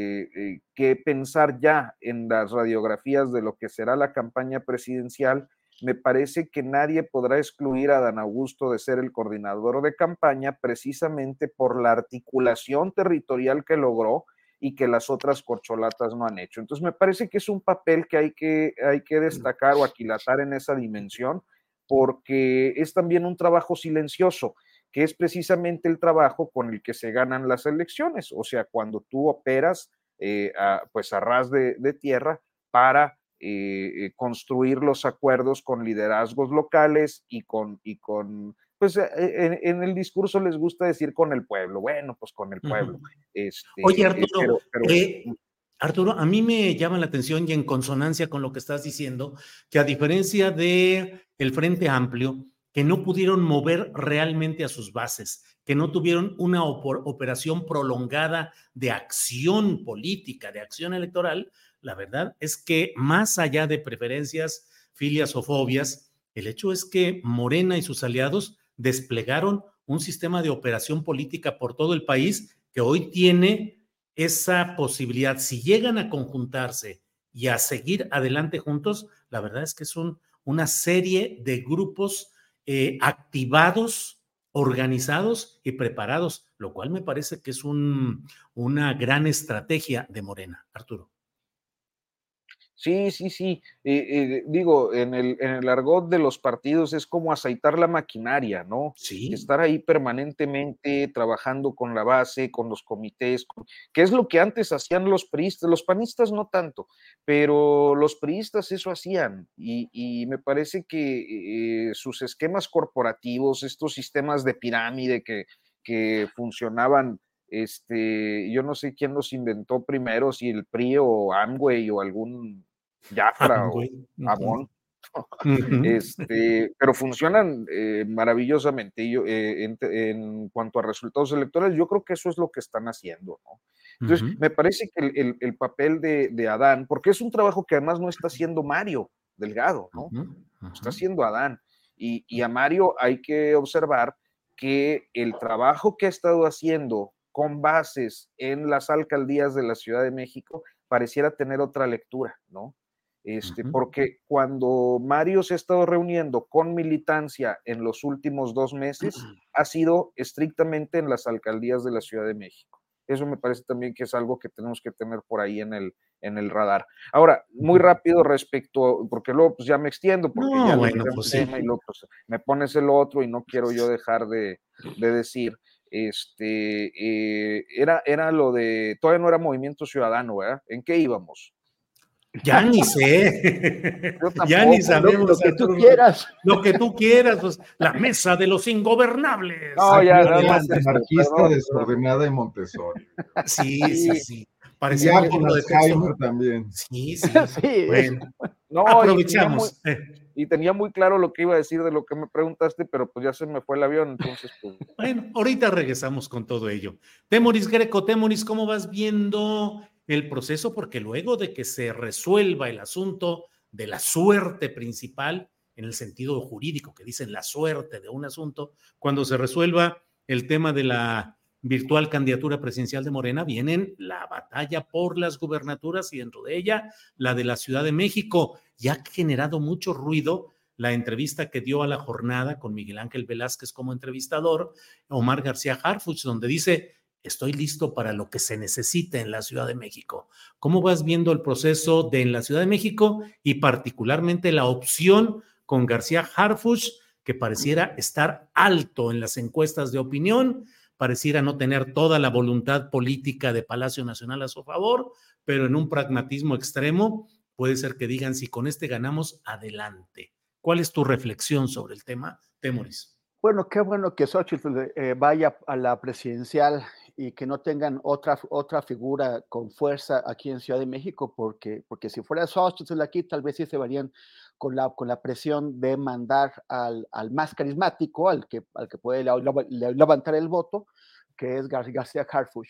que pensar ya en las radiografías de lo que será la campaña presidencial, me parece que nadie podrá excluir a Adán Augusto de ser el coordinador de campaña precisamente por la articulación territorial que logró y que las otras corcholatas no han hecho. Entonces me parece que es un papel que hay que destacar o aquilatar en esa dimensión, porque es también un trabajo silencioso, que es precisamente el trabajo con el que se ganan las elecciones, o sea, cuando tú operas pues a ras de tierra para construir los acuerdos con liderazgos locales y con pues en el discurso les gusta decir con el pueblo. Bueno, pues con el pueblo. Oye, Arturo, Arturo, a mí me llama la atención y en consonancia con lo que estás diciendo, que a diferencia de el Frente Amplio, que no pudieron mover realmente a sus bases, que no tuvieron una operación prolongada de acción política, de acción electoral, la verdad es que más allá de preferencias, filias o fobias, el hecho es que Morena y sus aliados desplegaron un sistema de operación política por todo el país que hoy tiene esa posibilidad. Si llegan a conjuntarse y a seguir adelante juntos, la verdad es que es una serie de grupos activados, organizados y preparados, lo cual me parece que es una gran estrategia de Morena, Arturo. Sí. Digo, en el argot de los partidos es como aceitar la maquinaria, ¿no? Sí. Estar ahí permanentemente trabajando con la base, con los comités, que es lo que antes hacían los priistas, los panistas no tanto, pero los priistas eso hacían, y me parece que sus esquemas corporativos, estos sistemas de pirámide que funcionaban. Yo no sé quién los inventó primero, si el PRI o Amway o algún Jafra o Avon, pero funcionan maravillosamente. En cuanto a resultados electorales, yo creo que eso es lo que están haciendo, ¿no? Entonces, me parece que el papel de Adán, porque es un trabajo que además no está haciendo Mario Delgado, ¿no? Está haciendo Adán, y a Mario hay que observar que el trabajo que ha estado haciendo con bases en las alcaldías de la Ciudad de México pareciera tener otra lectura, ¿no? Porque cuando Mario se ha estado reuniendo con militancia en los últimos 2 meses, ha sido estrictamente en las alcaldías de la Ciudad de México. Eso me parece también que es algo que tenemos que tener por ahí en el radar. Ahora, muy rápido respecto, porque luego pues ya me extiendo, porque ya bueno, pues sí. Y luego pues, me pones el otro y no quiero yo dejar de decir. Era lo de, todavía no era Movimiento Ciudadano, ¿verdad? ¿En qué íbamos? Ya ni sé. Tampoco, ya ni sabemos. Lo que tú quieras. Lo que tú quieras, pues, la mesa de los ingobernables. No, ya, anarquista, desordenada y Montessori. Sí. Parecía ya con Alzheimer también. Sí. Bueno, no, aprovechamos. Y tenía muy claro lo que iba a decir de lo que me preguntaste, pero pues ya se me fue el avión, entonces pues... Bueno, ahorita regresamos con todo ello. Temoris Greco, ¿cómo vas viendo el proceso? Porque luego de que se resuelva el asunto de la suerte principal, en el sentido jurídico que dicen la suerte de un asunto, cuando se resuelva el tema de la virtual candidatura presidencial de Morena, vienen la batalla por las gubernaturas y dentro de ella la de la Ciudad de México. Y ha generado mucho ruido la entrevista que dio a La Jornada con Miguel Ángel Velázquez como entrevistador, Omar García Harfuch, donde dice: estoy listo para lo que se necesite en la Ciudad de México. ¿Cómo vas viendo el proceso en la Ciudad de México y particularmente la opción con García Harfuch, que pareciera estar alto en las encuestas de opinión, pareciera no tener toda la voluntad política de Palacio Nacional a su favor, pero en un pragmatismo extremo puede ser que digan: si con este ganamos, adelante? ¿Cuál es tu reflexión sobre el tema, Temoris? Bueno, qué bueno que Xochitl vaya a la presidencial y que no tengan otra figura con fuerza aquí en Ciudad de México, porque si fuera Xochitl aquí, tal vez sí se varían con la presión de mandar al más carismático, al que puede levantar el voto, que es García Harfuch.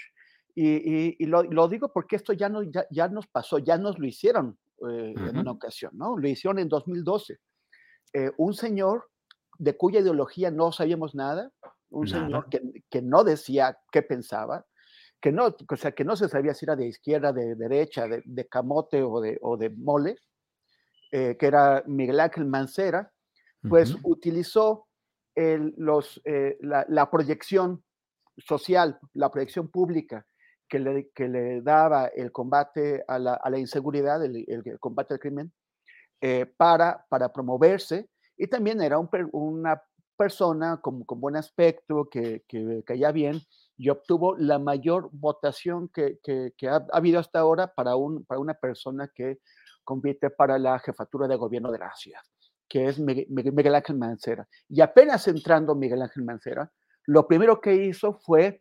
Y lo digo porque esto ya nos pasó, ya nos lo hicieron en una ocasión, ¿no? Lo hicieron en 2012. Un señor de cuya ideología no sabíamos nada, señor que no decía qué pensaba, que no se sabía si era de izquierda, de derecha, de camote o de mole, que era Miguel Ángel Mancera, pues utilizó la proyección social, la proyección pública que le daba el combate a la inseguridad, el combate al crimen, para promoverse, y también era una persona con buen aspecto, que caía bien, y obtuvo la mayor votación que ha habido hasta ahora para una persona que compite para la jefatura de gobierno de la ciudad, que es Miguel Ángel Mancera. Y apenas entrando Miguel Ángel Mancera, lo primero que hizo fue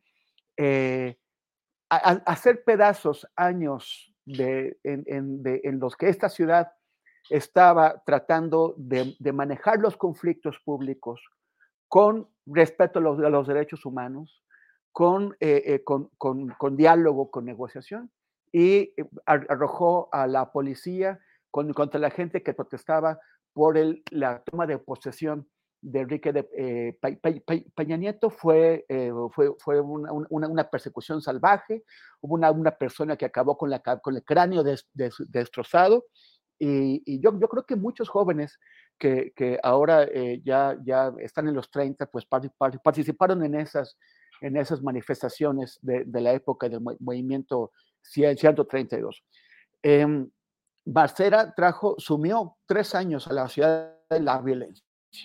hacer pedazos años en los que esta ciudad estaba tratando de manejar los conflictos públicos con respeto a los derechos humanos, con diálogo, con negociación, y arrojó a la policía contra la gente que protestaba por la toma de posesión de Enrique Peña Nieto. Fue una persecución salvaje. Hubo una persona que acabó con el cráneo destrozado. Y yo creo que muchos jóvenes que ahora ya están en los 30, pues participaron en esas manifestaciones de la época del movimiento 132. Mancera sumió 3 años a la ciudad de la violencia.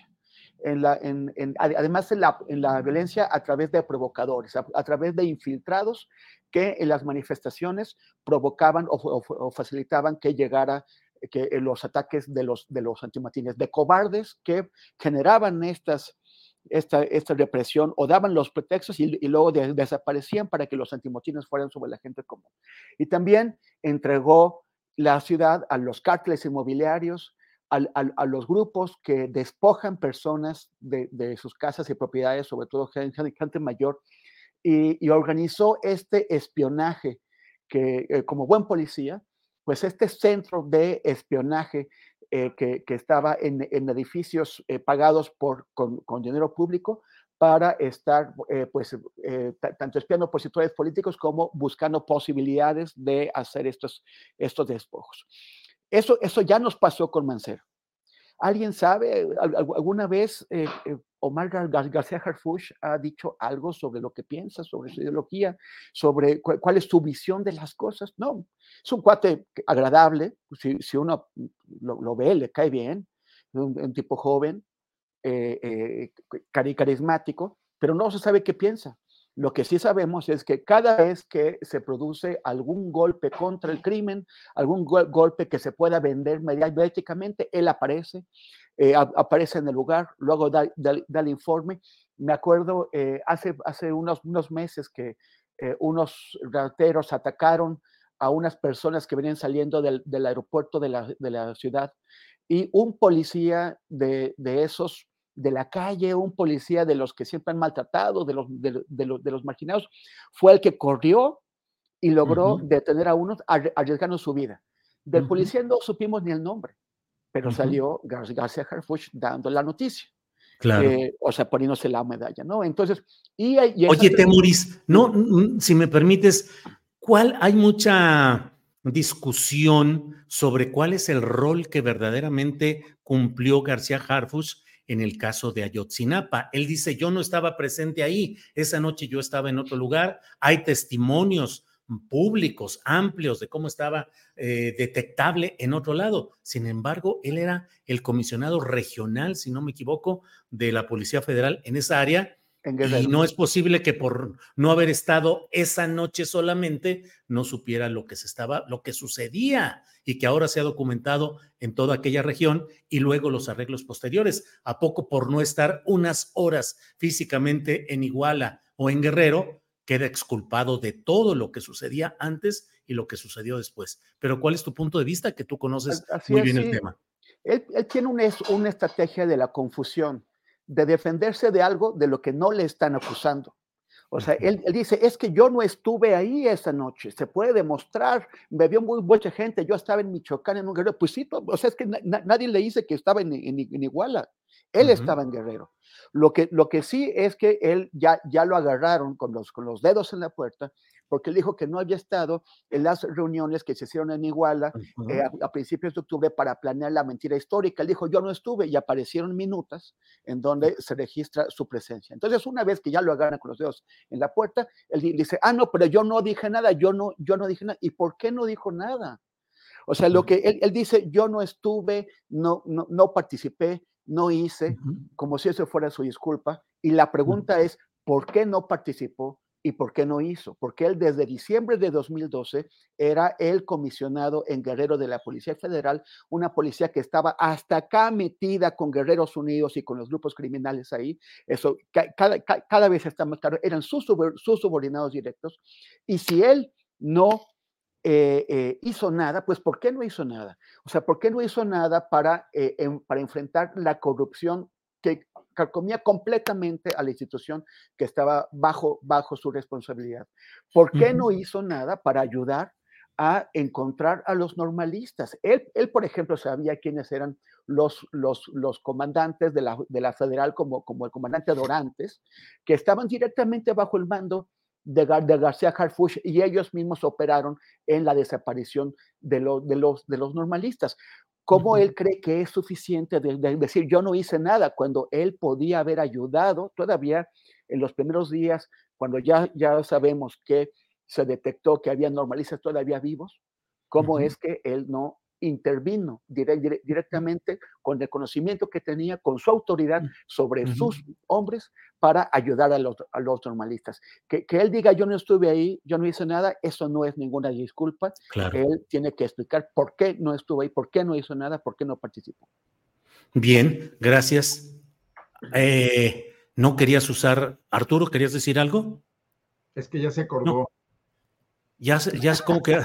Además en la violencia a través de provocadores, a través de infiltrados que en las manifestaciones provocaban o facilitaban que llegara los ataques de los antimotines, de cobardes que generaban esta represión o daban los pretextos y luego desaparecían para que los antimotines fueran sobre la gente común. Y también entregó la ciudad a los cárteles inmobiliarios, a los grupos que despojan personas de sus casas y propiedades, sobre todo gente mayor, y organizó este espionaje que, como buen policía, pues este centro de espionaje que estaba en edificios pagados con dinero público para estar tanto espiando opositores políticos como buscando posibilidades de hacer estos despojos. Eso ya nos pasó con Mancera. ¿Alguien sabe, alguna vez Omar García Harfuch ha dicho algo sobre lo que piensa, sobre su ideología, sobre cuál es su visión de las cosas? No, es un cuate agradable, si uno lo ve, le cae bien, un tipo joven, carismático, pero no se sabe qué piensa. Lo que sí sabemos es que cada vez que se produce algún golpe contra el crimen, algún golpe que se pueda vender mediáticamente, él aparece, aparece en el lugar, luego da el informe. Me acuerdo hace unos meses que unos rateros atacaron a unas personas que venían saliendo del aeropuerto de la ciudad, y un policía de esos de la calle, un policía de los que siempre han maltratado, de los marginados, fue el que corrió y logró detener a unos arriesgando su vida. Del policía no supimos ni el nombre, pero salió García Harfuch dando la noticia. Claro. O sea, poniéndose la medalla, ¿no? Entonces, oye, Temoris, no, si me permites, hay mucha discusión sobre cuál es el rol que verdaderamente cumplió García Harfuch en el caso de Ayotzinapa. Él dice, yo no estaba presente ahí, esa noche yo estaba en otro lugar. Hay testimonios públicos, amplios, de cómo estaba detectable en otro lado. Sin embargo, él era el comisionado regional, si no me equivoco, de la Policía Federal en esa área, y no es posible que por no haber estado esa noche solamente no supiera lo que sucedía, y que ahora se ha documentado en toda aquella región, y luego los arreglos posteriores. ¿A poco por no estar unas horas físicamente en Iguala o en Guerrero queda exculpado de todo lo que sucedía antes y lo que sucedió después? Pero ¿cuál es tu punto de vista, que tú conoces muy bien el tema? Él tiene una estrategia de la confusión, de defenderse de algo de lo que no le están acusando. O sea, él dice, es que yo no estuve ahí esa noche, se puede demostrar, me vio mucha gente, yo estaba en Michoacán, en un Guerrero. Pues sí, o sea, es que nadie le dice que estaba en Iguala, él estaba en Guerrero. Lo que sí es que él ya lo agarraron con los dedos en la puerta, porque él dijo que no había estado en las reuniones que se hicieron en Iguala a principios de octubre para planear la mentira histórica. Él dijo, yo no estuve, y aparecieron minutas en donde se registra su presencia. Entonces, una vez que ya lo agarran con los dedos en la puerta, él dice, no, pero yo no dije nada, yo no dije nada. ¿Y por qué no dijo nada? O sea, lo que él dice, yo no estuve, no participé, no hice, como si eso fuera su disculpa. Y la pregunta es, ¿por qué no participó y por qué no hizo? Porque él desde diciembre de 2012 era el comisionado en Guerrero de la Policía Federal, una policía que estaba hasta acá metida con Guerreros Unidos y con los grupos criminales ahí. Eso cada vez está más claro, eran sus subordinados directos. Y si él no hizo nada, pues ¿por qué no hizo nada? O sea, ¿por qué no hizo nada para enfrentar la corrupción que carcomía completamente a la institución que estaba bajo su responsabilidad? ¿Por qué no hizo nada para ayudar a encontrar a los normalistas? Él, por ejemplo, sabía quiénes eran los comandantes de la federal, como el comandante Dorantes, que estaban directamente bajo el mando de García Harfuch, y ellos mismos operaron en la desaparición de los normalistas. ¿Cómo él cree que es suficiente de decir yo no hice nada cuando él podía haber ayudado todavía en los primeros días, cuando ya sabemos que se detectó que había normalistas todavía vivos? ¿Cómo es que él no intervino directamente con el conocimiento que tenía, con su autoridad sobre sus hombres, para ayudar a los normalistas? Que él diga yo no estuve ahí, yo no hice nada, eso no es ninguna disculpa. Claro. Él tiene que explicar por qué no estuvo ahí, por qué no hizo nada, por qué no participó. Bien, gracias. ¿No querías usar, Arturo, querías decir algo? Es que ya se acordó. No. Ya es como que...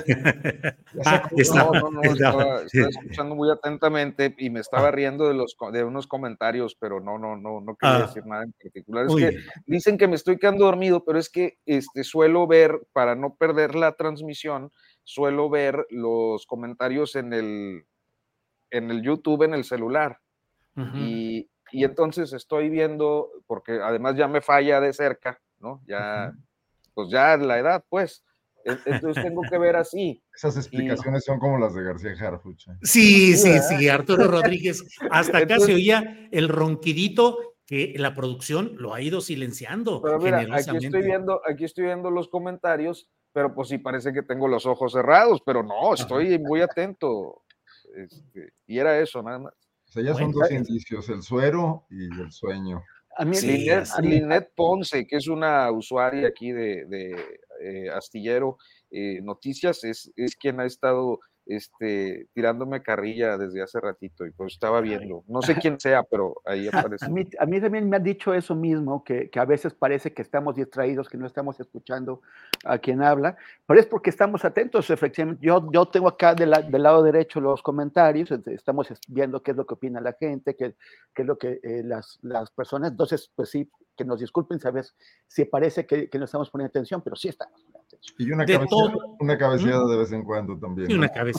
Estaba escuchando muy atentamente y me estaba riendo de unos comentarios, pero no quería decir nada en particular. Es que dicen que me estoy quedando dormido, pero es que suelo ver, para no perder la transmisión, suelo ver los comentarios en el YouTube, en el celular. Y entonces estoy viendo, porque además ya me falla de cerca, ¿no? Ya, pues ya la edad, pues. Entonces tengo que ver así. Esas explicaciones son como las de García Harfuch. Sí, Arturo Rodríguez. Hasta acá se oía el ronquidito que la producción lo ha ido silenciando. Pero mira, aquí estoy viendo los comentarios, pero pues sí parece que tengo los ojos cerrados, pero no, estoy muy atento. Y era eso, nada más. O sea, ya son dos indicios, el suero y el sueño. Linet Ponce, que es una usuaria aquí de Astillero Noticias, es quien ha estado tirándome carrilla desde hace ratito y pues estaba viendo, no sé quién sea, pero ahí aparece. A mí también me han dicho eso mismo, que a veces parece que estamos distraídos, que no estamos escuchando a quien habla, pero es porque estamos atentos, efectivamente. Yo tengo acá del lado derecho los comentarios, estamos viendo qué es lo que opina la gente, qué es lo que las personas, entonces pues sí, que nos disculpen, ¿sabes? Si parece que no estamos poniendo atención, pero sí estamos poniendo atención. Y una cabeceada de vez en cuando también. Y una cabeceada.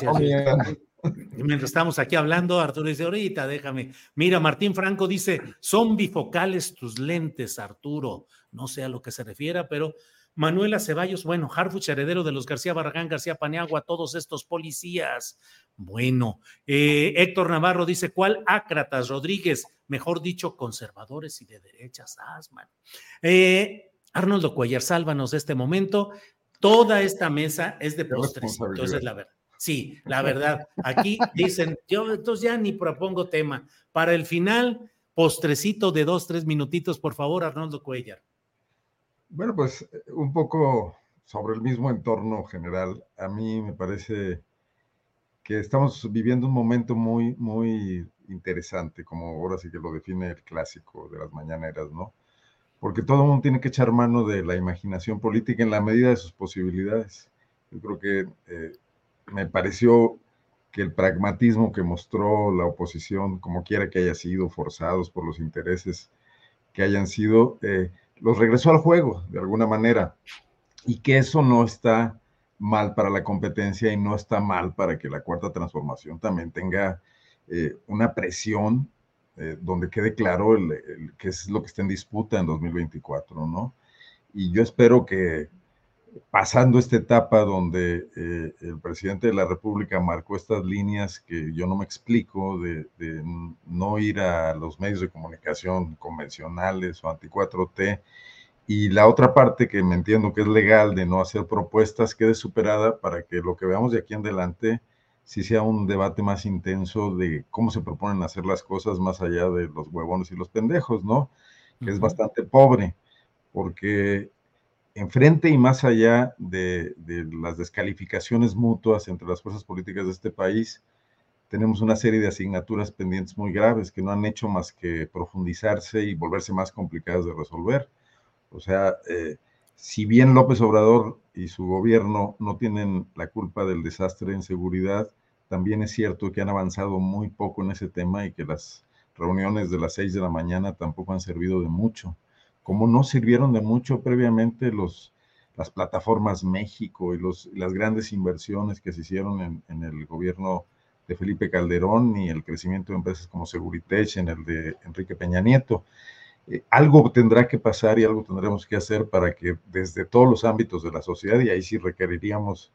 Y mientras estamos aquí hablando, Arturo dice, ahorita déjame. Mira, Martín Franco dice, son bifocales tus lentes, Arturo. No sé a lo que se refiera, pero Manuela Ceballos, bueno, Harfuch, heredero de los García Barragán, García Paniagua, todos estos policías. Bueno, Héctor Navarro dice, ¿cuál Ácratas Rodríguez? Mejor dicho, conservadores y de derechas, Asman. Arnoldo Cuellar, sálvanos de este momento. Toda esta mesa es de postrecito, esa es la verdad. Sí, la verdad. Aquí dicen, yo entonces ya ni propongo tema. Para el final, postrecito de 2-3 minutitos, por favor, Arnoldo Cuellar. Bueno, pues un poco sobre el mismo entorno general. A mí me parece que estamos viviendo un momento muy, muy interesante, como ahora sí que lo define el clásico de las mañaneras, ¿no? Porque todo el mundo tiene que echar mano de la imaginación política en la medida de sus posibilidades. Yo creo que me pareció que el pragmatismo que mostró la oposición, como quiera que haya sido, forzados por los intereses que hayan sido, los regresó al juego de alguna manera, y que eso no está mal para la competencia y no está mal para que la Cuarta Transformación también tenga una presión donde quede claro qué es lo que está en disputa en 2024, ¿no? Y yo espero que pasando esta etapa donde el presidente de la República marcó estas líneas que yo no me explico, de no ir a los medios de comunicación convencionales o anti-4T, y la otra parte que me entiendo que es legal de no hacer propuestas, quede superada para que lo que veamos de aquí en adelante sí sea un debate más intenso de cómo se proponen hacer las cosas más allá de los huevones y los pendejos, ¿no? Que es bastante pobre, porque enfrente y más allá de las descalificaciones mutuas entre las fuerzas políticas de este país, tenemos una serie de asignaturas pendientes muy graves que no han hecho más que profundizarse y volverse más complicadas de resolver. O sea, si bien López Obrador y su gobierno no tienen la culpa del desastre en seguridad, también es cierto que han avanzado muy poco en ese tema y que las reuniones de las 6 de la mañana tampoco han servido de mucho. Como no sirvieron de mucho previamente las plataformas México y las grandes inversiones que se hicieron en el gobierno de Felipe Calderón y el crecimiento de empresas como Seguritech en el de Enrique Peña Nieto. Algo tendrá que pasar y algo tendremos que hacer para que desde todos los ámbitos de la sociedad, y ahí sí requeriríamos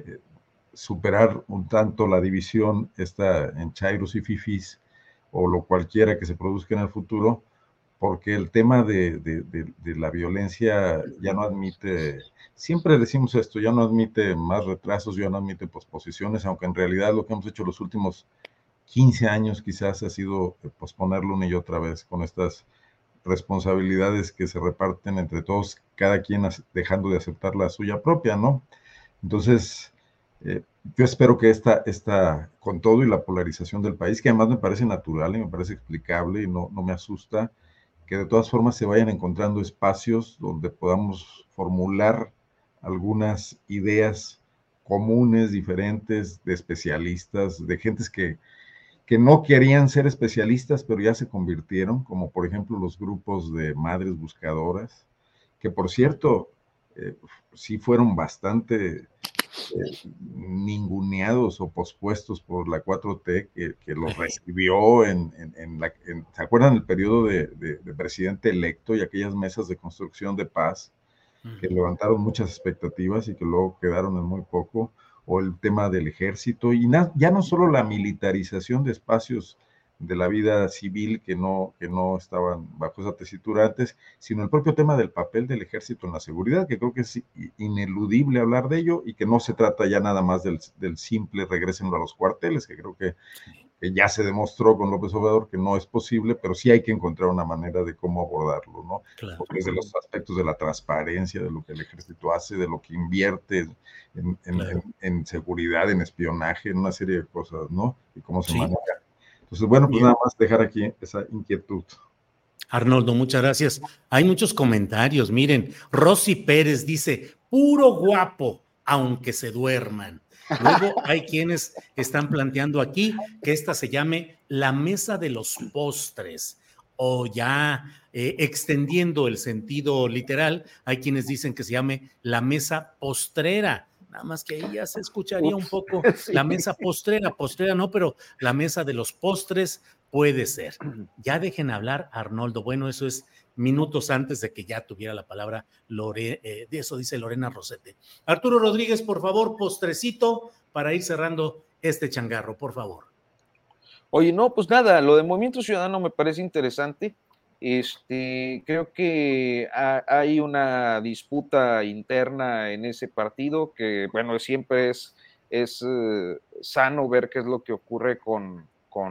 superar un tanto la división en chairos y fifís o lo cualquiera que se produzca en el futuro, porque el tema de la violencia ya no admite, siempre decimos esto, ya no admite más retrasos, ya no admite posposiciones, aunque en realidad lo que hemos hecho los últimos 15 años quizás ha sido posponerlo una y otra vez con estas responsabilidades que se reparten entre todos, cada quien dejando de aceptar la suya propia, ¿no? Entonces, yo espero que esta, con todo y la polarización del país, que además me parece natural y me parece explicable y no me asusta, que de todas formas se vayan encontrando espacios donde podamos formular algunas ideas comunes, diferentes, de especialistas, de gentes que no querían ser especialistas, pero ya se convirtieron, como por ejemplo los grupos de madres buscadoras, que por cierto, sí fueron bastante ninguneados o pospuestos por la 4T, que los recibió ¿se acuerdan el periodo de presidente electo y aquellas mesas de construcción de paz que levantaron muchas expectativas y que luego quedaron en muy poco? O el tema del ejército, y ya no solo la militarización de espacios de la vida civil que no estaban bajo esa tesitura antes, sino el propio tema del papel del ejército en la seguridad, que creo que es ineludible hablar de ello, y que no se trata ya nada más del simple regrésenlo a los cuarteles, que creo que que ya se demostró con López Obrador que no es posible, pero sí hay que encontrar una manera de cómo abordarlo, ¿no? Claro. Porque desde los aspectos de la transparencia, de lo que el ejército hace, de lo que invierte en seguridad, en espionaje, en una serie de cosas, ¿no? Y cómo se maneja. Entonces, bueno, pues nada más dejar aquí esa inquietud. Arnoldo, muchas gracias. Hay muchos comentarios. Miren, Rosy Pérez dice, puro guapo, aunque se duerman. Luego hay quienes están planteando aquí que esta se llame la mesa de los postres, o ya extendiendo el sentido literal, hay quienes dicen que se llame la mesa postrera. Nada más que ahí ya se escucharía un poco la mesa postrera no, pero la mesa de los postres puede ser. Ya dejen hablar a Arnoldo. Bueno, eso es minutos antes de que ya tuviera la palabra de eso dice Lorena Rosete. Arturo Rodríguez, por favor, postrecito para ir cerrando este changarro, por favor. Oye, no, pues nada, lo de Movimiento Ciudadano me parece interesante. Creo que hay una disputa interna en ese partido que, bueno, siempre es sano ver qué es lo que ocurre con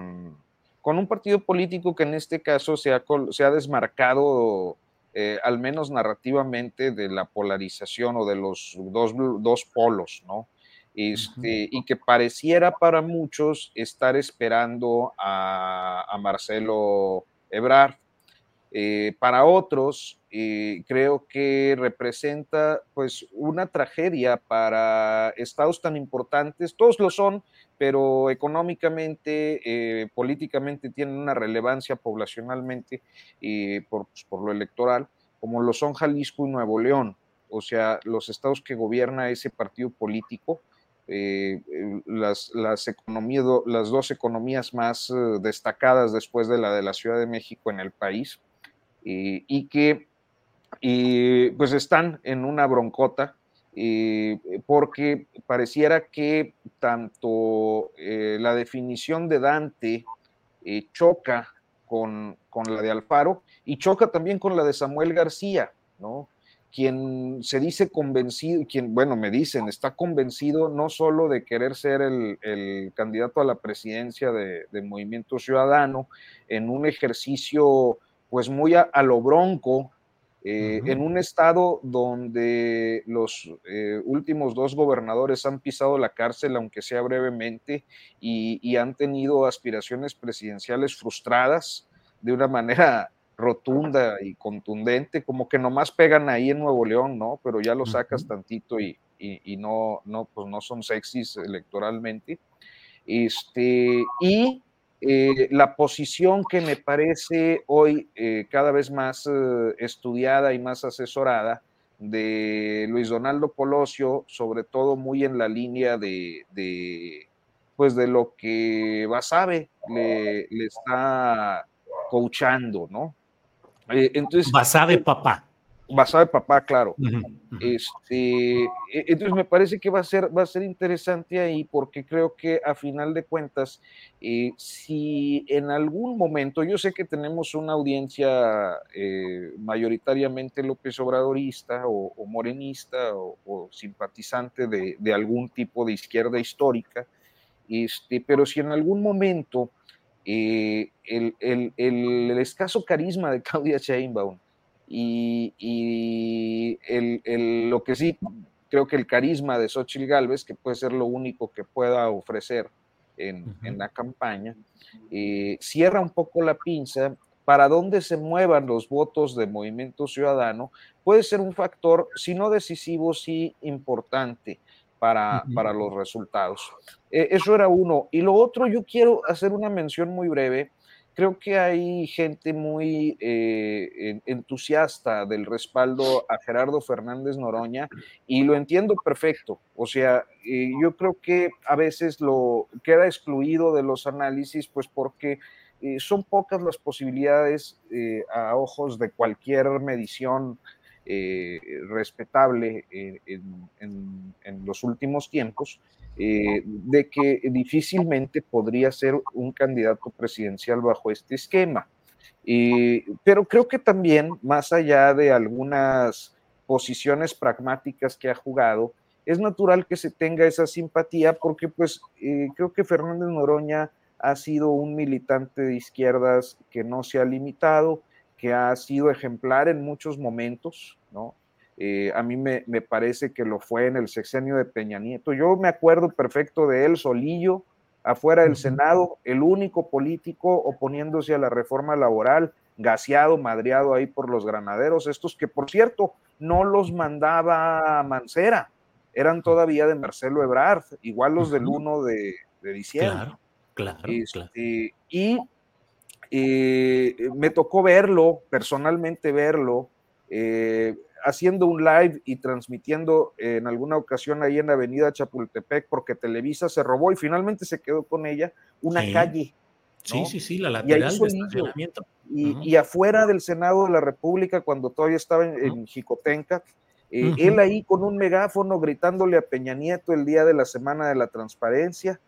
un partido político que en este caso se ha desmarcado, al menos narrativamente, de la polarización o de los dos polos, ¿no? Y que pareciera para muchos estar esperando a Marcelo Ebrard. Para otros, creo que representa pues una tragedia para estados tan importantes, todos lo son, pero económicamente, políticamente tienen una relevancia poblacionalmente por lo electoral, como lo son Jalisco y Nuevo León, o sea, los estados que gobierna ese partido político. Las dos economías más destacadas después de la Ciudad de México en el país, y que pues están en una broncota, porque pareciera que tanto la definición de Dante choca con la de Alfaro y choca también con la de Samuel García, ¿no? Quien se dice convencido, me dicen, está convencido no solo de querer ser el candidato a la presidencia de Movimiento Ciudadano en un ejercicio pues muy a lo bronco, en un estado donde los últimos 2 gobernadores han pisado la cárcel, aunque sea brevemente, y han tenido aspiraciones presidenciales frustradas de una manera rotunda y contundente, como que nomás pegan ahí en Nuevo León, ¿no? Pero ya lo sacas tantito y no son sexys electoralmente. La posición que me parece hoy cada vez más estudiada y más asesorada de Luis Donaldo Colosio, sobre todo muy en la línea de lo que Basabe le está coachando, ¿no? Entonces, Basabe papá, claro. Entonces me parece que va a ser interesante ahí, porque creo que a final de cuentas, si en algún momento, yo sé que tenemos una audiencia mayoritariamente López Obradorista o morenista o simpatizante de algún tipo de izquierda histórica, pero si en algún momento el escaso carisma de Claudia Sheinbaum y lo que sí creo que el carisma de Xóchitl Gálvez, que puede ser lo único que pueda ofrecer en la campaña, cierra un poco la pinza para dónde se muevan los votos de Movimiento Ciudadano. Puede ser un factor, si no decisivo, sí importante para los resultados. Eso era uno. Y lo otro, yo quiero hacer una mención muy breve. Creo que hay gente muy entusiasta del respaldo a Gerardo Fernández Noroña, y lo entiendo perfecto. O sea, yo creo que a veces lo queda excluido de los análisis, pues porque son pocas las posibilidades a ojos de cualquier medición respetable en los últimos tiempos, de que difícilmente podría ser un candidato presidencial bajo este esquema. Pero creo que también, más allá de algunas posiciones pragmáticas que ha jugado, es natural que se tenga esa simpatía, porque pues creo que Fernández Noroña ha sido un militante de izquierdas que no se ha limitado, que ha sido ejemplar en muchos momentos, ¿no? A mí me parece que lo fue en el sexenio de Peña Nieto. Yo me acuerdo perfecto de él solillo, afuera del Senado, el único político oponiéndose a la reforma laboral, gaseado, madreado ahí por los granaderos, estos que, por cierto, no los mandaba Mancera, eran todavía de Marcelo Ebrard, igual los del 1 de diciembre. Claro. Y me tocó verlo, personalmente verlo, haciendo un live y transmitiendo en alguna ocasión ahí en Avenida Chapultepec, porque Televisa se robó y finalmente se quedó con ella una calle, ¿no? Sí, la lateral de estacionamiento. Y afuera del Senado de la República, cuando todavía estaba en Jicotenca, él ahí con un megáfono gritándole a Peña Nieto el día de la Semana de la Transparencia,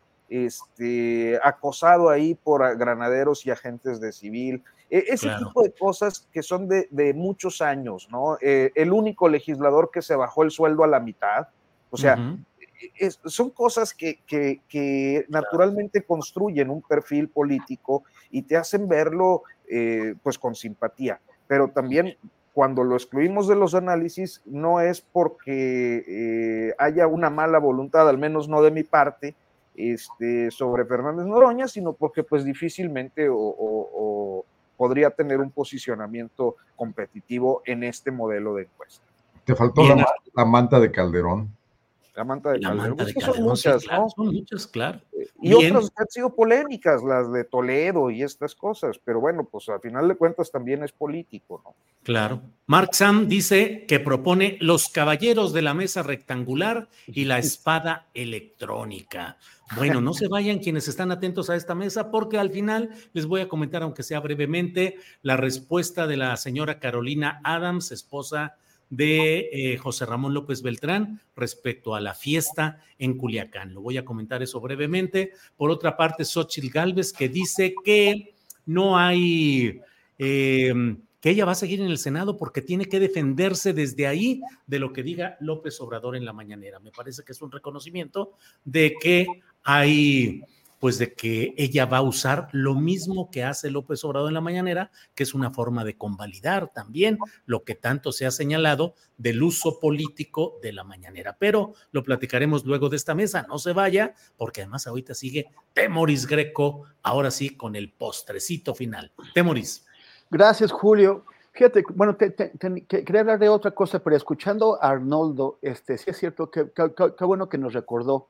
acosado ahí por granaderos y agentes de civil, ese tipo de cosas que son de muchos años, ¿no? El único legislador que se bajó el sueldo a la mitad, o sea, son cosas que naturalmente construyen un perfil político y te hacen verlo pues con simpatía, pero también cuando lo excluimos de los análisis no es porque haya una mala voluntad, al menos no de mi parte, sobre Fernández Noroña, sino porque pues difícilmente o podría tener un posicionamiento competitivo en este modelo de encuesta. Te faltó la manta de Calderón. La manta de Calderón. Manta de Calderón, son muchas, sí, claro, ¿no? Son muchas, claro. Y otras que han sido polémicas, las de Toledo y estas cosas, pero bueno, pues al final de cuentas también es político, ¿no? Claro. Mark Sam dice que propone los caballeros de la mesa rectangular y la espada electrónica. Bueno, no se vayan quienes están atentos a esta mesa, porque al final les voy a comentar, aunque sea brevemente, la respuesta de la señora Carolina Adams, esposa de José Ramón López Beltrán, respecto a la fiesta en Culiacán. Lo voy a comentar eso brevemente. Por otra parte, Xóchitl Gálvez, que dice que no hay... que ella va a seguir en el Senado porque tiene que defenderse desde ahí de lo que diga López Obrador en la mañanera. Me parece que es un reconocimiento de que hay, pues de que ella va a usar lo mismo que hace López Obrador en la mañanera, que es una forma de convalidar también lo que tanto se ha señalado del uso político de la mañanera. Pero lo platicaremos luego de esta mesa, no se vaya, porque además ahorita sigue Temoris Greco, ahora sí con el postrecito final. Temoris. Gracias, Julio. Fíjate, bueno, quería hablar de otra cosa, pero escuchando a Arnoldo, sí es cierto que bueno que nos recordó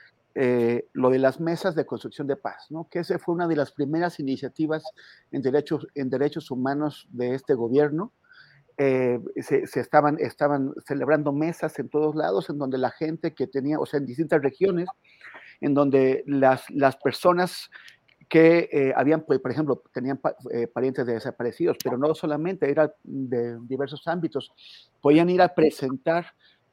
lo de las mesas de construcción de paz, ¿no? Que esa fue una de las primeras iniciativas en derechos humanos de este gobierno. Se estaban celebrando mesas en todos lados, en donde la gente que tenía, o sea, en distintas regiones, en donde las personas que habían, por ejemplo, tenían parientes de desaparecidos, pero no solamente, era de diversos ámbitos, podían ir a presentar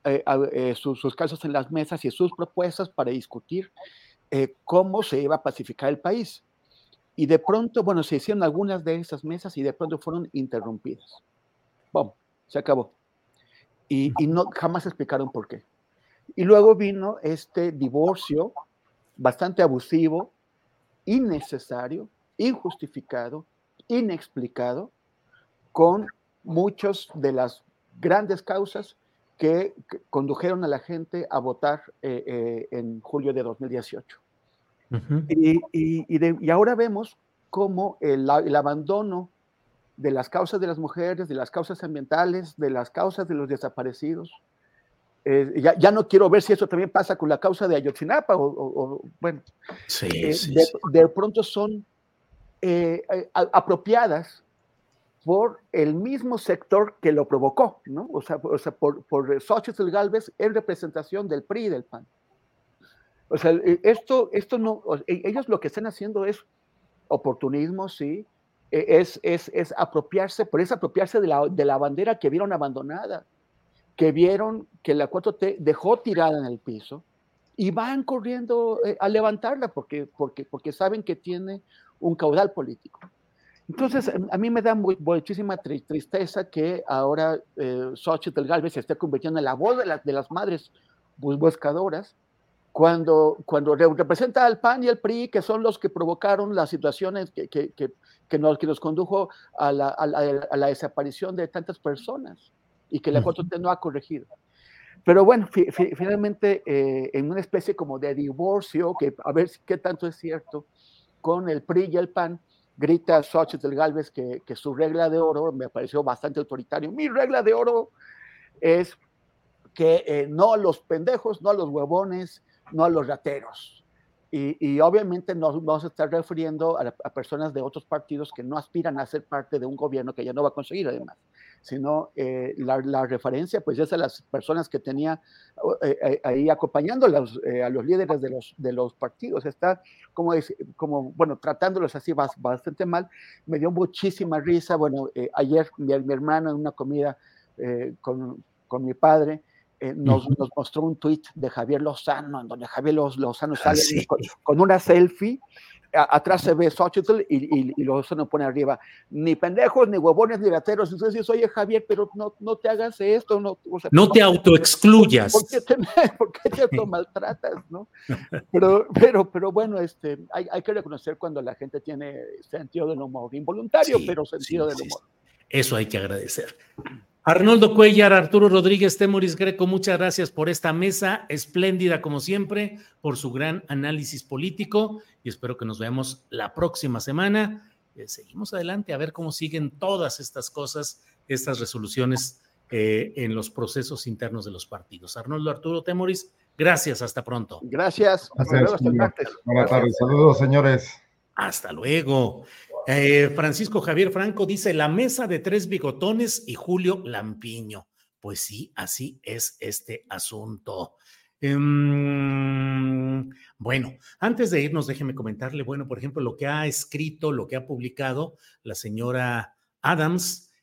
sus casos en las mesas y sus propuestas para discutir cómo se iba a pacificar el país. Y de pronto, bueno, se hicieron algunas de esas mesas y de pronto fueron interrumpidas. ¡Bum! Se acabó. Y no, jamás explicaron por qué. Y luego vino este divorcio bastante abusivo, innecesario, injustificado, inexplicado, con muchas de las grandes causas que condujeron a la gente a votar en julio de 2018. Uh-huh. Y ahora vemos cómo el abandono de las causas de las mujeres, de las causas ambientales, de las causas de los desaparecidos. Ya no quiero ver si eso también pasa con la causa de Ayotzinapa, bueno, sí. De pronto son apropiadas por el mismo sector que lo provocó, ¿no? O sea por Xóchitl Gálvez en representación del PRI y del PAN. O sea, esto no, ellos lo que están haciendo es oportunismo, sí, es apropiarse, pero es apropiarse de la bandera que vieron abandonada, que vieron que la 4T dejó tirada en el piso y van corriendo a levantarla porque saben que tiene un caudal político. Entonces, a mí me da muchísima tristeza que ahora Xóchitl Gálvez se esté convirtiendo en la voz de las madres buscadoras cuando representa al PAN y al PRI, que son los que provocaron las situaciones que nos condujo a la desaparición de tantas personas y que la 4T no ha corregido. Pero bueno, finalmente, en una especie como de divorcio, que a ver qué tanto es cierto, con el PRI y el PAN, grita Xóchitl Gálvez que su regla de oro, me pareció bastante autoritario. Mi regla de oro es que no a los pendejos, no a los huevones, no a los rateros. Y obviamente no se está refiriendo a personas de otros partidos que no aspiran a ser parte de un gobierno que ya no va a conseguir además, sino la referencia pues es a las personas que tenía ahí acompañando a los líderes de los partidos. Está como bueno, tratándolos así bastante mal. Me dio muchísima risa. Bueno, ayer mi hermano en una comida con mi padre, nos mostró un tuit de Javier Lozano, en donde Javier Lozano sale con una selfie, atrás se ve Xóchitl y Lozano pone arriba, ni pendejos, ni huevones, ni gateros. Entonces dices, oye Javier, pero no te hagas esto, no te autoexcluyas. ¿Por qué te automaltratas, no? Pero bueno, hay que reconocer cuando la gente tiene sentido del humor, involuntario, pero sentido del humor. Eso hay que agradecer. Arnoldo Cuellar, Arturo Rodríguez, Temoris Greco, muchas gracias por esta mesa espléndida como siempre, por su gran análisis político y espero que nos veamos la próxima semana. Seguimos adelante a ver cómo siguen todas estas cosas, estas resoluciones en los procesos internos de los partidos. Arnoldo, Arturo, Temoris, gracias, hasta pronto. Gracias, hasta luego, hasta el martes. Buenas tardes, saludos señores. Hasta luego. Francisco Javier Franco dice, la mesa de tres bigotones y Julio Lampiño. Pues sí, así es este asunto. Bueno, antes de irnos, déjeme comentarle, bueno, por ejemplo, lo que ha escrito, lo que ha publicado la señora Adams,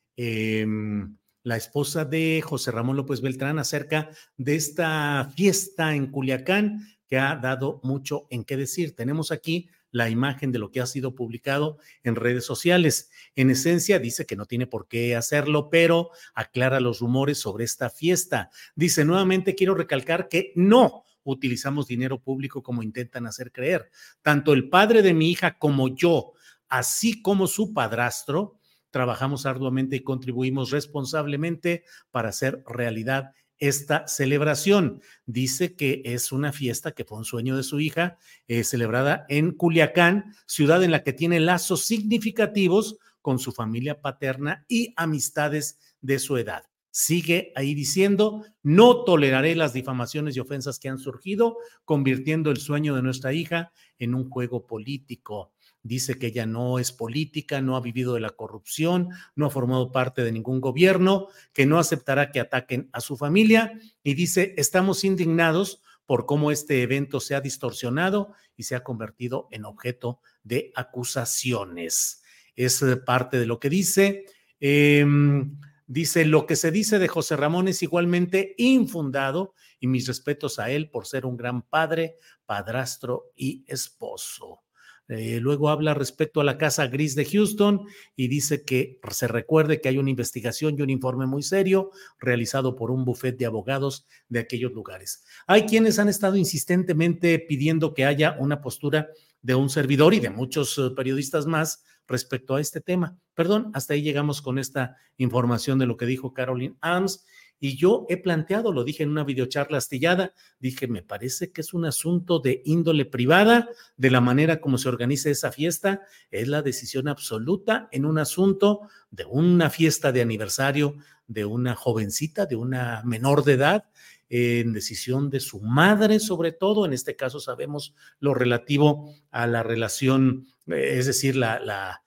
la esposa de José Ramón López Beltrán, acerca de esta fiesta en Culiacán, que ha dado mucho en qué decir. Tenemos aquí la imagen de lo que ha sido publicado en redes sociales. En esencia, dice que no tiene por qué hacerlo, pero aclara los rumores sobre esta fiesta. Dice, nuevamente quiero recalcar que no utilizamos dinero público como intentan hacer creer. Tanto el padre de mi hija como yo, así como su padrastro, trabajamos arduamente y contribuimos responsablemente para hacer realidad esta celebración. Dice que es una fiesta que fue un sueño de su hija, celebrada en Culiacán, ciudad en la que tiene lazos significativos con su familia paterna y amistades de su edad. Sigue ahí diciendo, no toleraré las difamaciones y ofensas que han surgido, convirtiendo el sueño de nuestra hija en un juego político. Dice que ella no es política, no ha vivido de la corrupción, no ha formado parte de ningún gobierno, que no aceptará que ataquen a su familia y dice, estamos indignados por cómo este evento se ha distorsionado y se ha convertido en objeto de acusaciones. Es parte de lo que dice. Dice, lo que se dice de José Ramón es igualmente infundado y mis respetos a él por ser un gran padre, padrastro y esposo. Luego habla respecto a la Casa Gris de Houston y dice que se recuerde que hay una investigación y un informe muy serio realizado por un bufete de abogados de aquellos lugares. Hay quienes han estado insistentemente pidiendo que haya una postura de un servidor y de muchos periodistas más respecto a este tema. Perdón, hasta ahí llegamos con esta información de lo que dijo Caroline Adams. Y yo he planteado, lo dije en una videocharla astillada, dije, me parece que es un asunto de índole privada, de la manera como se organiza esa fiesta, es la decisión absoluta en un asunto de una fiesta de aniversario de una jovencita, de una menor de edad, en decisión de su madre sobre todo, en este caso sabemos lo relativo a la relación, es decir, la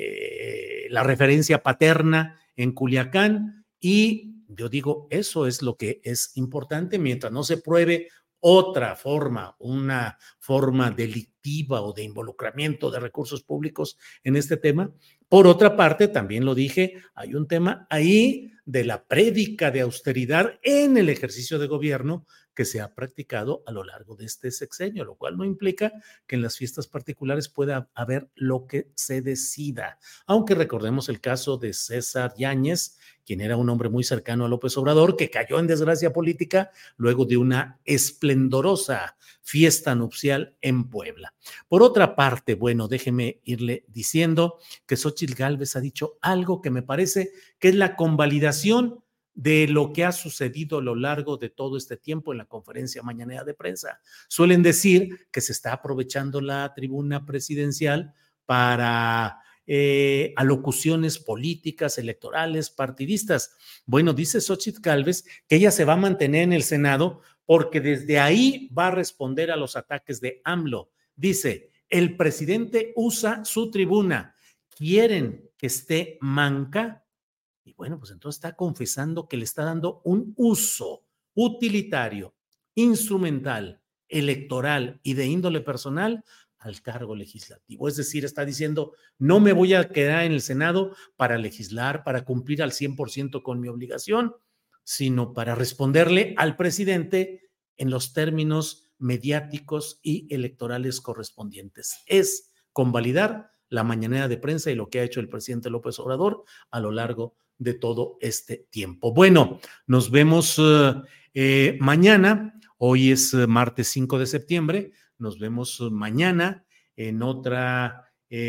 referencia paterna en Culiacán y yo digo, eso es lo que es importante mientras no se pruebe otra forma, una forma delictiva o de involucramiento de recursos públicos en este tema. Por otra parte, también lo dije, hay un tema ahí de la prédica de austeridad en el ejercicio de gobierno que se ha practicado a lo largo de este sexenio, lo cual no implica que en las fiestas particulares pueda haber lo que se decida. Aunque recordemos el caso de César Yáñez, quien era un hombre muy cercano a López Obrador, que cayó en desgracia política luego de una esplendorosa fiesta nupcial en Puebla. Por otra parte, bueno, déjeme irle diciendo que Xóchitl Gálvez ha dicho algo que me parece que es la convalidación de lo que ha sucedido a lo largo de todo este tiempo en la conferencia mañanera de prensa. Suelen decir que se está aprovechando la tribuna presidencial para alocuciones políticas, electorales, partidistas. Bueno, dice Xóchitl Gálvez que ella se va a mantener en el Senado porque desde ahí va a responder a los ataques de AMLO. Dice, el presidente usa su tribuna. ¿Quieren que esté manca? Y bueno, pues entonces está confesando que le está dando un uso utilitario, instrumental, electoral y de índole personal al cargo legislativo. Es decir, está diciendo, no me voy a quedar en el Senado para legislar, para cumplir al 100% con mi obligación, sino para responderle al presidente en los términos mediáticos y electorales correspondientes. Es convalidar la mañanera de prensa y lo que ha hecho el presidente López Obrador a lo largo de todo este tiempo. Bueno, nos vemos mañana. Hoy es martes 5 de septiembre. Nos vemos mañana en otra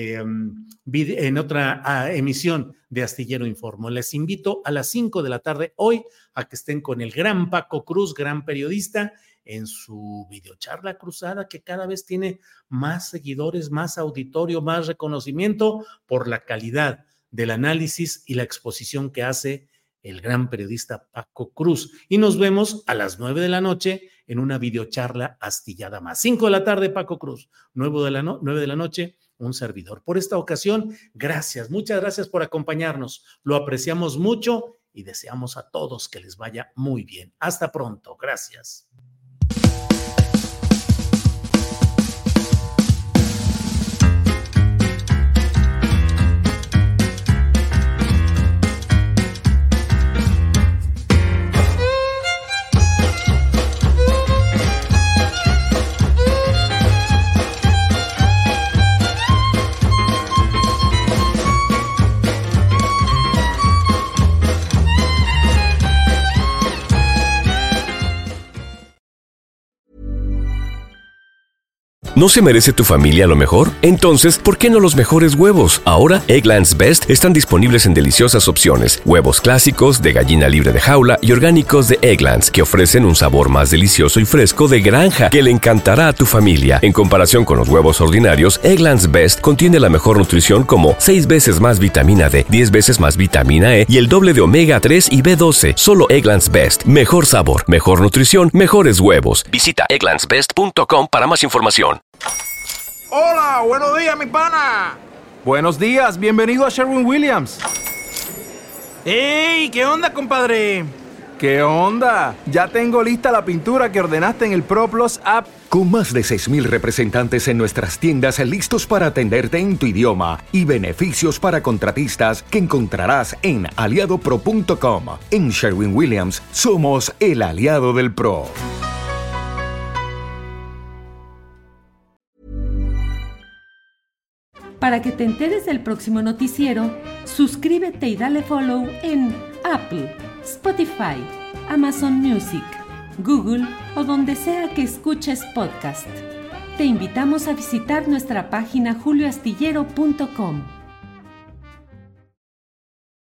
emisión de Astillero Informo. Les invito a las 5 de la tarde hoy a que estén con el gran Paco Cruz, gran periodista, en su videocharla cruzada, que cada vez tiene más seguidores, más auditorio, más reconocimiento por la calidad del análisis y la exposición que hace el gran periodista Paco Cruz. Y nos vemos a las 9 de la noche en una videocharla astillada más. 5 de la tarde, Paco Cruz. 9 de la noche, un servidor. Por esta ocasión, gracias, muchas gracias por acompañarnos. Lo apreciamos mucho y deseamos a todos que les vaya muy bien. Hasta pronto. Gracias. ¿No se merece tu familia lo mejor? Entonces, ¿por qué no los mejores huevos? Ahora, Eggland's Best están disponibles en deliciosas opciones. Huevos clásicos, de gallina libre de jaula y orgánicos de Eggland's, que ofrecen un sabor más delicioso y fresco de granja que le encantará a tu familia. En comparación con los huevos ordinarios, Eggland's Best contiene la mejor nutrición como 6 veces más vitamina D, 10 veces más vitamina E y el doble de omega 3 y B12. Solo Eggland's Best. Mejor sabor, mejor nutrición, mejores huevos. Visita egglandsbest.com para más información. Hola, buenos días, mi pana. Buenos días, bienvenido a Sherwin-Williams. ¡Ey! ¿Qué onda, compadre? ¿Qué onda? Ya tengo lista la pintura que ordenaste en el ProPlus app. Con más de 6,000 representantes en nuestras tiendas listos para atenderte en tu idioma y beneficios para contratistas que encontrarás en aliadopro.com. En Sherwin-Williams somos el aliado del pro. Para que te enteres del próximo noticiero, suscríbete y dale follow en Apple, Spotify, Amazon Music, Google o donde sea que escuches podcast. Te invitamos a visitar nuestra página julioastillero.com.